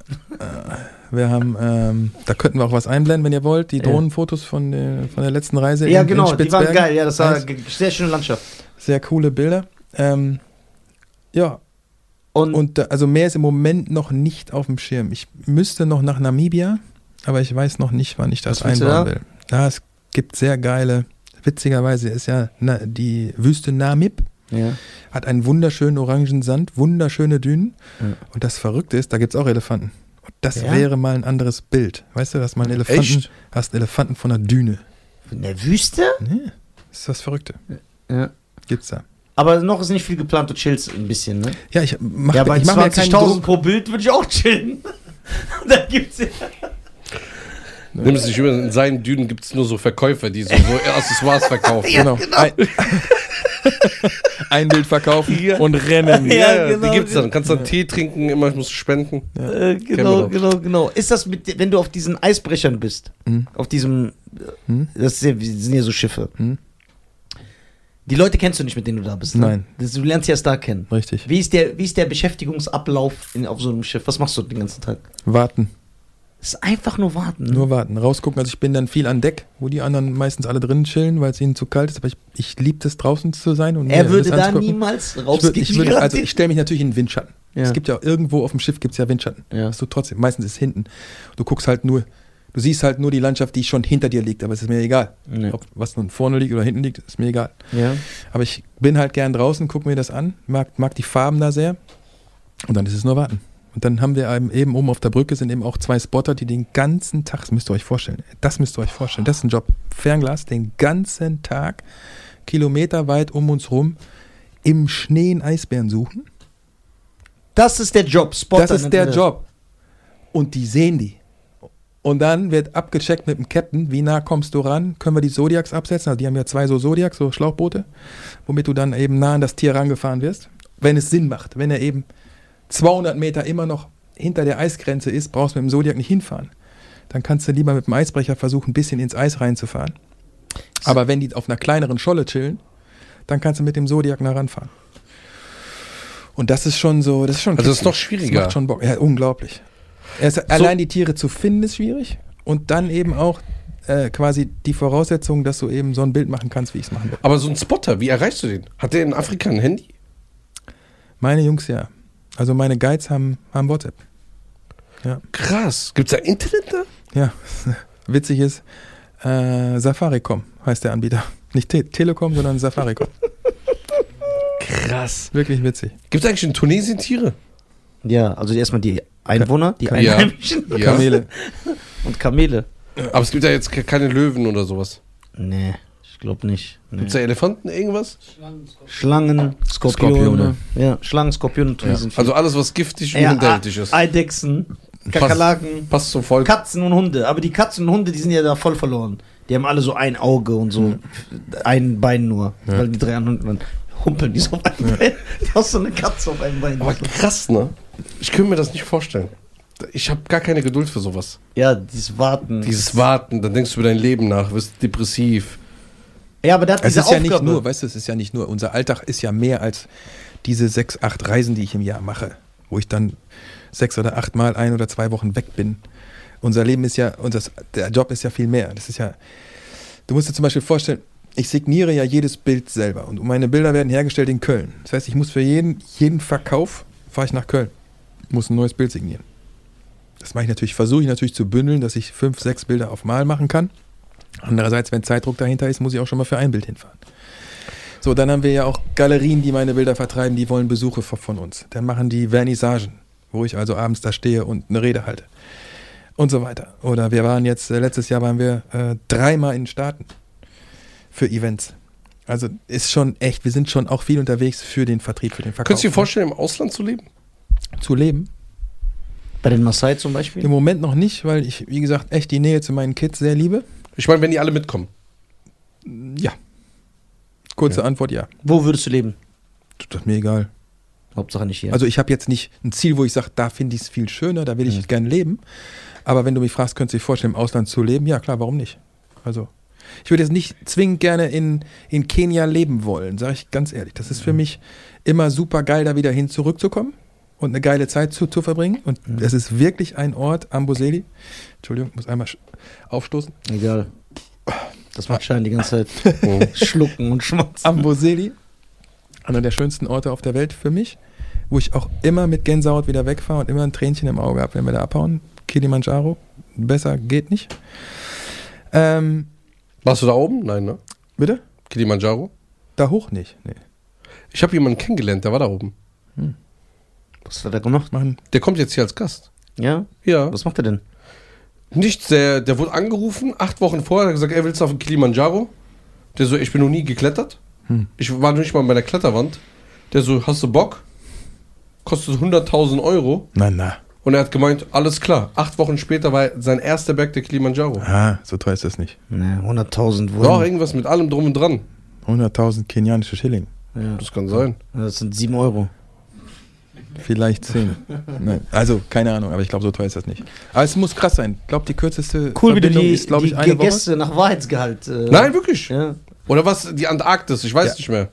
Wir haben, da könnten wir auch was einblenden, wenn ihr wollt. Die Ja. Drohnenfotos von der letzten Reise Ja, in genau, die Spitzbergen. waren geil. Ja, das war Eis. sehr schöne Landschaft. Sehr coole Bilder. Ja, Und, also mehr ist im Moment noch nicht auf dem Schirm. Ich müsste noch nach Namibia, aber ich weiß noch nicht, wann ich das Was willst du einbauen da? will. Ja, es gibt sehr geile, witzigerweise ist ja die Wüste Namib, ja. hat einen wunderschönen orangen Sand, wunderschöne Dünen. Ja. Und das Verrückte ist, da gibt es auch Elefanten. Und das Ja? wäre mal ein anderes Bild. Weißt du, dass man Elefanten, Echt? hast Elefanten von der Düne. In der Wüste? Nee, das ist das Verrückte. Ja. Gibt's da. Aber noch ist nicht viel geplant, du chillst ein bisschen, ne? Ja, ich mach, Ja, bei ich mach mir keinen 20.000 Druck. pro Bild würde ich auch chillen. Da gibt's ja. Nimm es nicht über, in seinen Dünen gibt es nur so Verkäufer, die so Accessoires verkaufen. Genau. Ein Bild verkaufen Ja. und rennen. Ja, Die genau. gibt's dann. Kannst dann Tee trinken, immer musst du spenden. Genau. Ist das mit, wenn du auf diesen Eisbrechern bist, auf diesem, das sind ja so Schiffe. Die Leute kennst du nicht, mit denen du da bist. Ne? Nein. Du lernst sie erst da kennen. Richtig. Wie ist der Beschäftigungsablauf auf so einem Schiff? Was machst du den ganzen Tag? Warten. Es ist einfach nur warten. Ne? Nur warten. Rausgucken. Also ich bin dann viel an Deck, wo die anderen meistens alle drinnen chillen, weil es ihnen zu kalt ist. Aber ich liebe es, draußen zu sein. Und Er mir würde das da anzugucken. niemals rausgehen. Ich stelle mich natürlich in den Windschatten. Ja. Es gibt ja irgendwo auf dem Schiff gibt's ja Windschatten. Ja. Hast du trotzdem. Meistens ist es hinten. Du guckst halt nur, du siehst halt nur die Landschaft, die schon hinter dir liegt. Aber es ist mir egal. Nee. Ob was nun vorne liegt oder hinten liegt, ist mir egal. Ja. Aber ich bin halt gern draußen, gucke mir das an, mag die Farben da sehr. Und dann ist es nur warten. Und dann haben wir eben oben auf der Brücke sind eben auch 2 Spotter, die den ganzen Tag, das müsst ihr euch vorstellen, das ist ein Job. Fernglas, den ganzen Tag, kilometerweit um uns rum, im Schnee einen Eisbären suchen. Das ist der Job, Spotter. Das ist der Job. Und die sehen die. Und dann wird abgecheckt mit dem Captain, wie nah kommst du ran, können wir die Zodiacs absetzen, also die haben ja 2 so Zodiacs, so Schlauchboote, womit du dann eben nah an das Tier rangefahren wirst. Wenn es Sinn macht, wenn er eben 200 Meter immer noch hinter der Eisgrenze ist, brauchst du mit dem Zodiac nicht hinfahren. Dann kannst du lieber mit dem Eisbrecher versuchen, ein bisschen ins Eis reinzufahren. Aber wenn die auf einer kleineren Scholle chillen, dann kannst du mit dem Zodiac nah ranfahren. Und das ist schon so, das ist schon Also das ist kitzig. noch schwieriger. Das macht schon Bock. Ja, unglaublich. Allein die Tiere zu finden ist schwierig und dann eben auch quasi die Voraussetzung, dass du eben so ein Bild machen kannst, wie ich es machen will. Aber so ein Spotter, wie erreichst du den? Hat der in Afrika ein Handy? Meine Jungs ja. Also meine Guides haben WhatsApp. Krass. Gibt's da Internet da? Ja, witzig ist, Safaricom heißt der Anbieter. Nicht Telekom, sondern Safaricom. Krass. Wirklich witzig. Gibt's eigentlich in Tunesien Tiere? Ja, also erstmal die Einwohner, die Ja. Einheimischen Ja. Kamele. und Kamele. Aber es gibt ja jetzt keine Löwen oder sowas. Nee, ich glaube nicht. Nee. Gibt's da Elefanten, irgendwas? Schlangen, Skorpione. Ja, Schlangen, Skorpione und Tunesien. Also alles, was giftig und ja, hinterhältig ist. Eidechsen, Kakerlaken, Passt zum Volk. Katzen und Hunde. Aber die Katzen und Hunde, die sind ja da voll verloren. Die haben alle so ein Auge und so ein Bein nur. Weil die 3 anderen Hunden humpeln die so auf einem Bein. Die hast so eine Katze auf einem Bein. Aber krass, ne? Ich könnte mir das nicht vorstellen. Ich habe gar keine Geduld für sowas. Ja, dieses Warten. Dieses Warten, dann denkst du über dein Leben nach, wirst depressiv. Ja, aber der hat Es diese ist ja Aufgabe. nicht nur, weißt du, es ist ja nicht nur, unser Alltag ist ja mehr als diese 6, 8 Reisen, die ich im Jahr mache, wo ich dann 6 oder 8 Mal 1 oder 2 Wochen weg bin. Unser Leben ist ja, der Job ist ja viel mehr. Das ist ja, du musst dir zum Beispiel vorstellen, ich signiere ja jedes Bild selber und meine Bilder werden hergestellt in Köln. Das heißt, ich muss für jeden Verkauf, fahre ich nach Köln, muss ein neues Bild signieren. Das mache ich natürlich, versuche ich natürlich zu bündeln, dass ich 5, 6 Bilder auf Mal machen kann. Andererseits, wenn Zeitdruck dahinter ist, muss ich auch schon mal für ein Bild hinfahren. So, dann haben wir ja auch Galerien, die meine Bilder vertreiben, die wollen Besuche von uns. Dann machen die Vernissagen, wo ich also abends da stehe und eine Rede halte. Und so weiter. Oder wir waren jetzt, letztes Jahr waren wir 3-mal in den Staaten für Events. Also ist schon echt, wir sind schon auch viel unterwegs für den Vertrieb, für den Verkauf. Könntest du dir vorstellen, im Ausland zu leben? Zu leben? Bei den Maasai zum Beispiel? Im Moment noch nicht, weil ich, wie gesagt, echt die Nähe zu meinen Kids sehr liebe. Ich meine, wenn die alle mitkommen. Ja. Kurze Okay. Antwort, ja. Wo würdest du leben? Das ist mir egal. Hauptsache nicht hier. Also ich habe jetzt nicht ein Ziel, wo ich sage, da finde ich es viel schöner, da will ich gerne leben. Aber wenn du mich fragst, könntest du dir vorstellen, im Ausland zu leben? Ja, klar, warum nicht? Also ich würde jetzt nicht zwingend gerne in Kenia leben wollen, sage ich ganz ehrlich. Das ist für mich immer super geil, da wieder hin zurückzukommen und eine geile Zeit zu verbringen. Und es ist wirklich ein Ort, Amboseli. Entschuldigung, ich muss einmal aufstoßen. Egal. Das macht Schein die ganze Zeit. Schlucken und schmatzen. Amboseli, einer der schönsten Orte auf der Welt für mich, wo ich auch immer mit Gänsehaut wieder wegfahre und immer ein Tränchen im Auge habe, wenn wir da abhauen. Kilimanjaro, besser geht nicht. Warst du da oben? Nein, ne? Bitte? Kilimanjaro? Da hoch nicht. Nee. Ich habe jemanden kennengelernt, der war da oben. Was hat er gemacht? Machen. Der kommt jetzt hier als Gast. Ja? Ja. Was macht er denn? Nichts, der wurde angerufen, 8 Wochen vorher, hat gesagt, willst du auf den Kilimanjaro? Der so, ich bin noch nie geklettert. Ich war nicht mal bei der Kletterwand. Der so, hast du Bock? Kostet 100.000 Euro. Na. Und er hat gemeint, alles klar. 8 Wochen später war sein erster Berg der Kilimanjaro. Ah, so teuer ist das nicht. Ne, 100.000 Doch, irgendwas mit allem drum und dran. 100.000 kenianische Schilling. Ja. Das kann sein. Das sind 7 Euro. Vielleicht 10. Nein, also, keine Ahnung, aber ich glaube, so teuer ist das nicht. Aber es muss krass sein. Ich glaube, die kürzeste Cool, wie du Verbindung die, ist, glaube ich, die eine Woche. Gäste nach Wahrheitsgehalt. Nein, wirklich. Ja. Oder was? Die Antarktis, ich weiß Ja. nicht mehr.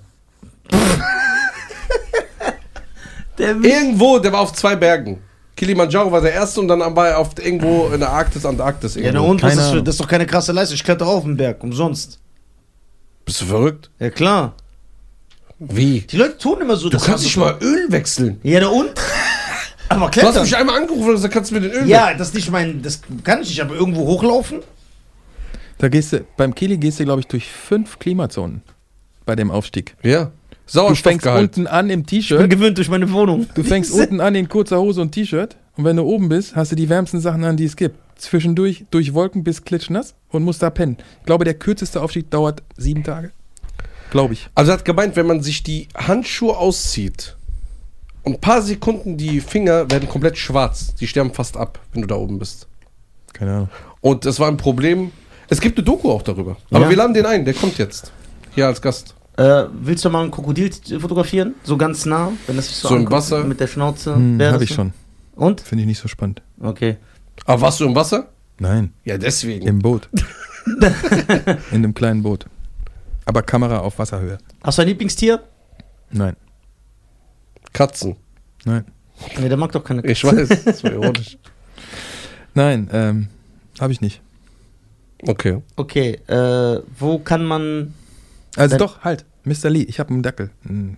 Der Irgendwo, der war auf 2 Bergen. Kilimanjaro war der erste und dann war er auf irgendwo in der Arktis, Antarktis. ja, Irgendwo. na und, was Keine ist Ahnung. das ist doch keine krasse Leistung. Ich kletter auf den Berg, umsonst. Bist du verrückt? Ja, klar. Wie? Die Leute tun immer so. Du kannst nicht mal Öl wechseln. Ja, na und? Aber Du hast klettern. mich einmal angerufen und gesagt, kannst du mir den Öl Ja, das ist nicht mein. Das kann ich nicht, aber irgendwo hochlaufen? Da gehst du, beim Kili gehst du, glaube ich, durch 5 Klimazonen bei dem Aufstieg. Ja. Du fängst Sauerstoffgehalt. unten an im Ich bin T-Shirt. gewöhnt durch meine Wohnung. Du fängst unten an in kurzer Hose und T-Shirt. Und wenn du oben bist, hast du die wärmsten Sachen an, die es gibt. Zwischendurch durch Wolken bis klitschnass und musst da pennen. Ich glaube, der kürzeste Aufstieg dauert 7 Tage. Glaube ich. Also er hat gemeint, wenn man sich die Handschuhe auszieht und ein paar Sekunden die Finger werden komplett schwarz. Die sterben fast ab, wenn du da oben bist. Keine Ahnung. Und das war ein Problem. Es gibt eine Doku auch darüber. Aber Ja. wir laden den ein, der kommt jetzt. Hier als Gast. Willst du mal ein Krokodil fotografieren? So ganz nah, wenn das sich so So im anguckt, Wasser? mit der Schnauze. Wäre Habe das ich so? schon. Und? Finde ich nicht so spannend. Okay. Aber warst du im Wasser? Nein, Ja, deswegen. im Boot. In einem kleinen Boot. Aber Kamera auf Wasserhöhe. Hast du ein Lieblingstier? Nein, Katzen. nein. Nee, der mag doch keine Ich weiß, das war ironisch. Nein, habe ich nicht. Okay. Okay, wo kann man. Also Dann- doch, halt. Mr. Lee, ich habe einen Dackel.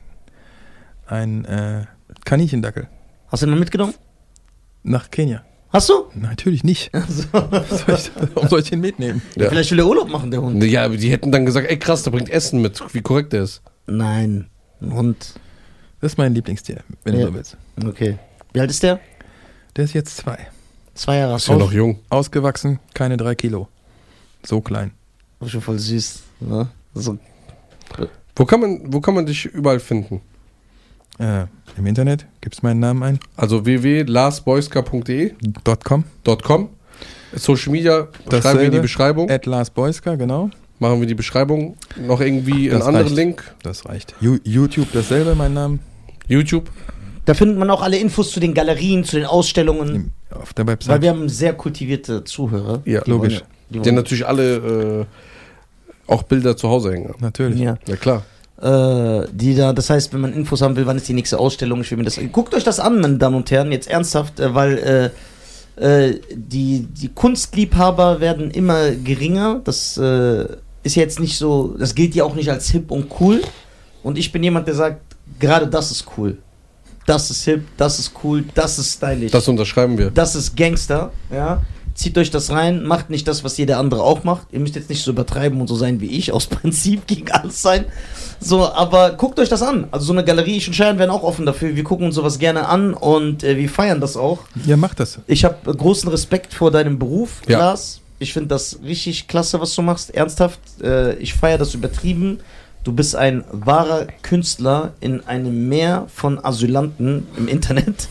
Ein Kaninchendackel. Hast du den mal mitgenommen? Nach Kenia. Hast du? Natürlich nicht. Warum soll ich ihn mitnehmen? Ja. Vielleicht will er Urlaub machen, der Hund. Ja, aber die hätten dann gesagt, ey krass, der bringt Essen mit, wie korrekt der ist. Nein, ein Hund. Das ist mein Lieblingstier, wenn du Ja. so willst. Okay. Wie alt ist der? Der ist jetzt 2. 2 Jahre. Ist ja noch jung. Ausgewachsen, keine 3 Kilo. So klein. Auch schon voll süß. Ne? So. Wo kann man dich überall finden? Im Internet gibst meinen Namen ein. Also www.larsboyska.de .com. Social Media, schreiben wir in Dasselbe. die Beschreibung. @LarsBoyska, genau. Machen wir die Beschreibung. Noch irgendwie einen Das anderen reicht. Link. Das reicht. YouTube dasselbe, mein Name. YouTube. Da findet man auch alle Infos zu den Galerien, zu den Ausstellungen. Auf der Weil Website. wir haben sehr kultivierte Zuhörer. Ja, Die logisch. wollen- Die Die wollen, natürlich alle auch Bilder zu Hause hängen. Natürlich. ja. Ja klar. Die da, das heißt, wenn man Infos haben will, wann ist die nächste Ausstellung, ich will mir das. Guckt euch das an, meine Damen und Herren, jetzt ernsthaft, weil die Kunstliebhaber werden immer geringer. Das ist jetzt nicht so, das gilt ja auch nicht als hip und cool. Und ich bin jemand, der sagt, gerade das ist cool. Das ist hip, das ist cool, das ist stylisch. Das unterschreiben wir. Das ist Gangster, ja. Zieht euch das rein, macht nicht das, was jeder andere auch macht. Ihr müsst jetzt nicht so übertreiben und so sein wie ich, aus Prinzip gegen alles sein. So, aber guckt euch das an. Also so eine Galerie, ich und Scheiern werden auch offen dafür. Wir gucken uns sowas gerne an und wir feiern das auch. Ja, mach das. Ich habe großen Respekt vor deinem Beruf, Ja. Lars. Ich finde das richtig klasse, was du machst. Ernsthaft, ich feiere das übertrieben. Du bist ein wahrer Künstler in einem Meer von Asylanten im Internet.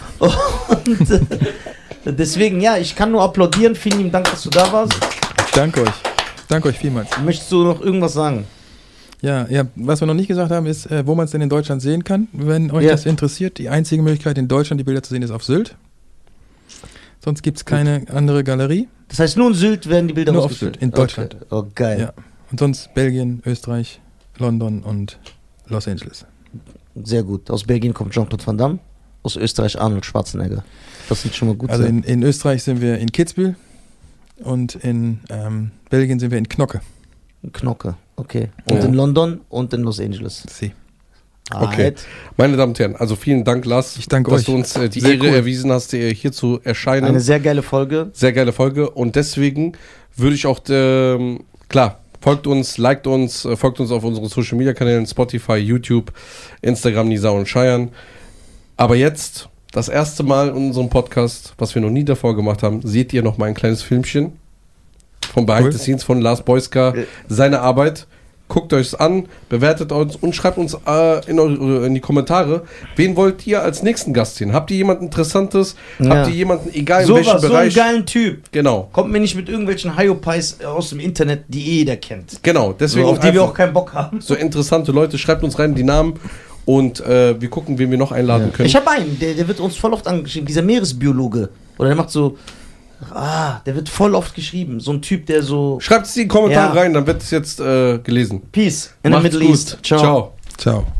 Und deswegen, ja, ich kann nur applaudieren. Vielen lieben Dank, dass du da warst. Ich danke euch. Danke euch vielmals. Möchtest du noch irgendwas sagen? Ja, was wir noch nicht gesagt haben, ist, wo man es denn in Deutschland sehen kann. Wenn euch Ja. das interessiert, die einzige Möglichkeit in Deutschland, die Bilder zu sehen, ist auf Sylt. Sonst gibt es keine andere Galerie. Das heißt, nur in Sylt werden die Bilder Nur auf ausgestellt? Sylt, in Deutschland. Okay. Oh, geil. Ja. Und sonst Belgien, Österreich, London und Los Angeles. Sehr gut. Aus Belgien kommt Jean-Claude Van Damme. Aus Österreich Arnold Schwarzenegger. Das sieht schon mal gut Also aus. in Österreich sind wir in Kitzbühel und in Belgien sind wir in Knocke. Knocke. Okay. Und Ja. in London und in Los Angeles. See. Okay. Alright. Meine Damen und Herren, also vielen Dank, Lars, Ich danke dass euch. du uns die Sehr Ehre cool. erwiesen hast, hier zu erscheinen. Eine sehr geile Folge. Sehr geile Folge und deswegen würde ich auch, klar, folgt uns, liked uns, folgt uns auf unseren Social Media Kanälen, Spotify, YouTube, Instagram, Nisa und Scheiern. Aber jetzt, das erste Mal in unserem Podcast, was wir noch nie davor gemacht haben, seht ihr noch mal ein kleines Filmchen vom Behind Cool. the Scenes von Lars Boyska, seine Arbeit. Guckt euch's an, bewertet uns und schreibt uns in die Kommentare, wen wollt ihr als nächsten Gast sehen? Habt ihr jemanden Interessantes? Ja. Habt ihr jemanden, egal in So welchem was, so einen Bereich? geilen Typ. Genau, Kommt mir nicht mit irgendwelchen Hyopies aus dem Internet, die jeder kennt. genau. Deswegen So, auf die wir einfach auch keinen Bock haben. so interessante Leute, schreibt uns rein die Namen und wir gucken, wen wir noch einladen können. Ich habe einen, der wird uns voll oft angeschrieben, dieser Meeresbiologe. Oder der macht so, der wird voll oft geschrieben. So ein Typ, der so, Schreibt es in die Kommentare Ja. rein, dann wird es jetzt gelesen. Peace in the Macht's Middle gut. East. Ciao. Ciao. Ciao.